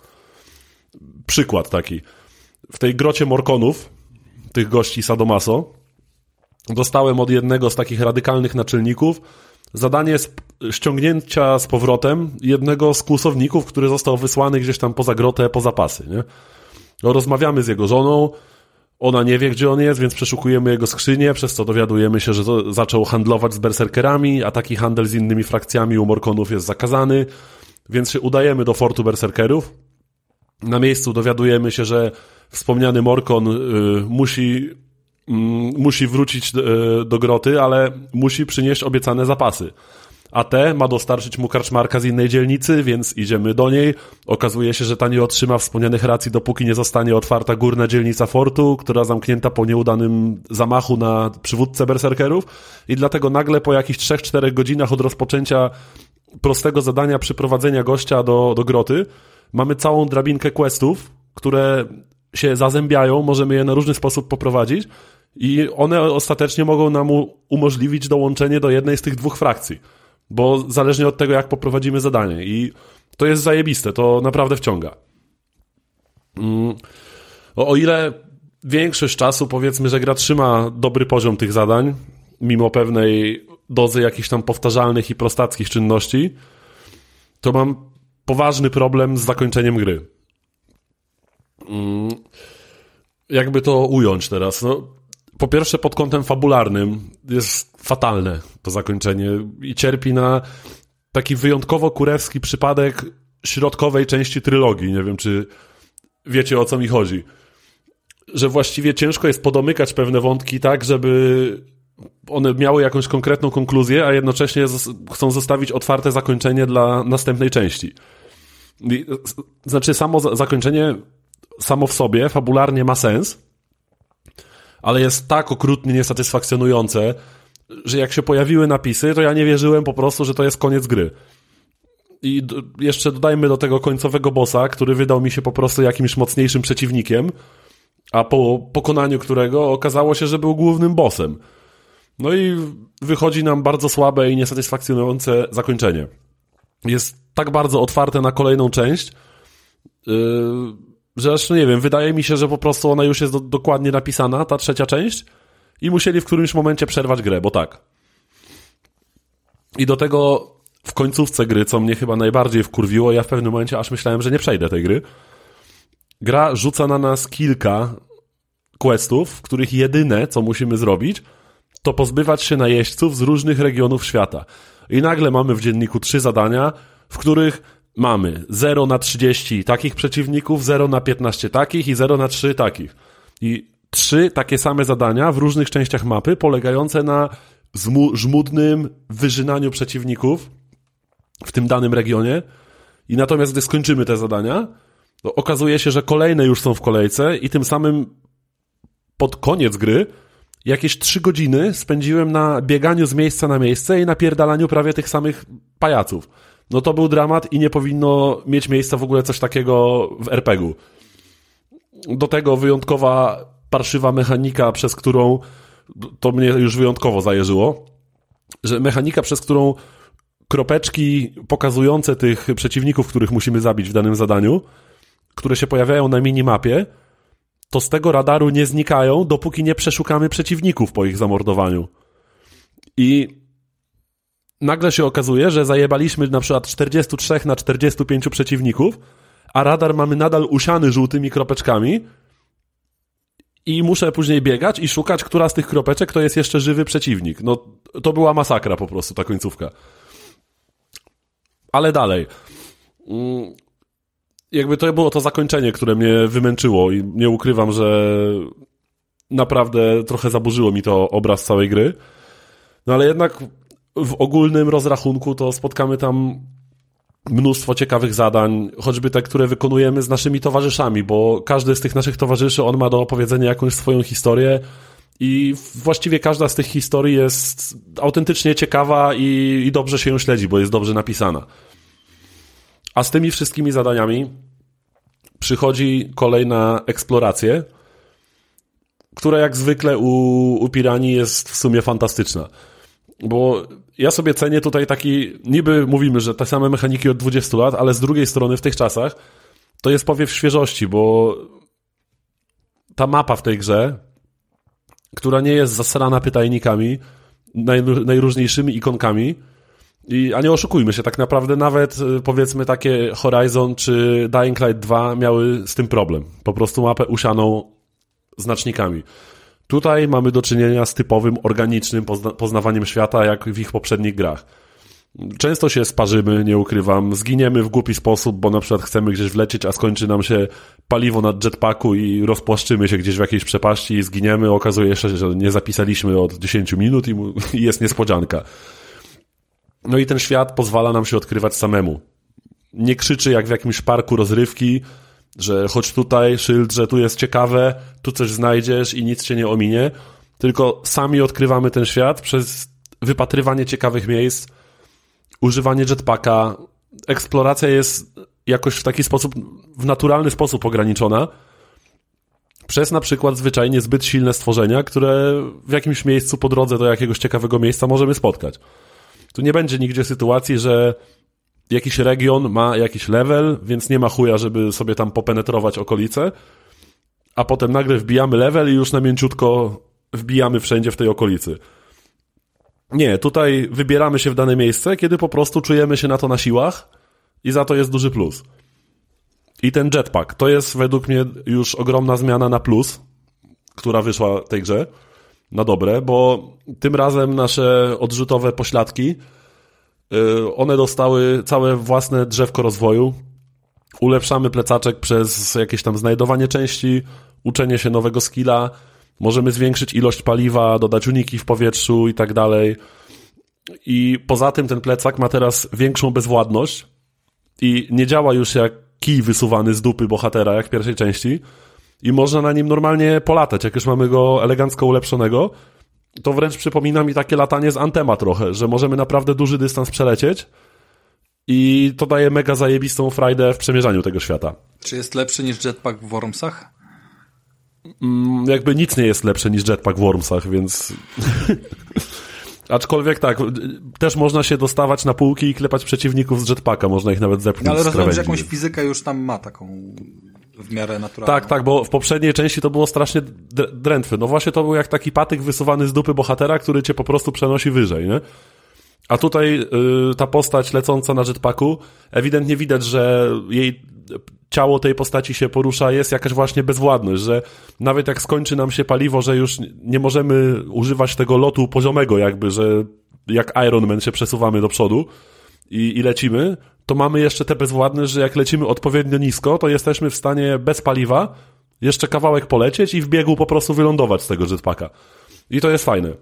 Przykład taki. W tej grocie Morkonów, tych gości Sadomaso, dostałem od jednego z takich radykalnych naczelników zadanie ściągnięcia z powrotem jednego z kłusowników, który został wysłany gdzieś tam poza grotę, poza pasy, nie? No, rozmawiamy z jego żoną, ona nie wie, gdzie on jest, więc przeszukujemy jego skrzynię, przez co dowiadujemy się, że to zaczął handlować z berserkerami, a taki handel z innymi frakcjami u Morkonów jest zakazany, więc się udajemy do fortu berserkerów. Na miejscu dowiadujemy się, że wspomniany Morkon y, musi, y, musi wrócić y, do groty, ale musi przynieść obiecane zapasy. A te ma dostarczyć mu karczmarka z innej dzielnicy, więc idziemy do niej. Okazuje się, że ta nie otrzyma wspomnianych racji, dopóki nie zostanie otwarta górna dzielnica fortu, która zamknięta po nieudanym zamachu na przywódcę berserkerów. I dlatego nagle po jakichś trzech czterech godzinach od rozpoczęcia prostego zadania przyprowadzenia gościa do, do groty mamy całą drabinkę questów, które się zazębiają, możemy je na różny sposób poprowadzić i one ostatecznie mogą nam umożliwić dołączenie do jednej z tych dwóch frakcji. Bo zależnie od tego, jak poprowadzimy zadanie. I to jest zajebiste, to naprawdę wciąga. Mm. O, o ile większość czasu, powiedzmy, że gra trzyma dobry poziom tych zadań, mimo pewnej dozy jakichś tam powtarzalnych i prostackich czynności, to mam poważny problem z zakończeniem gry. Mm. Jakby to ująć teraz? No, po pierwsze, pod kątem fabularnym jest fatalne to zakończenie i cierpi na taki wyjątkowo kurewski przypadek środkowej części trylogii. Nie wiem, czy wiecie, o co mi chodzi. Że właściwie ciężko jest podomykać pewne wątki tak, żeby one miały jakąś konkretną konkluzję, a jednocześnie chcą zostawić otwarte zakończenie dla następnej części. Znaczy, samo zakończenie samo w sobie fabularnie ma sens, ale jest tak okrutnie niesatysfakcjonujące, że jak się pojawiły napisy, to ja nie wierzyłem po prostu, że to jest koniec gry. I d- jeszcze dodajmy do tego końcowego bossa, który wydał mi się po prostu jakimś mocniejszym przeciwnikiem, a po pokonaniu którego okazało się, że był głównym bossem. No i wychodzi nam bardzo słabe i niesatysfakcjonujące zakończenie. Jest tak bardzo otwarte na kolejną część, yy, że aż nie wiem, wydaje mi się, że po prostu ona już jest do, dokładnie napisana, ta trzecia część, i musieli w którymś momencie przerwać grę, bo tak. I do tego w końcówce gry, co mnie chyba najbardziej wkurwiło, ja w pewnym momencie aż myślałem, że nie przejdę tej gry. Gra rzuca na nas kilka questów, w których jedyne, co musimy zrobić, to pozbywać się najeźdźców z różnych regionów świata. I nagle mamy w dzienniku trzy zadania, w których mamy zero na trzydzieści takich przeciwników, zero na piętnaście takich i zero na trzy takich. I trzy takie same zadania w różnych częściach mapy, polegające na zmu- żmudnym wyżynaniu przeciwników w tym danym regionie. I natomiast gdy skończymy te zadania, to okazuje się, że kolejne już są w kolejce i tym samym pod koniec gry jakieś trzy godziny spędziłem na bieganiu z miejsca na miejsce i napierdalaniu prawie tych samych pajaców. No to był dramat i nie powinno mieć miejsca w ogóle coś takiego w er pe gie u. Do tego wyjątkowa parszywa mechanika, przez którą to mnie już wyjątkowo zajeżyło, że mechanika, przez którą kropeczki pokazujące tych przeciwników, których musimy zabić w danym zadaniu, które się pojawiają na minimapie, to z tego radaru nie znikają, dopóki nie przeszukamy przeciwników po ich zamordowaniu. I nagle się okazuje, że zajebaliśmy na przykład czterdzieści trzy na czterdzieści pięć przeciwników, a radar mamy nadal usiany żółtymi kropeczkami i muszę później biegać i szukać, która z tych kropeczek to jest jeszcze żywy przeciwnik. No, to była masakra po prostu, ta końcówka. Ale dalej. Jakby to było to zakończenie, które mnie wymęczyło i nie ukrywam, że naprawdę trochę zaburzyło mi to obraz całej gry. No ale jednak w ogólnym rozrachunku to spotkamy tam mnóstwo ciekawych zadań, choćby te, które wykonujemy z naszymi towarzyszami, bo każdy z tych naszych towarzyszy, on ma do opowiedzenia jakąś swoją historię i właściwie każda z tych historii jest autentycznie ciekawa i, i dobrze się ją śledzi, bo jest dobrze napisana. A z tymi wszystkimi zadaniami przychodzi kolejna eksploracja, która jak zwykle u, u Piranii jest w sumie fantastyczna. Bo ja sobie cenię tutaj taki, niby mówimy, że te same mechaniki od dwudziestu lat, ale z drugiej strony w tych czasach to jest powiew świeżości, bo ta mapa w tej grze, która nie jest zasrana pytajnikami, naj, najróżniejszymi ikonkami, i, a nie oszukujmy się, tak naprawdę nawet powiedzmy takie Horizon czy Dying Light dwa miały z tym problem. Po prostu mapę usianą znacznikami. Tutaj mamy do czynienia z typowym, organicznym pozna- poznawaniem świata, jak w ich poprzednich grach. Często się sparzymy, nie ukrywam, zginiemy w głupi sposób, bo na przykład chcemy gdzieś wlecieć, a skończy nam się paliwo na jetpacku i rozpłaszczymy się gdzieś w jakiejś przepaści i zginiemy. Okazuje się, że nie zapisaliśmy od dziesięciu minut i, mu- i jest niespodzianka. No i ten świat pozwala nam się odkrywać samemu. Nie krzyczy jak w jakimś parku rozrywki, że chodź tutaj, szyld, że tu jest ciekawe, tu coś znajdziesz i nic cię nie ominie, tylko sami odkrywamy ten świat przez wypatrywanie ciekawych miejsc, używanie jetpacka. Eksploracja jest jakoś w taki sposób, w naturalny sposób ograniczona przez na przykład zwyczajnie zbyt silne stworzenia, które w jakimś miejscu po drodze do jakiegoś ciekawego miejsca możemy spotkać. Tu nie będzie nigdzie sytuacji, że jakiś region ma jakiś level, więc nie ma chuja, żeby sobie tam popenetrować okolice, a potem nagle wbijamy level i już na mięciutko wbijamy wszędzie w tej okolicy. Nie, tutaj wybieramy się w dane miejsce, kiedy po prostu czujemy się na to na siłach i za to jest duży plus. I ten jetpack, to jest według mnie już ogromna zmiana na plus, która wyszła tej grze, na dobre, bo tym razem nasze odrzutowe pośladki, one dostały całe własne drzewko rozwoju. Ulepszamy plecaczek przez jakieś tam znajdowanie części, uczenie się nowego skilla, możemy zwiększyć ilość paliwa, dodać uniki w powietrzu i tak dalej. I poza tym ten plecak ma teraz większą bezwładność i nie działa już jak kij wysuwany z dupy bohatera, jak w pierwszej części, i można na nim normalnie polatać. Jak już mamy go elegancko ulepszonego, to wręcz przypomina mi takie latanie z Anthema trochę, że możemy naprawdę duży dystans przelecieć i to daje mega zajebistą frajdę w przemierzaniu tego świata. Czy jest lepszy niż jetpack w Wormsach? Mm, jakby nic nie jest lepsze niż jetpack w Wormsach, więc... Aczkolwiek tak, też można się dostawać na półki i klepać przeciwników z jetpacka, można ich nawet zepchnąć. No, ale z rozumiem, że krawędzi. jakąś fizykę już tam ma taką w miarę naturalną. Tak, tak, bo w poprzedniej części to było strasznie drętwe. No właśnie to był jak taki patyk wysuwany z dupy bohatera, który cię po prostu przenosi wyżej, nie? A tutaj y, ta postać lecąca na jetpacku, ewidentnie widać, że jej ciało tej postaci się porusza, jest jakaś właśnie bezwładność, że nawet jak skończy nam się paliwo, że już nie możemy używać tego lotu poziomego jakby, że jak Iron Man się przesuwamy do przodu i, i lecimy, to mamy jeszcze tę bezwładność, że jak lecimy odpowiednio nisko, to jesteśmy w stanie bez paliwa jeszcze kawałek polecieć i w biegu po prostu wylądować z tego jetpacka. I to jest fajne.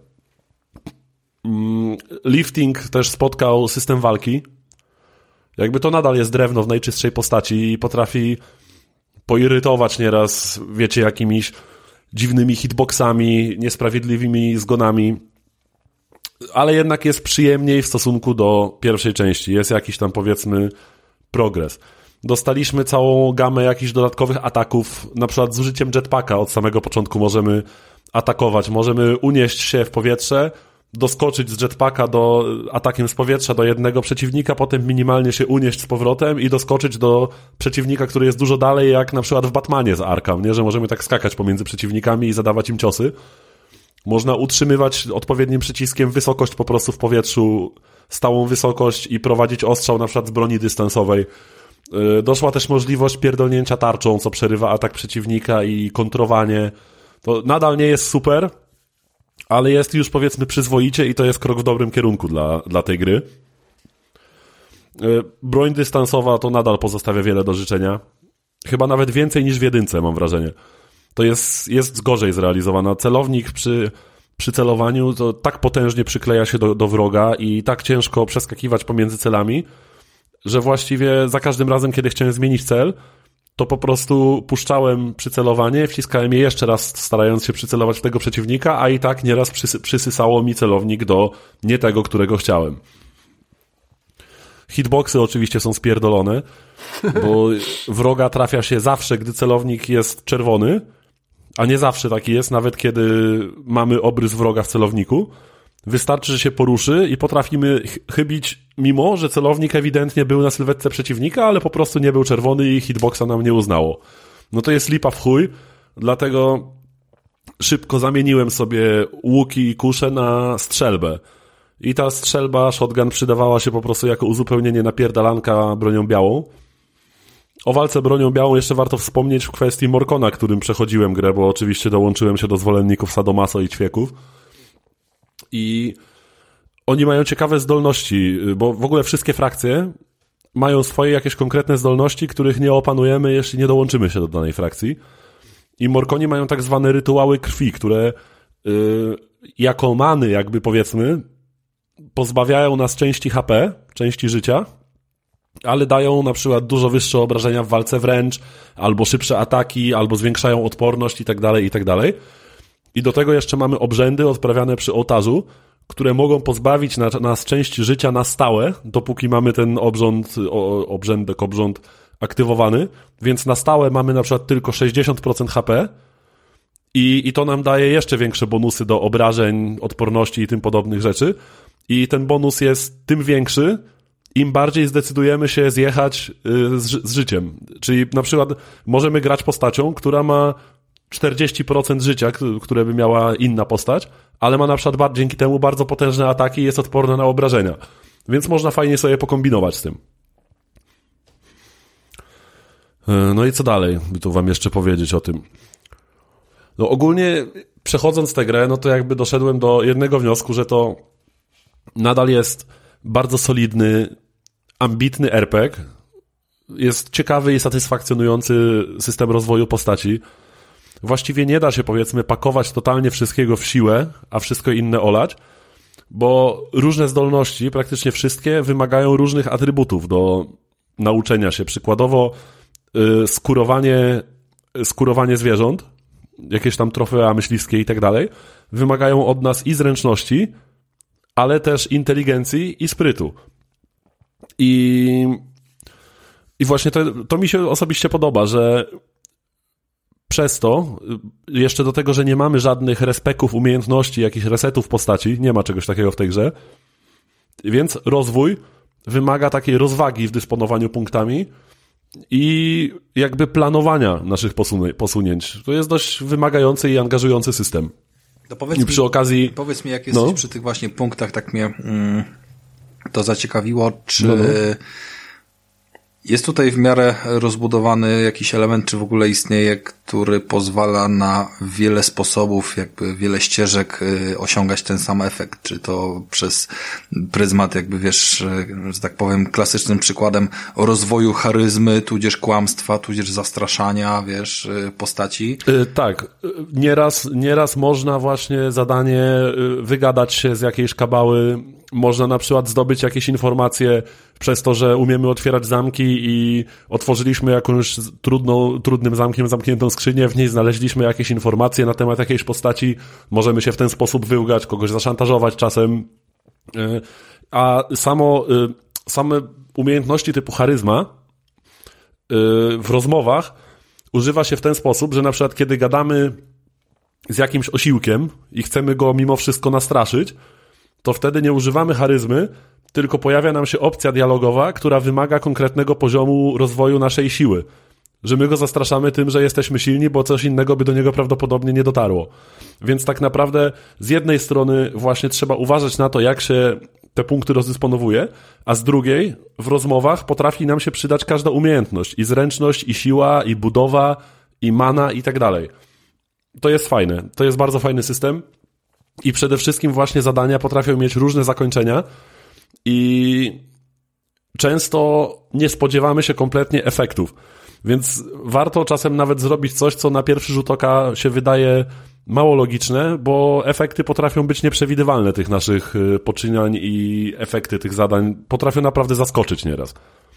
Lifting też spotkał system walki. Jakby to nadal jest drewno w najczystszej postaci i potrafi poirytować nieraz, wiecie, jakimiś dziwnymi hitboxami, niesprawiedliwymi zgonami, ale jednak jest przyjemniej w stosunku do pierwszej części. Jest jakiś tam, powiedzmy, progres. Dostaliśmy całą gamę jakichś dodatkowych ataków, na przykład z użyciem jetpacka od samego początku możemy atakować, możemy unieść się w powietrze, doskoczyć z jetpacka do atakiem z powietrza do jednego przeciwnika, potem minimalnie się unieść z powrotem i doskoczyć do przeciwnika, który jest dużo dalej, jak na przykład w Batmanie z Arkham, nie? Że możemy tak skakać pomiędzy przeciwnikami i zadawać im ciosy. Można utrzymywać odpowiednim przyciskiem wysokość po prostu w powietrzu, stałą wysokość i prowadzić ostrzał na przykład z broni dystansowej. Doszła też możliwość pierdolnięcia tarczą, co przerywa atak przeciwnika i kontrowanie. To nadal nie jest super, ale jest już, powiedzmy, przyzwoicie i to jest krok w dobrym kierunku dla, dla tej gry. Broń dystansowa to nadal pozostawia wiele do życzenia. Chyba nawet więcej niż w jedynce, mam wrażenie. To jest, jest gorzej zrealizowana. Celownik przy, przy celowaniu to tak potężnie przykleja się do, do wroga i tak ciężko przeskakiwać pomiędzy celami, że właściwie za każdym razem, kiedy chciałem zmienić cel, to po prostu puszczałem przycelowanie, wciskałem je jeszcze raz, starając się przycelować w tego przeciwnika, a i tak nieraz przysy- przysysało mi celownik do nie tego, którego chciałem. Hitboxy oczywiście są spierdolone, bo wroga trafia się zawsze, gdy celownik jest czerwony, a nie zawsze taki jest, nawet kiedy mamy obrys wroga w celowniku. Wystarczy, że się poruszy i potrafimy ch- chybić, mimo że celownik ewidentnie był na sylwetce przeciwnika, ale po prostu nie był czerwony i hitboxa nam nie uznało. No to jest lipa w chuj, dlatego szybko zamieniłem sobie łuki i kusze na strzelbę. I ta strzelba shotgun przydawała się po prostu jako uzupełnienie napierdalanka bronią białą. O walce bronią białą jeszcze warto wspomnieć w kwestii Morkona, którym przechodziłem grę, bo oczywiście dołączyłem się do zwolenników Sadomaso i ćwieków. I oni mają ciekawe zdolności, bo w ogóle wszystkie frakcje mają swoje jakieś konkretne zdolności, których nie opanujemy, jeśli nie dołączymy się do danej frakcji. I Morkoni mają tak zwane rytuały krwi, które yy, jako many, jakby powiedzmy, pozbawiają nas części H P, części życia, ale dają na przykład dużo wyższe obrażenia w walce wręcz, albo szybsze ataki, albo zwiększają odporność i tak dalej, i tak dalej. I do tego jeszcze mamy obrzędy odprawiane przy ołtarzu, które mogą pozbawić nas części życia na stałe, dopóki mamy ten obrząd, obrzędek, obrząd aktywowany, więc na stałe mamy na przykład tylko sześćdziesiąt procent H P i, i to nam daje jeszcze większe bonusy do obrażeń, odporności i tym podobnych rzeczy. I ten bonus jest tym większy, im bardziej zdecydujemy się zjechać z, z życiem. Czyli na przykład możemy grać postacią, która ma czterdzieści procent życia, które by miała inna postać, ale ma na przykład dzięki temu bardzo potężne ataki i jest odporna na obrażenia. Więc można fajnie sobie pokombinować z tym. No i co dalej? By tu wam jeszcze powiedzieć o tym. No ogólnie przechodząc tę grę, no to jakby doszedłem do jednego wniosku, że to nadal jest bardzo solidny, ambitny er pe gie. Jest ciekawy i satysfakcjonujący system rozwoju postaci. Właściwie nie da się, powiedzmy, pakować totalnie wszystkiego w siłę, a wszystko inne olać, bo różne zdolności, praktycznie wszystkie, wymagają różnych atrybutów do nauczenia się. Przykładowo yy, skurowanie skurowanie zwierząt, jakieś tam trofea myśliwskie i tak dalej, wymagają od nas i zręczności, ale też inteligencji i sprytu. I, i właśnie to, to mi się osobiście podoba, że przez to, jeszcze do tego, że nie mamy żadnych respeków, umiejętności, jakichś resetów postaci, nie ma czegoś takiego w tej grze, więc rozwój wymaga takiej rozwagi w dysponowaniu punktami i jakby planowania naszych posun- posunięć. To jest dość wymagający i angażujący system. To powiedz I przy mi, okazji... Powiedz mi, jak jesteś no. przy tych właśnie punktach, tak mnie mm, to zaciekawiło, czy no, no. jest tutaj w miarę rozbudowany jakiś element, czy w ogóle istnieje, który pozwala na wiele sposobów, jakby wiele ścieżek y, osiągać ten sam efekt, czy to przez pryzmat, jakby wiesz, y, że tak powiem, klasycznym przykładem rozwoju charyzmy, tudzież kłamstwa, tudzież zastraszania, wiesz, y, postaci. Y, tak, nieraz, nieraz można właśnie zadanie y, wygadać się z jakiejś kabały, można na przykład zdobyć jakieś informacje przez to, że umiemy otwierać zamki i otworzyliśmy jakąś trudną, trudnym zamkiem zamkniętą skrzynię, w niej znaleźliśmy jakieś informacje na temat jakiejś postaci, możemy się w ten sposób wyłgać, kogoś zaszantażować czasem, a samo, same umiejętności typu charyzma w rozmowach używa się w ten sposób, że na przykład kiedy gadamy z jakimś osiłkiem i chcemy go mimo wszystko nastraszyć, to wtedy nie używamy charyzmy, tylko pojawia nam się opcja dialogowa, która wymaga konkretnego poziomu rozwoju naszej siły. Że my go zastraszamy tym, że jesteśmy silni, bo coś innego by do niego prawdopodobnie nie dotarło. Więc tak naprawdę z jednej strony właśnie trzeba uważać na to, jak się te punkty rozdysponowuje, a z drugiej w rozmowach potrafi nam się przydać każda umiejętność. I zręczność, i siła, i budowa, i mana, i tak dalej. To jest fajne. To jest bardzo fajny system. I przede wszystkim właśnie zadania potrafią mieć różne zakończenia i często nie spodziewamy się kompletnie efektów. Więc warto czasem nawet zrobić coś, co na pierwszy rzut oka się wydaje mało logiczne, bo efekty potrafią być nieprzewidywalne tych naszych poczynań i efekty tych zadań potrafią naprawdę zaskoczyć nieraz.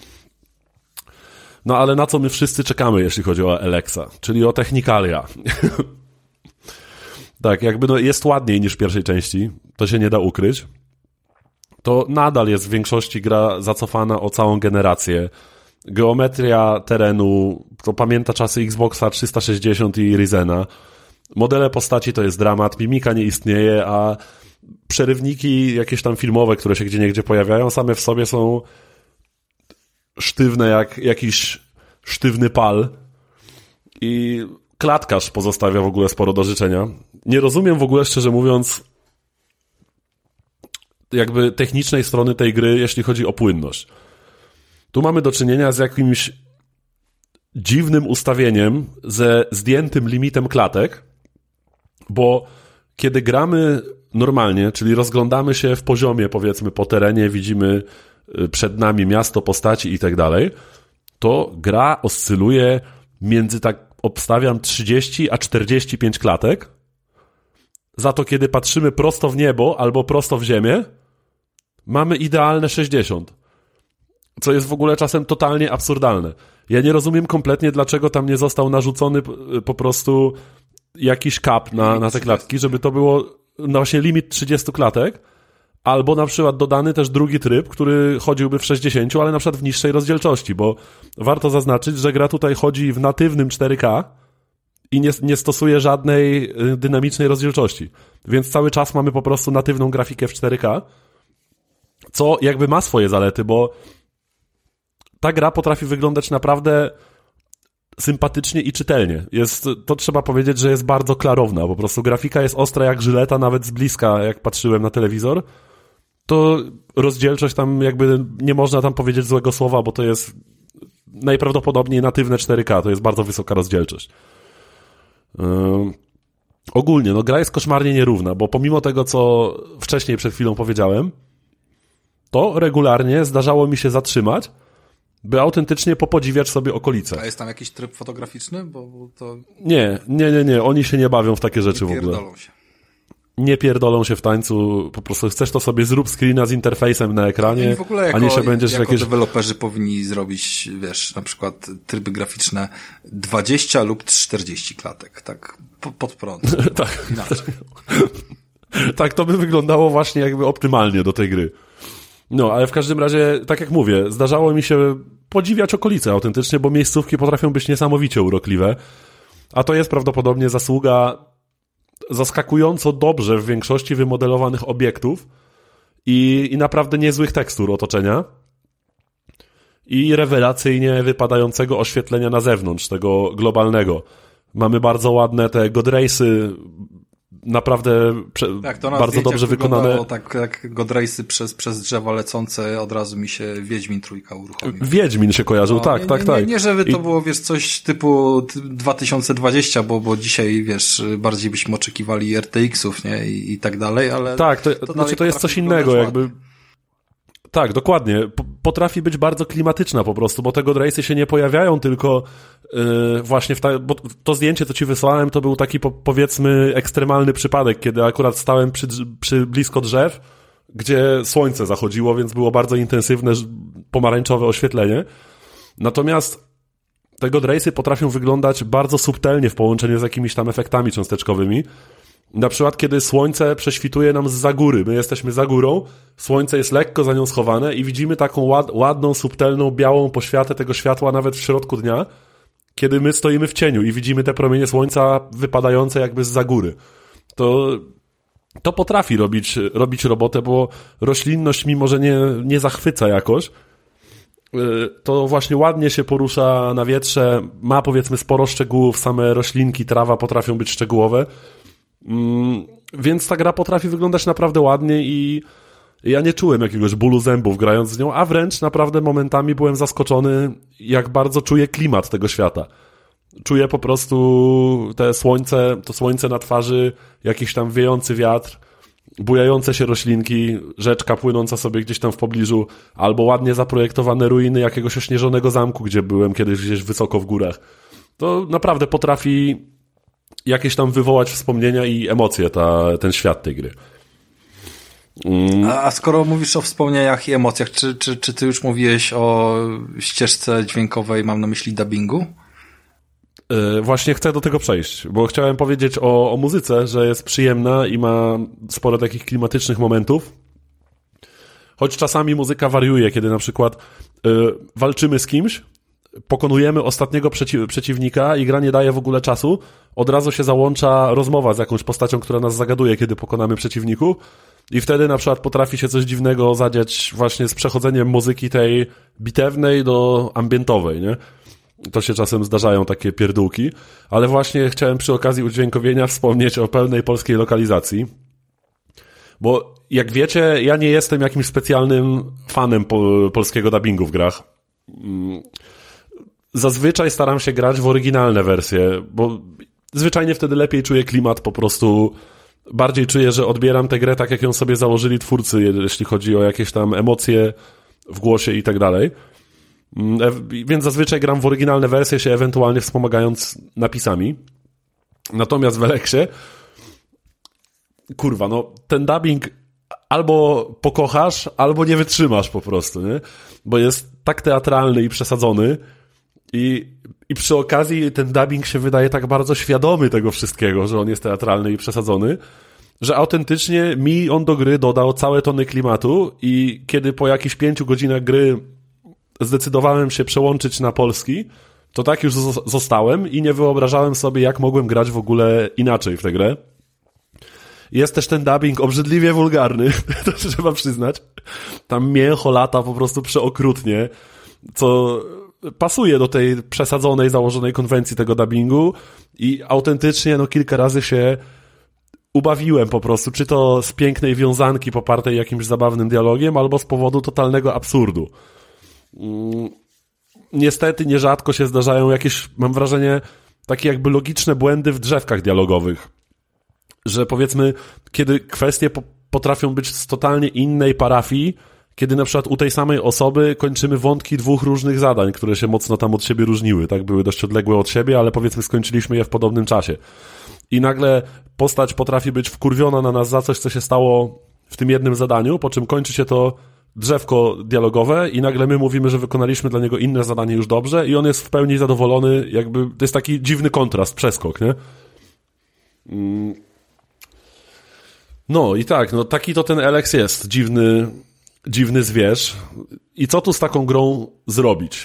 No ale na co my wszyscy czekamy, jeśli chodzi o Alexa, czyli o technikalia. Tak, jakby no jest ładniej niż w pierwszej części, to się nie da ukryć. To nadal jest w większości gra zacofana o całą generację. Geometria terenu, to pamięta czasy Xboxa trzysta sześćdziesiąt i Ryzena. Modele postaci to jest dramat, mimika nie istnieje, a przerywniki jakieś tam filmowe, które się gdzieniegdzie pojawiają, same w sobie są sztywne jak jakiś sztywny pal i klatkarz pozostawia w ogóle sporo do życzenia. Nie rozumiem w ogóle, szczerze mówiąc, jakby technicznej strony tej gry, jeśli chodzi o płynność. Tu mamy do czynienia z jakimś dziwnym ustawieniem ze zdjętym limitem klatek, bo kiedy gramy normalnie, czyli rozglądamy się w poziomie, powiedzmy, po terenie, widzimy przed nami miasto, postaci i tak dalej, to gra oscyluje między, tak obstawiam, trzydzieści a czterdzieści pięć klatek. Za to, kiedy patrzymy prosto w niebo albo prosto w ziemię, mamy idealne sześćdziesiąt. Co jest w ogóle czasem totalnie absurdalne. Ja nie rozumiem kompletnie, dlaczego tam nie został narzucony po prostu jakiś cap na, na te klatki, żeby to było no właśnie limit trzydzieści klatek, albo na przykład dodany też drugi tryb, który chodziłby w sześćdziesięciu, ale na przykład w niższej rozdzielczości, bo warto zaznaczyć, że gra tutaj chodzi w natywnym cztery K i nie, nie stosuje żadnej dynamicznej rozdzielczości. Więc cały czas mamy po prostu natywną grafikę w cztery K, co jakby ma swoje zalety, bo ta gra potrafi wyglądać naprawdę sympatycznie i czytelnie. Jest, to trzeba powiedzieć, że jest bardzo klarowna. Po prostu grafika jest ostra jak żyleta, nawet z bliska, jak patrzyłem na telewizor. To rozdzielczość tam jakby nie można tam powiedzieć złego słowa, bo to jest najprawdopodobniej natywne cztery K. To jest bardzo wysoka rozdzielczość. Yy. Ogólnie, no gra jest koszmarnie nierówna, bo pomimo tego, co wcześniej przed chwilą powiedziałem, to regularnie zdarzało mi się zatrzymać, by autentycznie popodziwiać sobie okolice. A jest tam jakiś tryb fotograficzny? Bo to... Nie, nie, nie, nie. Oni się nie bawią w takie rzeczy w ogóle. Się. nie pierdolą się w tańcu, po prostu chcesz to sobie zrób screena z interfejsem na ekranie, w ogóle jako, a nie się będziesz jako jakieś... deweloperzy powinni zrobić, wiesz, na przykład tryby graficzne dwadzieścia lub czterdzieści klatek, tak pod prąd. tak, tak, to by wyglądało właśnie jakby optymalnie do tej gry. No, ale w każdym razie, tak jak mówię, zdarzało mi się podziwiać okolice autentycznie, bo miejscówki potrafią być niesamowicie urokliwe, a to jest prawdopodobnie zasługa zaskakująco dobrze w większości wymodelowanych obiektów i, i naprawdę niezłych tekstur otoczenia i rewelacyjnie wypadającego oświetlenia na zewnątrz, tego globalnego. Mamy bardzo ładne te godrace'y, naprawdę prze, tak, to na bardzo dobrze wykonane. Tak jak godrace'y przez, przez drzewa lecące, od razu mi się Wiedźmin trójka uruchomił. Wiedźmin się kojarzył, no, tak, nie, tak, nie, tak. Nie, nie, żeby to I... było, wiesz, coś typu dwa tysiące dwadzieścia, bo, bo dzisiaj, wiesz, bardziej byśmy oczekiwali R T X-ów, nie, i, i tak dalej, ale... Tak, to, to, znaczy to jest coś innego, jakby... Tak, dokładnie. Potrafi być bardzo klimatyczna po prostu, bo te godrace'y się nie pojawiają tylko yy, właśnie w ta... bo to zdjęcie, co ci wysłałem, to był taki po, powiedzmy ekstremalny przypadek, kiedy akurat stałem przy, przy blisko drzew, gdzie słońce zachodziło, więc było bardzo intensywne pomarańczowe oświetlenie. Natomiast te godrace'y potrafią wyglądać bardzo subtelnie w połączeniu z jakimiś tam efektami cząsteczkowymi. Na przykład, kiedy słońce prześwituje nam zza góry, my jesteśmy za górą, słońce jest lekko za nią schowane i widzimy taką ład, ładną, subtelną, białą poświatę tego światła nawet w środku dnia, kiedy my stoimy w cieniu i widzimy te promienie słońca wypadające jakby zza góry. To, to potrafi robić, robić robotę, bo roślinność, mimo że nie, nie zachwyca jakoś, to właśnie ładnie się porusza na wietrze, ma powiedzmy sporo szczegółów, same roślinki, trawa potrafią być szczegółowe. Mm, więc ta gra potrafi wyglądać naprawdę ładnie i ja nie czułem jakiegoś bólu zębów grając z nią, a wręcz naprawdę momentami byłem zaskoczony, jak bardzo czuję klimat tego świata. Czuję po prostu te słońce, to słońce na twarzy, jakiś tam wiejący wiatr, bujające się roślinki, rzeczka płynąca sobie gdzieś tam w pobliżu, albo ładnie zaprojektowane ruiny jakiegoś ośnieżonego zamku, gdzie byłem kiedyś gdzieś wysoko w górach. To naprawdę potrafi jakieś tam wywołać wspomnienia i emocje ta, ten świat tej gry. Mm. A, a skoro mówisz o wspomnieniach i emocjach, czy, czy, czy ty już mówiłeś o ścieżce dźwiękowej, mam na myśli dubbingu? Yy, właśnie chcę do tego przejść, bo chciałem powiedzieć o, o muzyce, że jest przyjemna i ma sporo takich klimatycznych momentów. Choć czasami muzyka wariuje, kiedy na przykład yy, walczymy z kimś, pokonujemy ostatniego przeci- przeciwnika i gra nie daje w ogóle czasu, od razu się załącza rozmowa z jakąś postacią, która nas zagaduje, kiedy pokonamy przeciwników i wtedy na przykład potrafi się coś dziwnego zadziać właśnie z przechodzeniem muzyki tej bitewnej do ambientowej, nie? To się czasem zdarzają takie pierdółki, ale właśnie chciałem przy okazji udźwiękowienia wspomnieć o pełnej polskiej lokalizacji, bo jak wiecie, ja nie jestem jakimś specjalnym fanem po- polskiego dubbingu w grach. Zazwyczaj staram się grać w oryginalne wersje, bo zwyczajnie wtedy lepiej czuję klimat, po prostu bardziej czuję, że odbieram tę grę tak, jak ją sobie założyli twórcy, jeśli chodzi o jakieś tam emocje w głosie i tak dalej. Więc zazwyczaj gram w oryginalne wersje, się ewentualnie wspomagając napisami. Natomiast w Eleksie, kurwa, no ten dubbing albo pokochasz, albo nie wytrzymasz po prostu, nie? Bo jest tak teatralny i przesadzony i, i przy okazji ten dubbing się wydaje tak bardzo świadomy tego wszystkiego, że on jest teatralny i przesadzony, że autentycznie mi on do gry dodał całe tony klimatu i kiedy po jakichś pięciu godzinach gry zdecydowałem się przełączyć na polski, to tak już zostałem i nie wyobrażałem sobie, jak mogłem grać w ogóle inaczej w tę grę. Jest też ten dubbing obrzydliwie wulgarny, to trzeba przyznać. Tam mięcho lata po prostu przeokrutnie, co pasuje do tej przesadzonej, założonej konwencji tego dubbingu i autentycznie no kilka razy się ubawiłem po prostu, czy to z pięknej wiązanki popartej jakimś zabawnym dialogiem, albo z powodu totalnego absurdu. Niestety nierzadko się zdarzają jakieś, mam wrażenie, takie jakby logiczne błędy w drzewkach dialogowych, że powiedzmy, kiedy kwestie po- potrafią być z totalnie innej parafii, kiedy na przykład u tej samej osoby kończymy wątki dwóch różnych zadań, które się mocno tam od siebie różniły, tak, były dość odległe od siebie, ale powiedzmy skończyliśmy je w podobnym czasie. i nagle postać potrafi być wkurwiona na nas za coś, co się stało w tym jednym zadaniu, po czym kończy się to drzewko dialogowe i nagle my mówimy, że wykonaliśmy dla niego inne zadanie już dobrze i on jest w pełni zadowolony, jakby to jest taki dziwny kontrast, przeskok, nie? No i tak, no taki to ten Elex jest, dziwny, dziwny zwierz. I co tu z taką grą zrobić?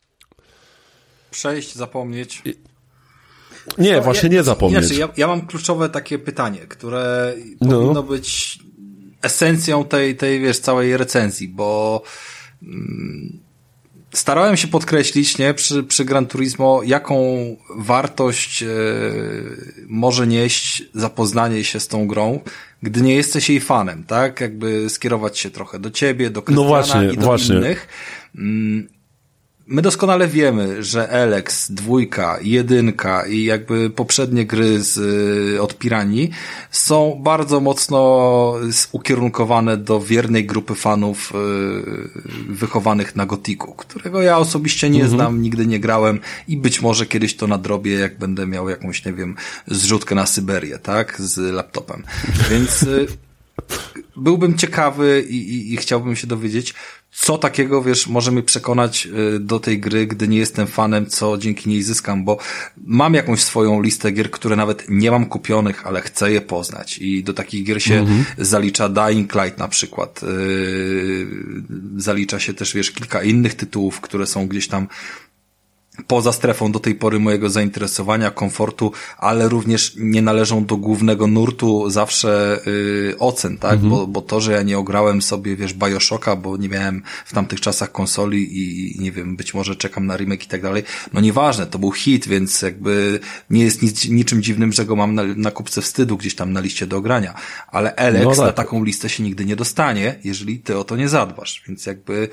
Przejść, zapomnieć. Nie, właśnie ja, nie zapomnieć. Znaczy, ja, ja mam kluczowe takie pytanie, które no. powinno być esencją tej, tej, wiesz, całej recenzji, bo mm, starałem się podkreślić, nie, przy, przy Gran Turismo, jaką wartość e, może nieść zapoznanie się z tą grą, gdy nie jesteś jej fanem, tak? Jakby skierować się trochę do ciebie, do Krystiana no właśnie, i do właśnie. innych. Mm, My doskonale wiemy, że Elex, dwójka, jedynka i jakby poprzednie gry z, od Piranii są bardzo mocno ukierunkowane do wiernej grupy fanów yy, wychowanych na Gothicu, którego ja osobiście nie mhm. znam, nigdy nie grałem i być może kiedyś to nadrobię, jak będę miał jakąś, nie wiem, zrzutkę na Syberię, tak, z laptopem. Więc yy, byłbym ciekawy i, i, i chciałbym się dowiedzieć, co takiego, wiesz, może mnie przekonać do tej gry, gdy nie jestem fanem, co dzięki niej zyskam, bo mam jakąś swoją listę gier, które nawet nie mam kupionych, ale chcę je poznać i do takich gier się mm-hmm. zalicza Dying Light na przykład. Yy, zalicza się też, wiesz, kilka innych tytułów, które są gdzieś tam poza strefą do tej pory mojego zainteresowania, komfortu, ale również nie należą do głównego nurtu zawsze yy, ocen, tak? Mhm. Bo, bo to, że ja nie ograłem sobie, wiesz, Bioshocka, bo nie miałem w tamtych czasach konsoli i, i nie wiem, być może czekam na remake i tak dalej, no nieważne, to był hit, więc jakby nie jest nic, niczym dziwnym, że go mam na, na kupce wstydu gdzieś tam na liście do ogrania. Ale Elex no tak. na taką listę się nigdy nie dostanie, jeżeli ty o to nie zadbasz. Więc jakby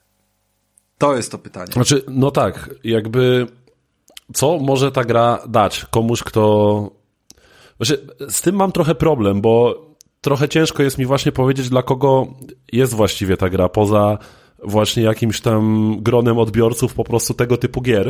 to jest to pytanie. Znaczy, no tak, jakby co może ta gra dać komuś, kto... Znaczy, z tym mam trochę problem, bo trochę ciężko jest mi właśnie powiedzieć, dla kogo jest właściwie ta gra, poza właśnie jakimś tam gronem odbiorców po prostu tego typu gier.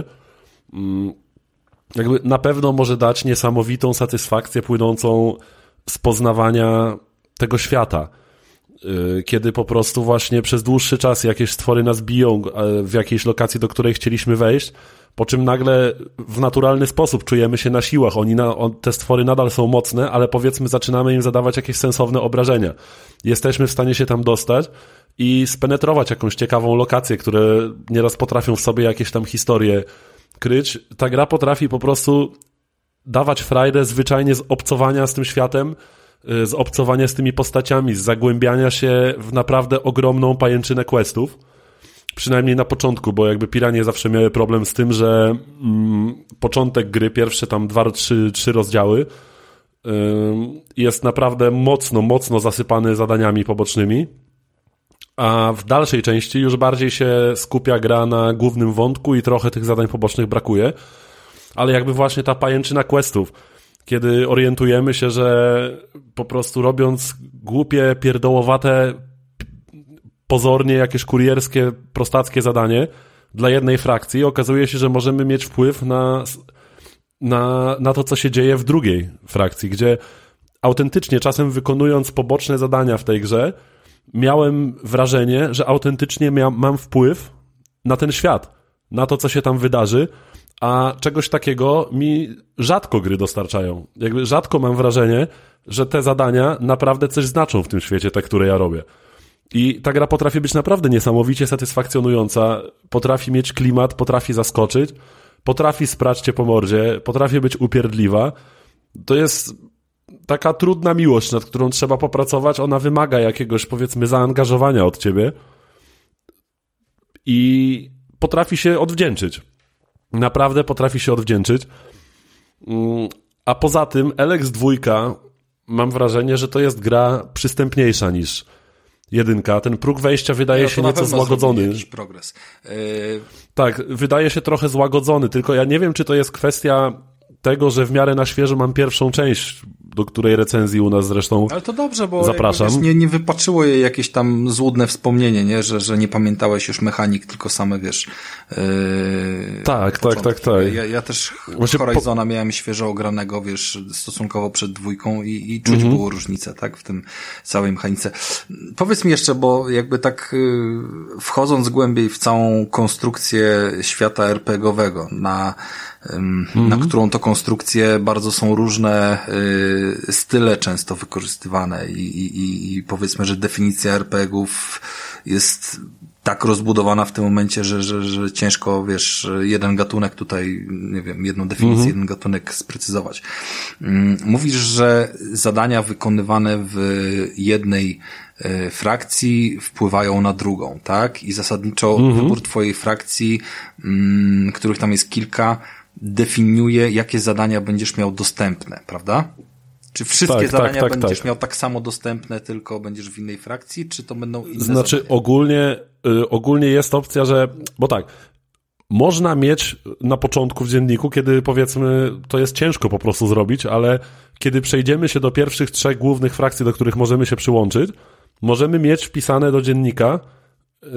Jakby na pewno może dać niesamowitą satysfakcję płynącą z poznawania tego świata. Kiedy po prostu właśnie przez dłuższy czas jakieś stwory nas biją w jakiejś lokacji, do której chcieliśmy wejść, po czym nagle w naturalny sposób czujemy się na siłach. Oni na, on, te stwory nadal są mocne, ale powiedzmy zaczynamy im zadawać jakieś sensowne obrażenia. Jesteśmy w stanie się tam dostać i spenetrować jakąś ciekawą lokację, które nieraz potrafią w sobie jakieś tam historie kryć. Ta gra potrafi po prostu dawać frajdę zwyczajnie z obcowania z tym światem, z obcowania z tymi postaciami, z zagłębiania się w naprawdę ogromną pajęczynę questów. Przynajmniej na początku, bo jakby Piranie zawsze miały problem z tym, że mm, początek gry, pierwsze tam dwa, trzy, trzy rozdziały yy, jest naprawdę mocno, mocno zasypany zadaniami pobocznymi, a w dalszej części już bardziej się skupia gra na głównym wątku i trochę tych zadań pobocznych brakuje, ale jakby właśnie ta pajęczyna questów, kiedy orientujemy się, że po prostu robiąc głupie, pierdołowate, pozornie jakieś kurierskie, prostackie zadanie dla jednej frakcji, okazuje się, że możemy mieć wpływ na, na, na to, co się dzieje w drugiej frakcji, gdzie autentycznie czasem wykonując poboczne zadania w tej grze, miałem wrażenie, że autentycznie mia- mam wpływ na ten świat, na to, co się tam wydarzy, a czegoś takiego mi rzadko gry dostarczają. Jakby rzadko mam wrażenie, że te zadania naprawdę coś znaczą w tym świecie, te, które ja robię. I ta gra potrafi być naprawdę niesamowicie satysfakcjonująca, potrafi mieć klimat, potrafi zaskoczyć, potrafi sprać cię po mordzie, potrafi być upierdliwa. To jest taka trudna miłość, nad którą trzeba popracować. Ona wymaga jakiegoś, powiedzmy, zaangażowania od ciebie i potrafi się odwdzięczyć. Naprawdę potrafi się odwdzięczyć. A poza tym Elex dwa, mam wrażenie, że to jest gra przystępniejsza niż jedynka. Ten próg wejścia wydaje no, się nieco złagodzony. Jakiś progres. Yy... Tak, wydaje się trochę złagodzony, tylko ja nie wiem, czy to jest kwestia tego, że w miarę na świeżo mam pierwszą część do której recenzji u nas zresztą ale to dobrze, bo zapraszam. Wiesz, nie, nie wypaczyło jej jakieś tam złudne wspomnienie, nie? Że, że nie pamiętałeś już mechanik, tylko same, wiesz... Yy, tak, tak, tak, tak. Ja, ja też Właśnie Horizona po... miałem świeżo ogranego, wiesz, stosunkowo przed dwójką i, i czuć mhm. było różnicę, tak? W tym całej mechanice. Powiedz mi jeszcze, bo jakby tak yy, wchodząc głębiej w całą konstrukcję świata er pe gie owego, na Mhm. na którą to konstrukcję bardzo są różne y, style często wykorzystywane i, i, i powiedzmy, że definicja er pe gie ów jest tak rozbudowana w tym momencie, że, że, że ciężko, wiesz, jeden gatunek tutaj, nie wiem, jedną definicję, mhm. jeden gatunek sprecyzować. Mówisz, że zadania wykonywane w jednej y, frakcji wpływają na drugą, tak? I zasadniczo mhm. wybór twojej frakcji, y, których tam jest kilka, definiuje, jakie zadania będziesz miał dostępne, prawda? Czy wszystkie tak, zadania tak, tak, będziesz tak. miał tak samo dostępne, tylko będziesz w innej frakcji, czy to będą inne Znaczy zadania? ogólnie, y, ogólnie jest opcja, że, bo tak, można mieć na początku w dzienniku, kiedy powiedzmy, to jest ciężko po prostu zrobić, ale kiedy przejdziemy się do pierwszych trzech głównych frakcji, do których możemy się przyłączyć, możemy mieć wpisane do dziennika yy,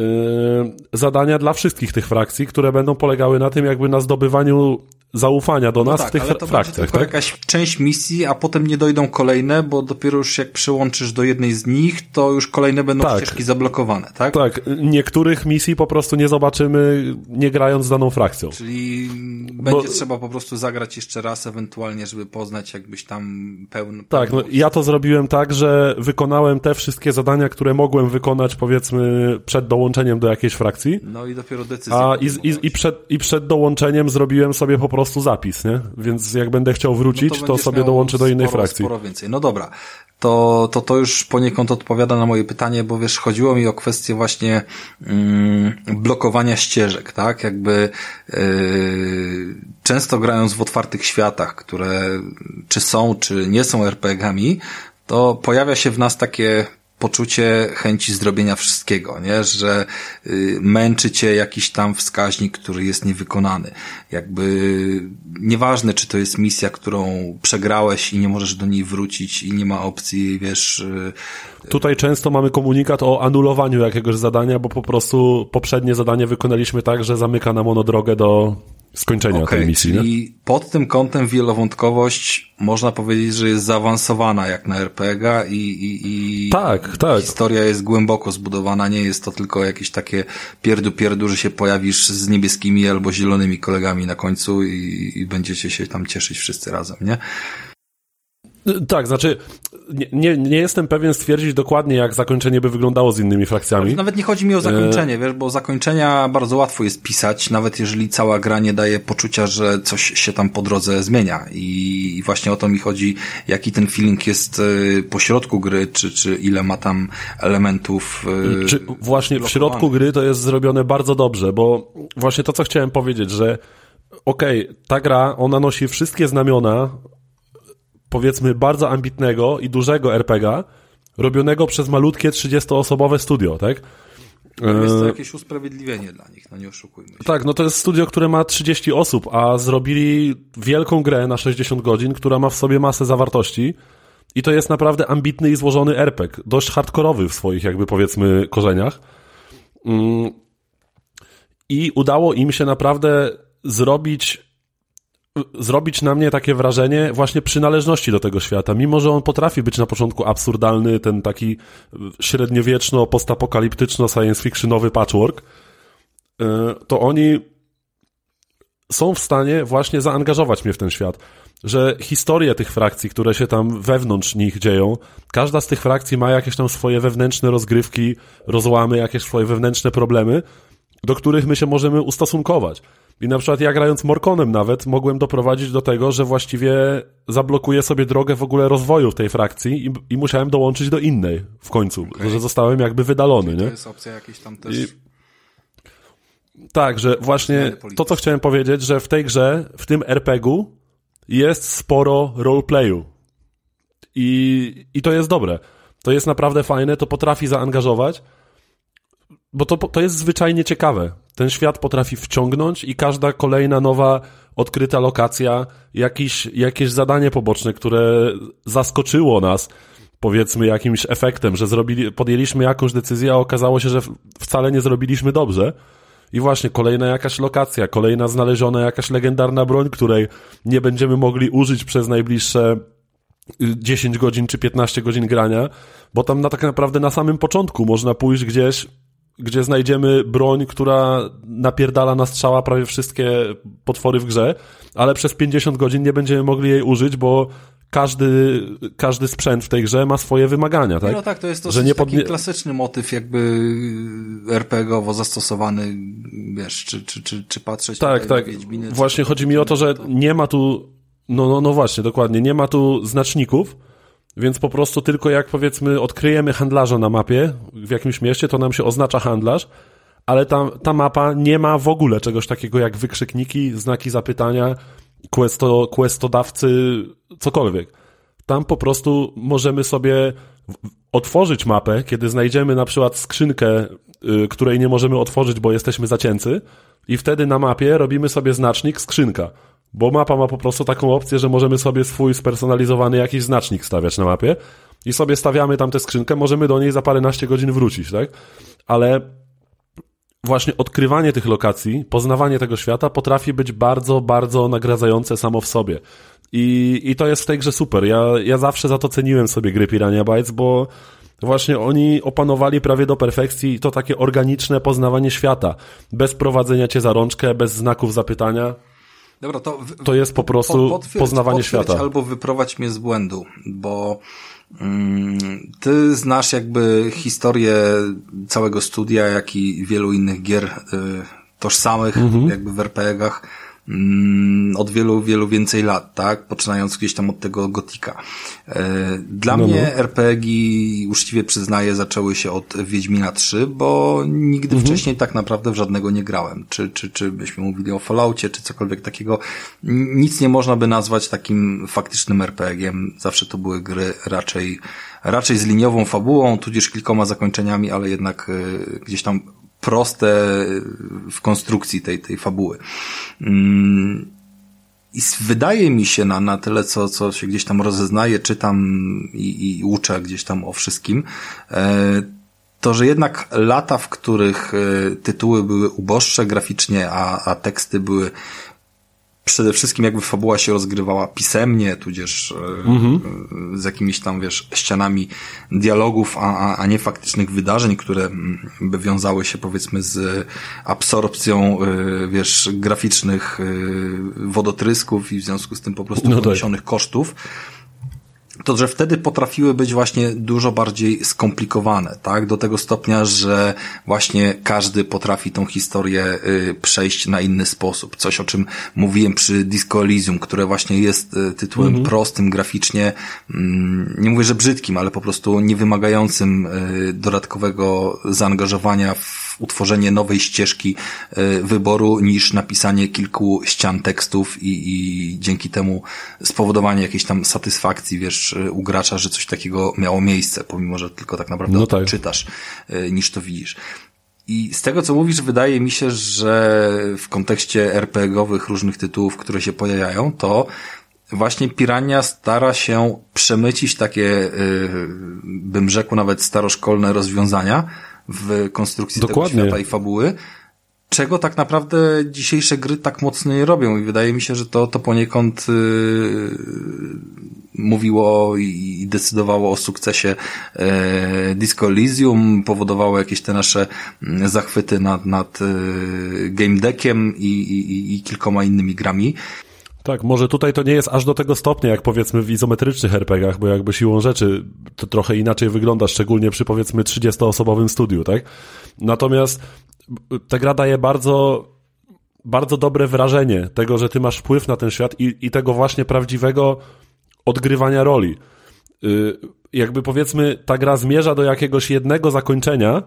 zadania dla wszystkich tych frakcji, które będą polegały na tym jakby na zdobywaniu zaufania do no nas tak, w tych ale to frakcjach. Będzie tylko tak? jakaś część misji, a potem nie dojdą kolejne, bo dopiero już jak przyłączysz do jednej z nich, to już kolejne będą tak. ścieżki zablokowane, tak? Tak, niektórych misji po prostu nie zobaczymy, nie grając z daną frakcją. Czyli będzie bo... trzeba po prostu zagrać jeszcze raz ewentualnie, żeby poznać jakbyś tam pełny... Tak, no ja to zrobiłem tak, że wykonałem te wszystkie zadania, które mogłem wykonać powiedzmy przed dołączeniem do jakiejś frakcji. No i dopiero decyzję. A i, i, i, przed, i przed dołączeniem zrobiłem sobie po prostu zapis, nie? Więc jak będę chciał wrócić, no to, to sobie dołączę do innej sporo, frakcji. Sporo więcej. No dobra. To, to to już poniekąd odpowiada na moje pytanie, bo wiesz, chodziło mi o kwestię właśnie mm, blokowania ścieżek, tak? Jakby yy, często grając w otwartych światach, które czy są, czy nie są er pe gami, to pojawia się w nas takie poczucie chęci zrobienia wszystkiego, nie? Że y, męczy cię jakiś tam wskaźnik, który jest niewykonany. Jakby nieważne, czy to jest misja, którą przegrałeś i nie możesz do niej wrócić i nie ma opcji, wiesz... Y, Tutaj często mamy komunikat o anulowaniu jakiegoś zadania, bo po prostu poprzednie zadanie wykonaliśmy tak, że zamyka nam ono drogę do skończenia okay, tej misji. Czyli nie? pod tym kątem wielowątkowość można powiedzieć, że jest zaawansowana jak na er pe gie i, i, i tak, tak. historia jest głęboko zbudowana, nie jest to tylko jakieś takie pierdu-pierdu, że się pojawisz z niebieskimi albo zielonymi kolegami na końcu i, i będziecie się tam cieszyć wszyscy razem, nie? Tak, znaczy nie, nie, nie jestem pewien stwierdzić dokładnie, jak zakończenie by wyglądało z innymi frakcjami. Nawet nie chodzi mi o zakończenie, e... wiesz, bo zakończenia bardzo łatwo jest pisać, nawet jeżeli cała gra nie daje poczucia, że coś się tam po drodze zmienia i właśnie o to mi chodzi, jaki ten feeling jest po środku gry, czy, czy ile ma tam elementów czy właśnie w środku gry to jest zrobione bardzo dobrze, bo właśnie to, co chciałem powiedzieć, że okej, okay, ta gra, ona nosi wszystkie znamiona powiedzmy bardzo ambitnego i dużego er pe gie, robionego przez malutkie trzydziestoosobowe studio, tak? Jest to jakieś usprawiedliwienie dla nich, no nie oszukujmy się. Tak, no to jest studio, które ma trzydzieści osób, a zrobili wielką grę na sześćdziesiąt godzin, która ma w sobie masę zawartości i to jest naprawdę ambitny i złożony er pe gie, dość hardkorowy w swoich jakby powiedzmy korzeniach. I udało im się naprawdę zrobić zrobić na mnie takie wrażenie właśnie przynależności do tego świata. Mimo że on potrafi być na początku absurdalny, ten taki średniowieczno, postapokaliptyczno, science fictionowy patchwork, to oni są w stanie właśnie zaangażować mnie w ten świat. Że historie tych frakcji, które się tam wewnątrz nich dzieją, każda z tych frakcji ma jakieś tam swoje wewnętrzne rozgrywki, rozłamy, jakieś swoje wewnętrzne problemy, do których my się możemy ustosunkować. I na przykład ja grając Morkonem nawet mogłem doprowadzić do tego, że właściwie zablokuję sobie drogę w ogóle rozwoju w tej frakcji i, i musiałem dołączyć do innej w końcu, okay. Że zostałem jakby wydalony. Czyli nie? To jest opcja jakieś tam też... I... Tak, że właśnie to, co chciałem powiedzieć, że w tej grze, w tym er pe gie jest sporo roleplayu. I, I to jest dobre. To jest naprawdę fajne, to potrafi zaangażować, bo to, to jest zwyczajnie ciekawe. ten świat potrafi wciągnąć i każda kolejna nowa odkryta lokacja, jakiś, jakieś zadanie poboczne, które zaskoczyło nas, powiedzmy jakimś efektem, że zrobili, podjęliśmy jakąś decyzję, a okazało się, że wcale nie zrobiliśmy dobrze. I właśnie kolejna jakaś lokacja, kolejna znaleziona jakaś legendarna broń, której nie będziemy mogli użyć przez najbliższe dziesięć godzin czy piętnaście godzin grania, bo tam na, tak naprawdę na samym początku można pójść gdzieś, gdzie znajdziemy broń, która napierdala na strzała prawie wszystkie potwory w grze, ale przez pięćdziesiąt godzin nie będziemy mogli jej użyć, bo każdy, każdy sprzęt w tej grze ma swoje wymagania, tak? No tak, to jest to że nie taki podnie... klasyczny motyw jakby er pe gie owo zastosowany, wiesz, czy, czy, czy, czy patrzeć tak, tak. na Wiedźminy. Właśnie chodzi mi o to, że nie ma tu, no, no, no właśnie, dokładnie, nie ma tu znaczników, więc po prostu tylko jak powiedzmy odkryjemy handlarza na mapie w jakimś mieście, to nam się oznacza handlarz, ale ta, ta mapa nie ma w ogóle czegoś takiego jak wykrzykniki, znaki zapytania, questo, questodawcy, cokolwiek. Tam po prostu możemy sobie otworzyć mapę, kiedy znajdziemy na przykład skrzynkę, y, której nie możemy otworzyć, bo jesteśmy zacięcy, i wtedy na mapie robimy sobie znacznik skrzynka, bo mapa ma po prostu taką opcję, że możemy sobie swój spersonalizowany jakiś znacznik stawiać na mapie i sobie stawiamy tam tę skrzynkę, możemy do niej za paręnaście godzin wrócić, tak? Ale właśnie odkrywanie tych lokacji, poznawanie tego świata potrafi być bardzo, bardzo nagradzające samo w sobie. I, i to jest w tej grze super. Ja, ja zawsze za to ceniłem sobie gry Piranha Bytes, bo właśnie oni opanowali prawie do perfekcji to takie organiczne poznawanie świata. Bez prowadzenia cię za rączkę, bez znaków zapytania. Dobra, to, w, to jest po prostu potwierdź, poznawanie potwierdź świata. Albo wyprowadź mnie z błędu, bo mm, ty znasz jakby historię całego studia, jak i wielu innych gier y, tożsamych mhm. jakby w er pe gach mm, od wielu, wielu więcej lat, tak? Poczynając gdzieś tam od tego Gotika. Y, dla no, mnie no. er pe gi, uczciwie przyznaję, zaczęły się od Wiedźmina trzy, bo nigdy mhm. wcześniej tak naprawdę w żadnego nie grałem. Czy, czy, czy byśmy mówili o Falloutie, czy cokolwiek takiego. Nic nie można by nazwać takim faktycznym er pe giem. Zawsze to były gry raczej, raczej z liniową fabułą, tudzież kilkoma zakończeniami, ale jednak y, gdzieś tam proste w konstrukcji tej, tej fabuły. Mm. I wydaje mi się na, na tyle, co, co się gdzieś tam rozeznaję, czytam i, i uczę gdzieś tam o wszystkim, e, to, że jednak lata, w których e, tytuły były uboższe graficznie, a, a teksty były przede wszystkim jakby fabuła się rozgrywała pisemnie, tudzież mm-hmm. z jakimiś tam, wiesz, ścianami dialogów, a, a nie faktycznych wydarzeń, które by wiązały się, powiedzmy, z absorpcją, wiesz, graficznych wodotrysków i w związku z tym po prostu no poniesionych tak. kosztów. To, że wtedy potrafiły być właśnie dużo bardziej skomplikowane, tak? Do tego stopnia, że właśnie każdy potrafi tą historię y, przejść na inny sposób. Coś, o czym mówiłem przy Disco Elysium, które właśnie jest y, tytułem mm-hmm. prostym graficznie, y, nie mówię, że brzydkim, ale po prostu nie wymagającym y, dodatkowego zaangażowania w utworzenie nowej ścieżki y, wyboru niż napisanie kilku ścian tekstów i, i dzięki temu spowodowanie jakiejś tam satysfakcji, wiesz, u gracza, że coś takiego miało miejsce, pomimo, że tylko tak naprawdę no tak. czytasz, y, niż to widzisz. I z tego, co mówisz, wydaje mi się, że w kontekście er pe gowych różnych tytułów, które się pojawiają, to właśnie Piranha stara się przemycić takie, y, bym rzekł, nawet staroszkolne rozwiązania w konstrukcji Dokładnie. tego świata i fabuły, czego tak naprawdę dzisiejsze gry tak mocno nie robią i wydaje mi się, że to, to poniekąd yy, mówiło i decydowało o sukcesie yy, Disco Elysium, powodowało jakieś te nasze zachwyty nad, nad yy, Game Deckiem i, i, i kilkoma innymi grami. Tak, może tutaj to nie jest aż do tego stopnia, jak powiedzmy w izometrycznych er pe gach, bo jakby siłą rzeczy to trochę inaczej wygląda, szczególnie przy powiedzmy trzydziestoosobowym studiu, tak? Natomiast ta gra daje bardzo, bardzo dobre wrażenie tego, że ty masz wpływ na ten świat i, i tego właśnie prawdziwego odgrywania roli. Yy, jakby powiedzmy ta gra zmierza do jakiegoś jednego zakończenia,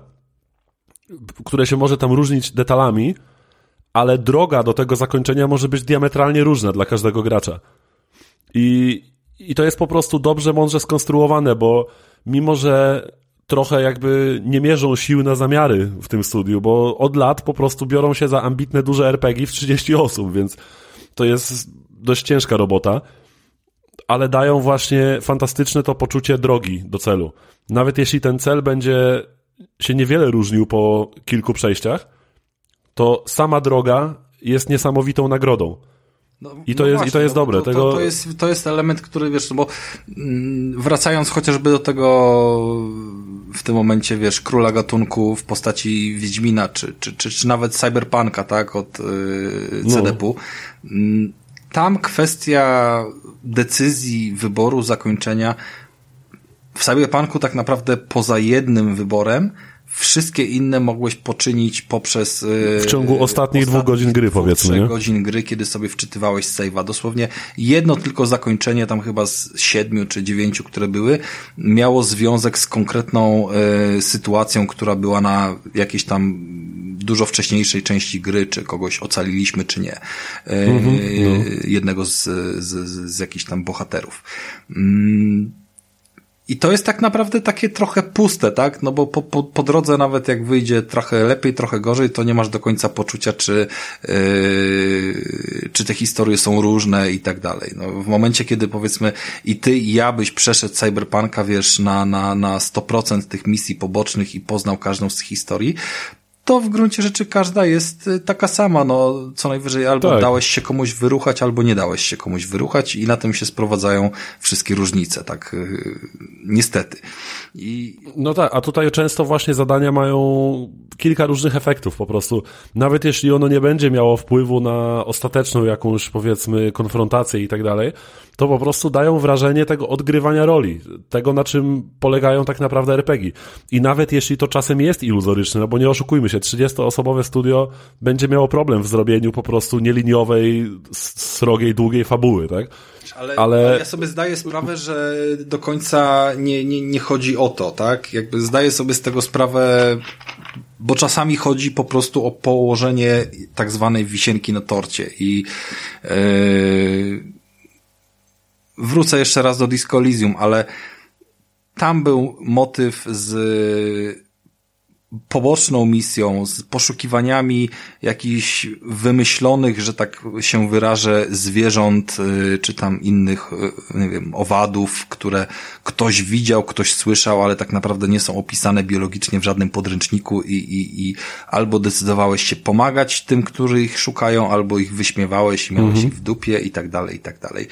które się może tam różnić detalami, ale droga do tego zakończenia może być diametralnie różna dla każdego gracza. I, i to jest po prostu dobrze, mądrze skonstruowane, bo mimo, że trochę jakby nie mierzą sił na zamiary w tym studiu, bo od lat po prostu biorą się za ambitne, duże er pe gie w trzydzieści osób, więc to jest dość ciężka robota, ale dają właśnie fantastyczne to poczucie drogi do celu. Nawet jeśli ten cel będzie się niewiele różnił po kilku przejściach, to sama droga jest niesamowitą nagrodą. No, I, to no jest, właśnie, I to jest no, dobre. To, tego... to, to, jest, to jest element, który wiesz, bo mm, wracając chociażby do tego w tym momencie, wiesz, króla gatunku w postaci Wiedźmina, czy, czy, czy, czy nawet Cyberpunka, tak, od yy, C D P-u. No. Tam kwestia decyzji, wyboru, zakończenia w Cyberpunku tak naprawdę poza jednym wyborem wszystkie inne mogłeś poczynić poprzez... W ciągu ostatnich dwóch godzin gry, dwóch, powiedzmy, nie? godzin gry, kiedy sobie wczytywałeś save'a. Dosłownie jedno tylko zakończenie, tam chyba z siedmiu czy dziewięciu, które były, miało związek z konkretną y, sytuacją, która była na jakiejś tam dużo wcześniejszej części gry, czy kogoś ocaliliśmy, czy nie. Y, mm-hmm, no. Jednego z, z, z jakichś tam bohaterów. Mm. I to jest tak naprawdę takie trochę puste, tak? No bo po, po, po drodze nawet jak wyjdzie trochę lepiej, trochę gorzej, to nie masz do końca poczucia, czy, yy, czy te historie są różne i tak dalej. No, w momencie, kiedy powiedzmy i ty i ja byś przeszedł Cyberpunka, wiesz, na, na, na sto procent tych misji pobocznych i poznał każdą z tych historii, to w gruncie rzeczy każda jest taka sama, no co najwyżej albo tak. dałeś się komuś wyruchać, albo nie dałeś się komuś wyruchać i na tym się sprowadzają wszystkie różnice, tak yy, niestety. I... No tak, a tutaj często właśnie zadania mają kilka różnych efektów po prostu. Nawet jeśli ono nie będzie miało wpływu na ostateczną jakąś, powiedzmy, konfrontację i tak dalej, to po prostu dają wrażenie tego odgrywania roli, tego na czym polegają tak naprawdę er pe gie. I nawet jeśli to czasem jest iluzoryczne, no bo nie oszukujmy się, trzydziestoosobowe studio będzie miało problem w zrobieniu po prostu nieliniowej, srogiej, długiej fabuły, tak? Ale, ale... ale ja sobie zdaję sprawę, że do końca nie, nie, nie chodzi o to, tak? Jakby zdaję sobie z tego sprawę, bo czasami chodzi po prostu o położenie tak zwanej wisienki na torcie i yy... wrócę jeszcze raz do Disco Elysium, ale tam był motyw z poboczną misją, z poszukiwaniami jakichś wymyślonych, że tak się wyrażę, zwierząt, czy tam innych, nie wiem, owadów, które ktoś widział, ktoś słyszał, ale tak naprawdę nie są opisane biologicznie w żadnym podręczniku i, i, i albo decydowałeś się pomagać tym, którzy ich szukają, albo ich wyśmiewałeś i miałeś mhm. ich w dupie i tak dalej, i tak dalej.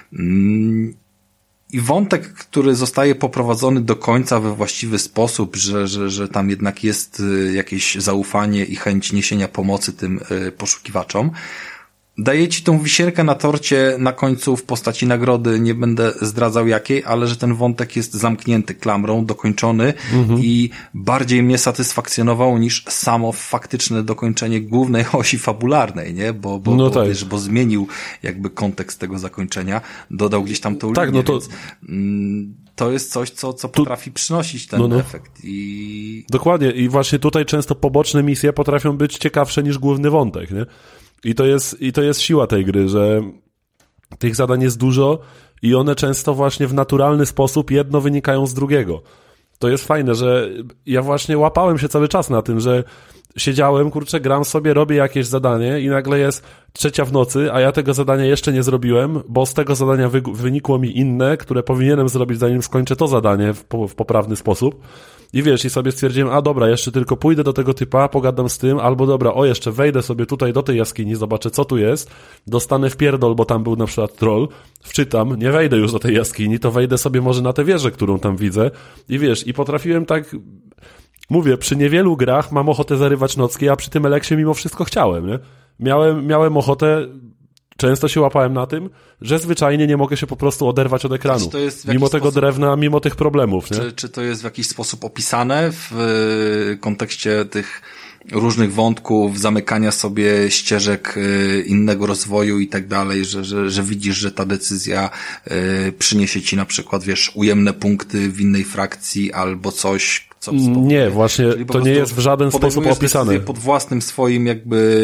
Mm. I wątek, który zostaje poprowadzony do końca we właściwy sposób, że, że, że tam jednak jest jakieś zaufanie i chęć niesienia pomocy tym poszukiwaczom, daje ci tą wisienkę na torcie na końcu w postaci nagrody, nie będę zdradzał jakiej, ale że ten wątek jest zamknięty klamrą, dokończony mhm. i bardziej mnie satysfakcjonował niż samo faktyczne dokończenie głównej osi fabularnej, nie? Bo, bo, no bo, tak. wiesz, bo zmienił jakby kontekst tego zakończenia, dodał gdzieś tam tą tak, linię, no to... więc mm, to jest coś, co, co potrafi tu... przynosić ten no, no. efekt. I... Dokładnie i właśnie tutaj często poboczne misje potrafią być ciekawsze niż główny wątek, nie? I to jest, i to jest siła tej gry, że tych zadań jest dużo i one często właśnie w naturalny sposób jedno wynikają z drugiego. To jest fajne, że ja właśnie łapałem się cały czas na tym, że siedziałem, kurczę, gram sobie, robię jakieś zadanie i nagle jest trzecia w nocy, a ja tego zadania jeszcze nie zrobiłem, bo z tego zadania wy- wynikło mi inne, które powinienem zrobić, zanim skończę to zadanie w, po- w poprawny sposób. I wiesz, i sobie stwierdziłem, a dobra, jeszcze tylko pójdę do tego typa, pogadam z tym, albo dobra, o jeszcze wejdę sobie tutaj do tej jaskini, zobaczę co tu jest, dostanę wpierdol, bo tam był na przykład troll, wczytam, nie wejdę już do tej jaskini, to wejdę sobie może na tę wieżę, którą tam widzę i wiesz, i potrafiłem tak... Mówię, przy niewielu grach mam ochotę zarywać nocki, a przy tym Eleksie mimo wszystko chciałem, nie? Miałem, miałem ochotę, często się łapałem na tym, że zwyczajnie nie mogę się po prostu oderwać od ekranu. Mimo tego sposób, drewna, mimo tych problemów, nie? Czy, czy to jest w jakiś sposób opisane w kontekście tych różnych wątków, zamykania sobie ścieżek innego rozwoju i tak dalej, że, że, że widzisz, że ta decyzja przyniesie ci na przykład, wiesz, ujemne punkty w innej frakcji albo coś, co spowoduje. Nie, właśnie to nie jest w żaden sposób opisane. Pod własnym swoim jakby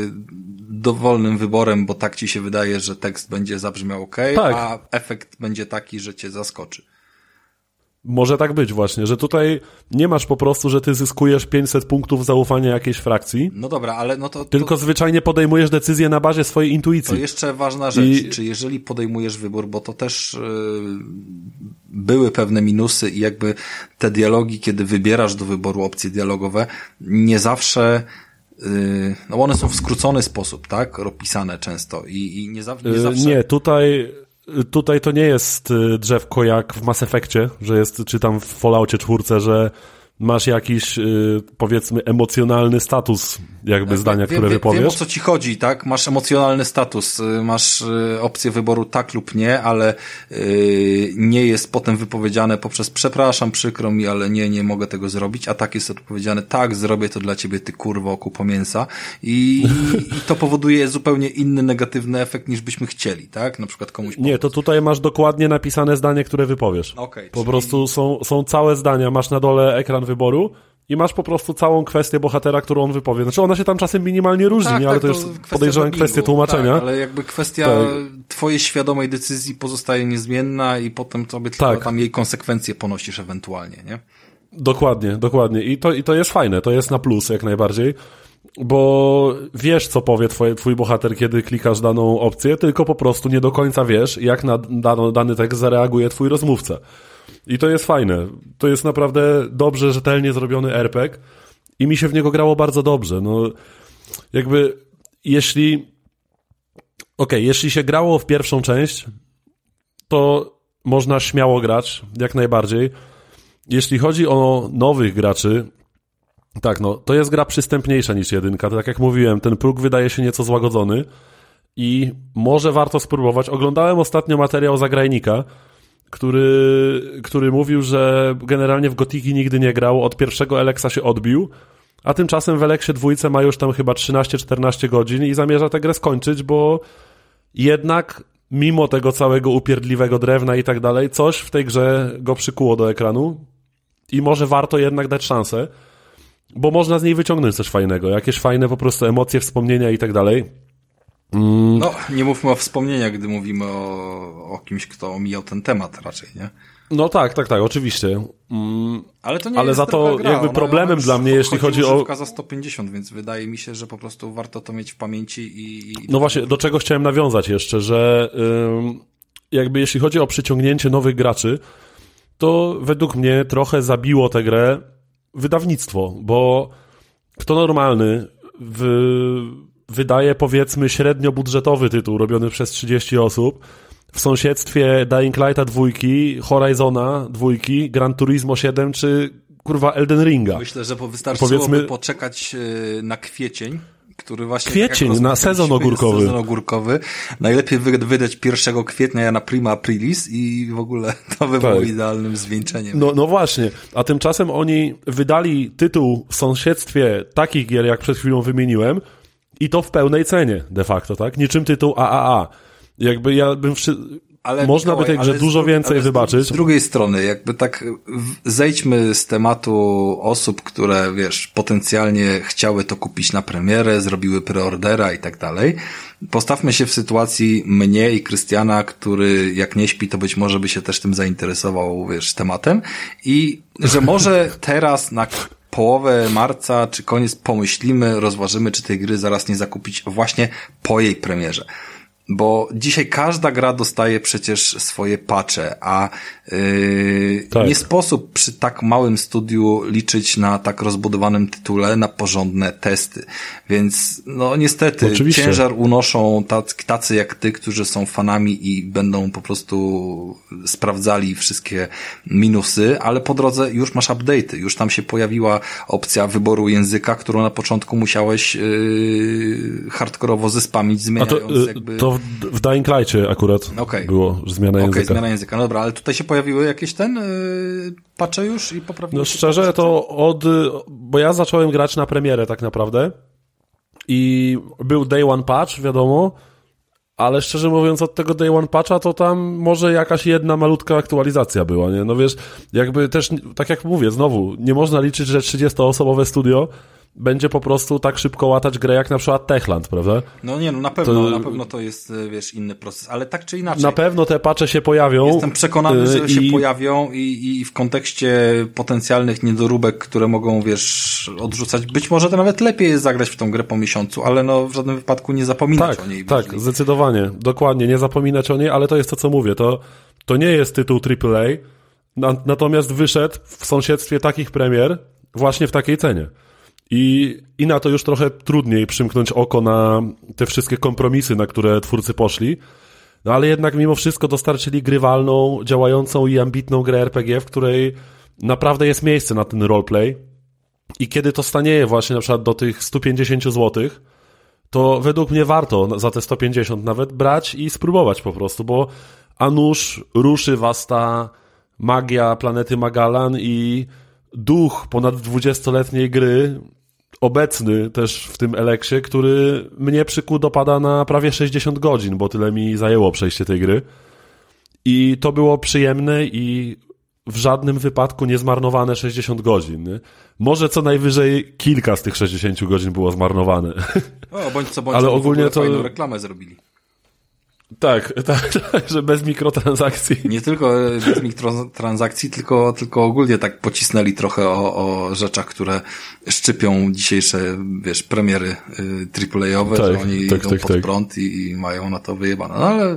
dowolnym wyborem, bo tak ci się wydaje, że tekst będzie zabrzmiał ok, tak. a efekt będzie taki, że cię zaskoczy. Może tak być właśnie, że tutaj nie masz po prostu, że ty zyskujesz pięćset punktów zaufania jakiejś frakcji. No dobra, ale no to... to... Tylko zwyczajnie podejmujesz decyzję na bazie swojej intuicji. To jeszcze ważna rzecz, I... czy jeżeli podejmujesz wybór, bo to też yy, były pewne minusy i jakby te dialogi, kiedy wybierasz do wyboru opcje dialogowe, nie zawsze... Yy, no one są w skrócony sposób, tak? Opisane często i, i nie, za, nie zawsze... Nie, tutaj... Tutaj to nie jest drzewko jak w Mass Effectie, że jest, czy tam w Falloutie czwórce, że masz jakiś, powiedzmy, emocjonalny status jakby tak, zdania, wiem, które wiem, wypowiesz. Wiem, o co ci chodzi, tak? Masz emocjonalny status, masz opcję wyboru tak lub nie, ale yy, nie jest potem wypowiedziane poprzez przepraszam, przykro mi, ale nie, nie mogę tego zrobić, a tak jest odpowiedziane tak, zrobię to dla ciebie, ty kurwo, kupo mięsa i, i to powoduje zupełnie inny negatywny efekt niż byśmy chcieli, tak? Na przykład komuś pomóc. Nie, to tutaj masz dokładnie napisane zdanie, które wypowiesz. Okay, po czyli... prostu są, są całe zdania, masz na dole ekran wyboru i masz po prostu całą kwestię bohatera, którą on wypowie. Znaczy ona się tam czasem minimalnie różni, tak, nie? Ale tak, to to już podejrzewam kwestię tłumaczenia. Tak, ale jakby kwestia tak. twojej świadomej decyzji pozostaje niezmienna i potem sobie tylko tak. tam jej konsekwencje ponosisz ewentualnie, nie? Dokładnie, dokładnie. I to, i to jest fajne, to jest na plus jak najbardziej, bo wiesz, co powie twoje, twój bohater, kiedy klikasz daną opcję, tylko po prostu nie do końca wiesz, jak na dano, dany tekst zareaguje twój rozmówca. I to jest fajne. To jest naprawdę dobrze, rzetelnie zrobiony er pe gie i mi się w niego grało bardzo dobrze. No, jakby jeśli okej, okay, jeśli się grało w pierwszą część, to można śmiało grać, jak najbardziej. Jeśli chodzi o nowych graczy, tak, no, to jest gra przystępniejsza niż jedynka. Tak jak mówiłem, ten próg wydaje się nieco złagodzony i może warto spróbować. Oglądałem ostatnio materiał Zagrajnika, który, który mówił, że generalnie w Gotiki nigdy nie grał, od pierwszego Eleksa się odbił, a tymczasem w Eleksie dwójce ma już tam chyba trzynaście czternaście godzin i zamierza tę grę skończyć, bo jednak mimo tego całego upierdliwego drewna i tak dalej, coś w tej grze go przykuło do ekranu i może warto jednak dać szansę, bo można z niej wyciągnąć coś fajnego, jakieś fajne po prostu emocje, wspomnienia i tak dalej. Mm. No, nie mówmy o wspomnieniach, gdy mówimy o, o kimś, kto omijał ten temat raczej, nie? No tak, tak, tak, oczywiście. Mm. Ale to nie Ale jest za to gra. jakby ona, problemem ona dla mnie, jeśli chodzi o... za sto pięćdziesiąt, więc wydaje mi się, że po prostu warto to mieć w pamięci i... i... No właśnie, do czego chciałem nawiązać jeszcze, że ym, jakby jeśli chodzi o przyciągnięcie nowych graczy, to według mnie trochę zabiło tę grę wydawnictwo, bo kto normalny w... wydaje powiedzmy średnio budżetowy tytuł robiony przez trzydzieści osób w sąsiedztwie Dying Lighta dwójki, Horizona dwójki, Gran Turismo siedem czy kurwa Elden Ringa. Myślę, że wystarczyłoby powiedzmy... poczekać na kwiecień, który właśnie... Kwiecień, tak na sezon ogórkowy. Sezon ogórkowy. Najlepiej wydać pierwszego kwietnia na prima aprilis i w ogóle to by tak. było idealnym zwieńczeniem. No, no właśnie, a tymczasem oni wydali tytuł w sąsiedztwie takich gier, jak przed chwilą wymieniłem, i to w pełnej cenie, de facto, tak? Niczym tytuł A A A. Jakby ja bym... Wszy... Ale można Mikołaj, by tej grze dużo drugi, więcej wybaczyć. Z drugiej strony, jakby tak zejdźmy z tematu osób, które, wiesz, potencjalnie chciały to kupić na premierę, zrobiły preordera i tak dalej. Postawmy się w sytuacji mnie i Krystiana, który jak nie śpi, to być może by się też tym zainteresował, wiesz, tematem. I że może teraz na połowę marca czy koniec pomyślimy, rozważymy, czy tej gry zaraz nie zakupić właśnie po jej premierze. Bo dzisiaj każda gra dostaje przecież swoje patche, a yy, tak. nie sposób przy tak małym studiu liczyć na tak rozbudowanym tytule na porządne testy. Więc no niestety Oczywiście. ciężar unoszą tacy, tacy jak ty, którzy są fanami i będą po prostu sprawdzali wszystkie minusy, ale po drodze już masz update'y, już tam się pojawiła opcja wyboru języka, którą na początku musiałeś yy, hardkorowo zespamić, zmieniając A to, yy, jakby... To w Dying Light'cie akurat okay. było zmiana języka. Okej, okay, zmiana języka. No dobra, ale tutaj się pojawiły jakieś ten yy, patche już i poprawiły? No szczerze to od... Bo ja zacząłem grać na premierę tak naprawdę i był Day One Patch, wiadomo, ale szczerze mówiąc od tego Day One Patcha to tam może jakaś jedna malutka aktualizacja była, nie? No wiesz, jakby też, tak jak mówię, znowu, nie można liczyć, że trzydziestoosobowe studio będzie po prostu tak szybko łatać grę jak na przykład Techland, prawda? No nie, no na pewno, to, na pewno to jest, wiesz, inny proces, ale tak czy inaczej. Na pewno te patche się pojawią. Jestem przekonany, że i... się pojawią i, i w kontekście potencjalnych niedoróbek, które mogą, wiesz, odrzucać, być może to nawet lepiej jest zagrać w tą grę po miesiącu, ale no w żadnym wypadku nie zapominać tak, o niej. Tak, jeżeli... zdecydowanie, dokładnie, nie zapominać o niej, ale to jest to, co mówię, to, to nie jest tytuł triple A, na, natomiast wyszedł w sąsiedztwie takich premier właśnie w takiej cenie. I, I na to już trochę trudniej przymknąć oko na te wszystkie kompromisy, na które twórcy poszli. No ale jednak mimo wszystko dostarczyli grywalną, działającą i ambitną grę er pe gie, w której naprawdę jest miejsce na ten roleplay. I kiedy to stanieje właśnie na przykład do tych sto pięćdziesiąt złotych, to według mnie warto za te sto pięćdziesiąt nawet brać i spróbować po prostu, bo a nuż ruszy was ta magia planety Magalan i duch ponad dwudziestoletniej gry, obecny też w tym Eleksie, który mnie przykuł dopada na prawie sześćdziesiąt godzin, bo tyle mi zajęło przejście tej gry. I to było przyjemne i w żadnym wypadku nie zmarnowane sześćdziesiąt godzin. Nie? Może co najwyżej kilka z tych sześćdziesięciu godzin było zmarnowane. O, bądź co bądź, ale ogólnie to fajną reklamę zrobili. Tak, tak, tak, że bez mikrotransakcji. Nie tylko bez mikrotransakcji, tylko, tylko ogólnie tak pocisnęli trochę o, o rzeczach, które szczypią dzisiejsze, wiesz, premiery y, triple A-owe, tak, że oni tak, idą tak, pod tak. prąd i, i mają na to wyjebane. No ale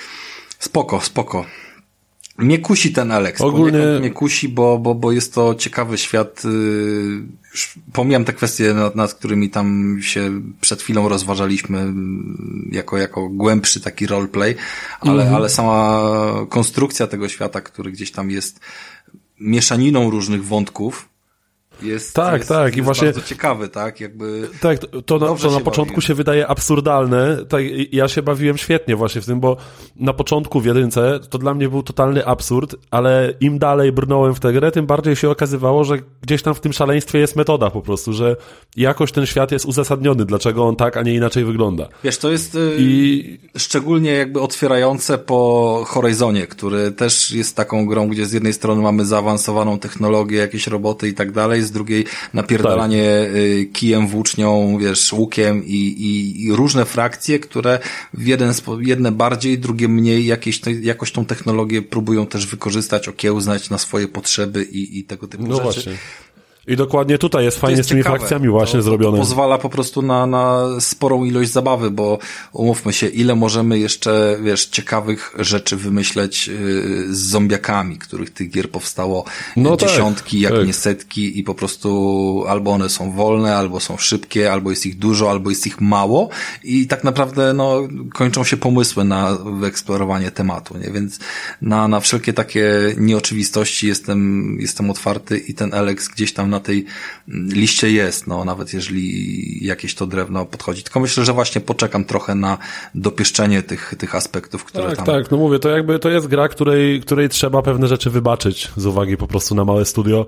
spoko, spoko. Mnie kusi ten Alex. Ogólnie mnie kusi, bo, bo, bo jest to ciekawy świat. Yy, już pomijam te kwestie, nad, nad którymi tam się przed chwilą rozważaliśmy jako, jako głębszy taki roleplay, ale, mm-hmm. ale sama konstrukcja tego świata, który gdzieś tam jest mieszaniną różnych wątków, jest, tak, jest, tak. jest I właśnie bardzo ciekawy, tak? Jakby tak, to, to na, to na początku bawiłem. się wydaje absurdalne. Tak, ja się bawiłem świetnie właśnie w tym, bo na początku w jedynce to dla mnie był totalny absurd, ale im dalej brnąłem w tę grę, tym bardziej się okazywało, że gdzieś tam w tym szaleństwie jest metoda po prostu, że jakoś ten świat jest uzasadniony, dlaczego on tak, a nie inaczej wygląda. Wiesz, to jest yy, I... szczególnie jakby otwierające po Horizonie, który też jest taką grą, gdzie z jednej strony mamy zaawansowaną technologię, jakieś roboty i tak dalej, z drugiej napierdalanie tak. kijem, włócznią, wiesz, łukiem i, i, i różne frakcje, które w jeden, jedne bardziej, drugie mniej jakieś te, jakoś tą technologię próbują też wykorzystać, okiełznać na swoje potrzeby i, i tego typu no rzeczy. Właśnie. I dokładnie tutaj jest fajnie jest z tymi ciekawe. frakcjami właśnie to, zrobione. To pozwala po prostu na, na sporą ilość zabawy, bo umówmy się, ile możemy jeszcze, wiesz, ciekawych rzeczy wymyśleć yy, z zombiakami, których tych gier powstało no dziesiątki, tak, jak tak. nie setki i po prostu albo one są wolne, albo są szybkie, albo jest ich dużo, albo jest ich mało i tak naprawdę no kończą się pomysły na wyeksplorowanie tematu, nie? Więc na, na wszelkie takie nieoczywistości jestem, jestem otwarty i ten Alex gdzieś tam na tej liście jest, no nawet jeżeli jakieś to drewno podchodzi. Tylko myślę, że właśnie poczekam trochę na dopieszczenie tych, tych aspektów, które tak, tam... Tak, tak, no mówię, to jakby to jest gra, której, której trzeba pewne rzeczy wybaczyć z uwagi po prostu na małe studio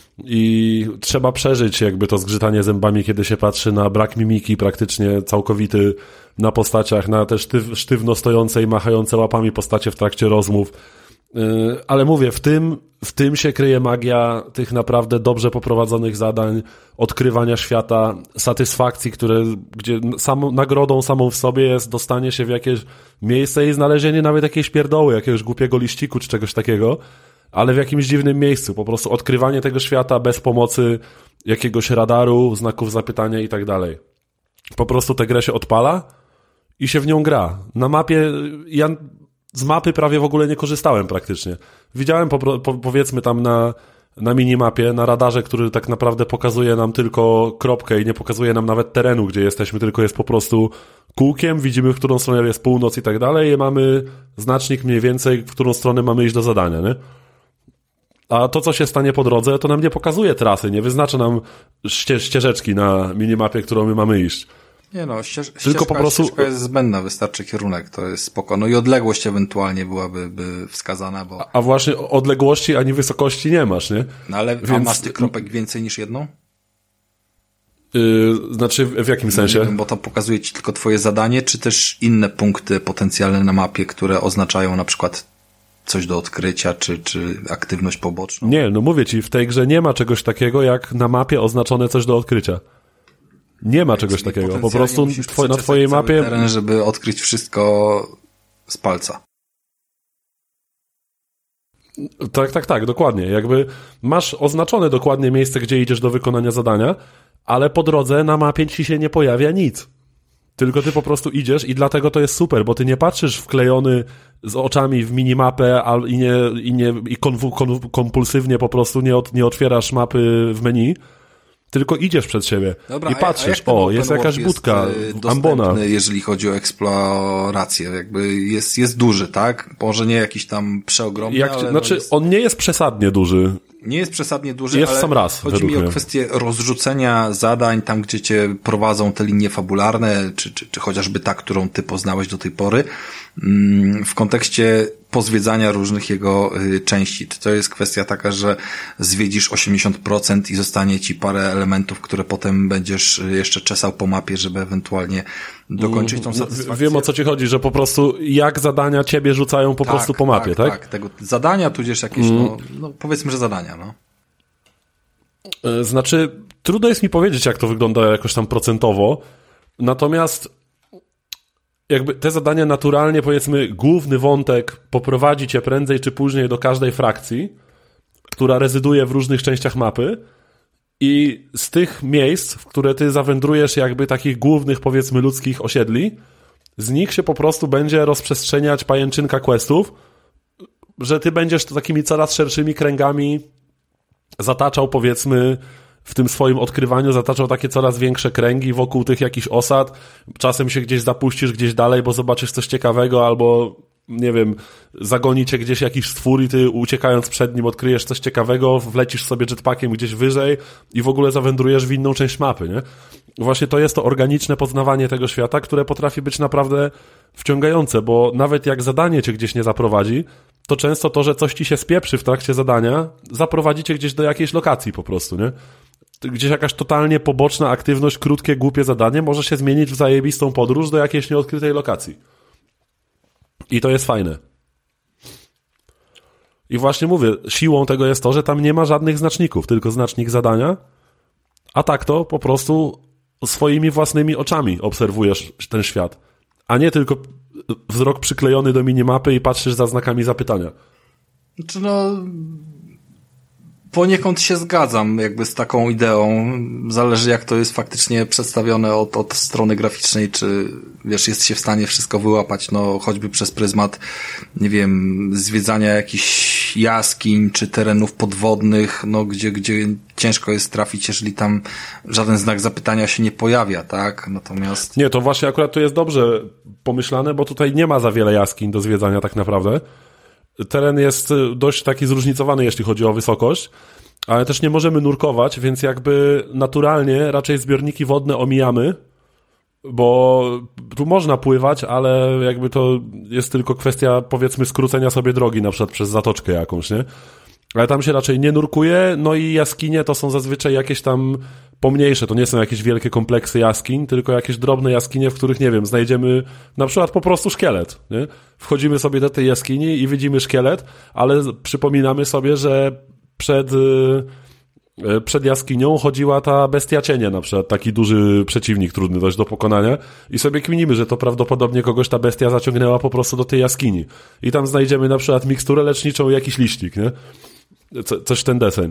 i trzeba przeżyć jakby to zgrzytanie zębami, kiedy się patrzy na brak mimiki praktycznie całkowity na postaciach, na te sztyw, sztywno stojące i machające łapami postacie w trakcie rozmów. Ale mówię, w tym, w tym się kryje magia tych naprawdę dobrze poprowadzonych zadań, odkrywania świata, satysfakcji, które, gdzie samą, nagrodą samą w sobie jest dostanie się w jakieś miejsce i znalezienie nawet jakiejś pierdoły, jakiegoś głupiego liściku czy czegoś takiego, ale w jakimś dziwnym miejscu. Po prostu odkrywanie tego świata bez pomocy jakiegoś radaru, znaków zapytania i tak dalej. Po prostu tę grę się odpala i się w nią gra. Na mapie ja z mapy prawie w ogóle nie korzystałem praktycznie. Widziałem po, po, powiedzmy tam na, na minimapie, na radarze, który tak naprawdę pokazuje nam tylko kropkę i nie pokazuje nam nawet terenu, gdzie jesteśmy, tylko jest po prostu kółkiem, widzimy, w którą stronę jest północ i tak dalej i mamy znacznik mniej więcej, w którą stronę mamy iść do zadania, nie? A to, co się stanie po drodze, to nam nie pokazuje trasy, nie wyznacza nam ście, ścieżeczki na minimapie, którą my mamy iść. Nie no, ścież, Tylko ścieżka, po prostu... ścieżka jest zbędna, wystarczy kierunek, to jest spoko. No i odległość ewentualnie byłaby by wskazana, bo... A, a właśnie odległości ani wysokości nie masz, nie? No ale Więc... a masz tych kropek więcej niż jedną? Yy, znaczy w jakim sensie? No nie wiem, bo to pokazuje ci tylko twoje zadanie, czy też inne punkty potencjalne na mapie, które oznaczają na przykład coś do odkrycia, czy, czy aktywność poboczną? Nie, no mówię ci, w tej grze nie ma czegoś takiego jak na mapie oznaczone coś do odkrycia. Nie ma czegoś takiego. Po prostu twoj, na twojej mapie... teren, żeby odkryć wszystko z palca. Tak, tak, tak, dokładnie. Jakby masz oznaczone dokładnie miejsce, gdzie idziesz do wykonania zadania, ale po drodze na mapie ci się nie pojawia nic. Tylko ty po prostu idziesz i dlatego to jest super, bo ty nie patrzysz wklejony z oczami w minimapę a, i, nie, i, nie, i konwu, kon, kompulsywnie po prostu nie, od, nie otwierasz mapy w menu, tylko idziesz przed siebie. Dobra, i patrzysz, a, a o, jest jakaś budka, jest, ambona. Jeżeli chodzi o eksplorację, jakby jest, jest duży, tak? Może nie jakiś tam przeogromny, Jak, ale... Znaczy, no jest... on nie jest przesadnie duży. Nie jest przesadnie duży, jest ale sam raz, chodzi mi o mnie. kwestię rozrzucenia zadań tam, gdzie cię prowadzą te linie fabularne, czy, czy, czy chociażby ta, którą ty poznałeś do tej pory, w kontekście pozwiedzania różnych jego y, części. Czy to jest kwestia taka, że zwiedzisz osiemdziesiąt procent i zostanie ci parę elementów, które potem będziesz jeszcze czesał po mapie, żeby ewentualnie dokończyć tą satysfakcję? Wiem, o co ci chodzi, że po prostu jak zadania ciebie rzucają po tak, prostu po mapie, tak? Tak, tak. Tego zadania, tudzież jakieś, mm. no, no powiedzmy, że zadania, no. Znaczy, trudno jest mi powiedzieć, jak to wygląda jakoś tam procentowo, natomiast jakby te zadania naturalnie, powiedzmy, główny wątek poprowadzi cię prędzej czy później do każdej frakcji, która rezyduje w różnych częściach mapy i z tych miejsc, w które ty zawędrujesz jakby takich głównych, powiedzmy, ludzkich osiedli, z nich się po prostu będzie rozprzestrzeniać pajęczynka questów, że ty będziesz to takimi coraz szerszymi kręgami zataczał, powiedzmy, w tym swoim odkrywaniu zataczał takie coraz większe kręgi wokół tych jakichś osad. Czasem się gdzieś zapuścisz gdzieś dalej, bo zobaczysz coś ciekawego, albo nie wiem, zagoni cię gdzieś jakiś stwór i ty uciekając przed nim odkryjesz coś ciekawego, wlecisz sobie jetpackiem gdzieś wyżej i w ogóle zawędrujesz w inną część mapy, nie? Właśnie to jest to organiczne poznawanie tego świata, które potrafi być naprawdę wciągające, bo nawet jak zadanie cię gdzieś nie zaprowadzi, to często to, że coś ci się spieprzy w trakcie zadania, zaprowadzi cię gdzieś do jakiejś lokacji po prostu, nie? Gdzieś jakaś totalnie poboczna aktywność, krótkie, głupie zadanie może się zmienić w zajebistą podróż do jakiejś nieodkrytej lokacji. I to jest fajne. I właśnie mówię, siłą tego jest to, że tam nie ma żadnych znaczników, tylko znacznik zadania, a tak to po prostu swoimi własnymi oczami obserwujesz ten świat, a nie tylko wzrok przyklejony do minimapy i patrzysz za znakami zapytania. Znaczy no... Poniekąd się zgadzam jakby z taką ideą. Zależy jak to jest faktycznie przedstawione od, od strony graficznej, czy wiesz, jest się w stanie wszystko wyłapać, no choćby przez pryzmat, nie wiem, zwiedzania jakichś jaskiń, czy terenów podwodnych, no gdzie, gdzie ciężko jest trafić, jeżeli tam żaden znak zapytania się nie pojawia, tak? Natomiast... Nie, to właśnie akurat to jest dobrze pomyślane, bo tutaj nie ma za wiele jaskiń do zwiedzania tak naprawdę. Teren jest dość taki zróżnicowany, jeśli chodzi o wysokość, ale też nie możemy nurkować, więc jakby naturalnie raczej zbiorniki wodne omijamy, bo tu można pływać, ale jakby to jest tylko kwestia, powiedzmy, skrócenia sobie drogi, na przykład przez zatoczkę jakąś, nie? Ale tam się raczej nie nurkuje, no i jaskinie to są zazwyczaj jakieś tam pomniejsze, to nie są jakieś wielkie kompleksy jaskiń, tylko jakieś drobne jaskinie, w których, nie wiem, znajdziemy na przykład po prostu szkielet, nie? Wchodzimy sobie do tej jaskini i widzimy szkielet, ale przypominamy sobie, że przed, przed jaskinią chodziła ta bestia cienia, na przykład taki duży przeciwnik, trudny dość do pokonania i sobie kminimy, że to prawdopodobnie kogoś ta bestia zaciągnęła po prostu do tej jaskini. I tam znajdziemy na przykład miksturę leczniczą i jakiś liścik, nie? Co, coś w ten deseń.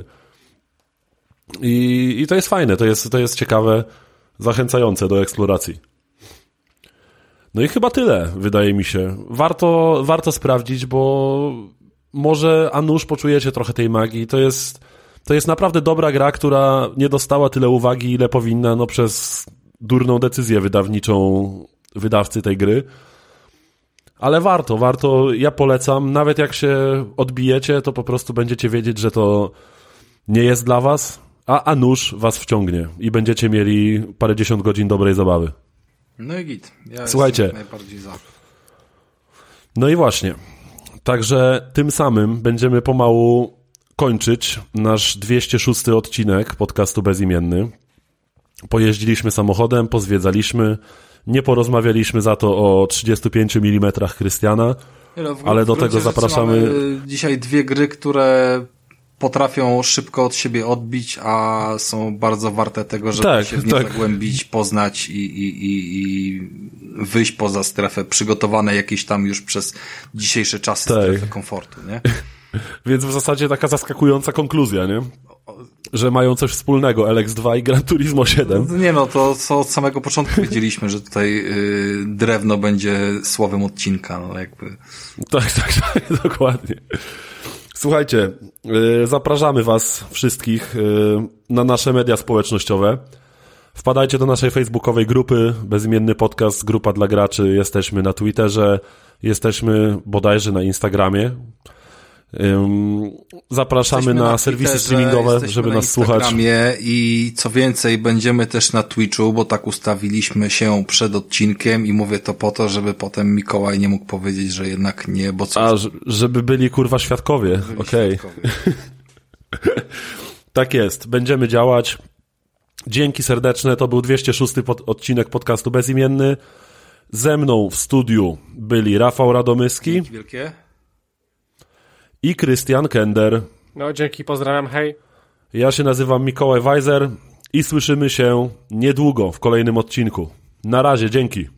I, I to jest fajne, to jest, to jest ciekawe, zachęcające do eksploracji. No i chyba tyle, wydaje mi się. Warto, warto sprawdzić, bo może a nuż poczujecie trochę tej magii. To jest, to jest naprawdę dobra gra, która nie dostała tyle uwagi, ile powinna, no przez durną decyzję wydawniczą wydawcy tej gry. Ale warto, warto, ja polecam, nawet jak się odbijecie, to po prostu będziecie wiedzieć, że to nie jest dla was, a, a nóż was wciągnie i będziecie mieli parędziesiąt godzin dobrej zabawy. No i git. Ja Słuchajcie, najbardziej za. No i właśnie, także tym samym będziemy pomału kończyć nasz dwieście szósty odcinek podcastu Bezimienny. Pojeździliśmy samochodem, pozwiedzaliśmy, nie porozmawialiśmy za to o trzydziestu pięciu milimetrach Krystiana, no, w, ale w do tego zapraszamy. Dzisiaj dwie gry, które potrafią szybko od siebie odbić, a są bardzo warte tego, żeby tak, się w nie tak. zagłębić, poznać i, i, i, i wyjść poza strefę, przygotowane jakieś tam już przez dzisiejsze czasy tak. strefy komfortu, nie? Więc w zasadzie taka zaskakująca konkluzja, nie? Że mają coś wspólnego L X dwa i Gran Turismo siedem. Nie no, to co od samego początku wiedzieliśmy, że tutaj yy, drewno będzie słowem odcinka, no jakby. Tak, tak, tak, dokładnie. Słuchajcie, yy, zapraszamy was wszystkich yy, na nasze media społecznościowe. Wpadajcie do naszej facebookowej grupy Bezimienny Podcast, grupa dla graczy. Jesteśmy na Twitterze, jesteśmy bodajże na Instagramie. Um, zapraszamy jesteśmy na, na serwisy streamingowe, żeby nas słuchać. I co więcej, będziemy też na Twitchu, bo tak ustawiliśmy się przed odcinkiem i mówię to po to, żeby potem Mikołaj nie mógł powiedzieć, że jednak nie, bo co. A, żeby byli kurwa świadkowie. Okej. Okay. Tak jest, będziemy działać. Dzięki serdeczne, to był dwieście szósty pod, odcinek podcastu Bezimienny. Ze mną w studiu byli Rafał Radomyski. Dzięki wielkie. I Krystian Kender. No, dzięki, pozdrawiam, hej. Ja się nazywam Mikołaj Weiser i słyszymy się niedługo w kolejnym odcinku. Na razie, dzięki.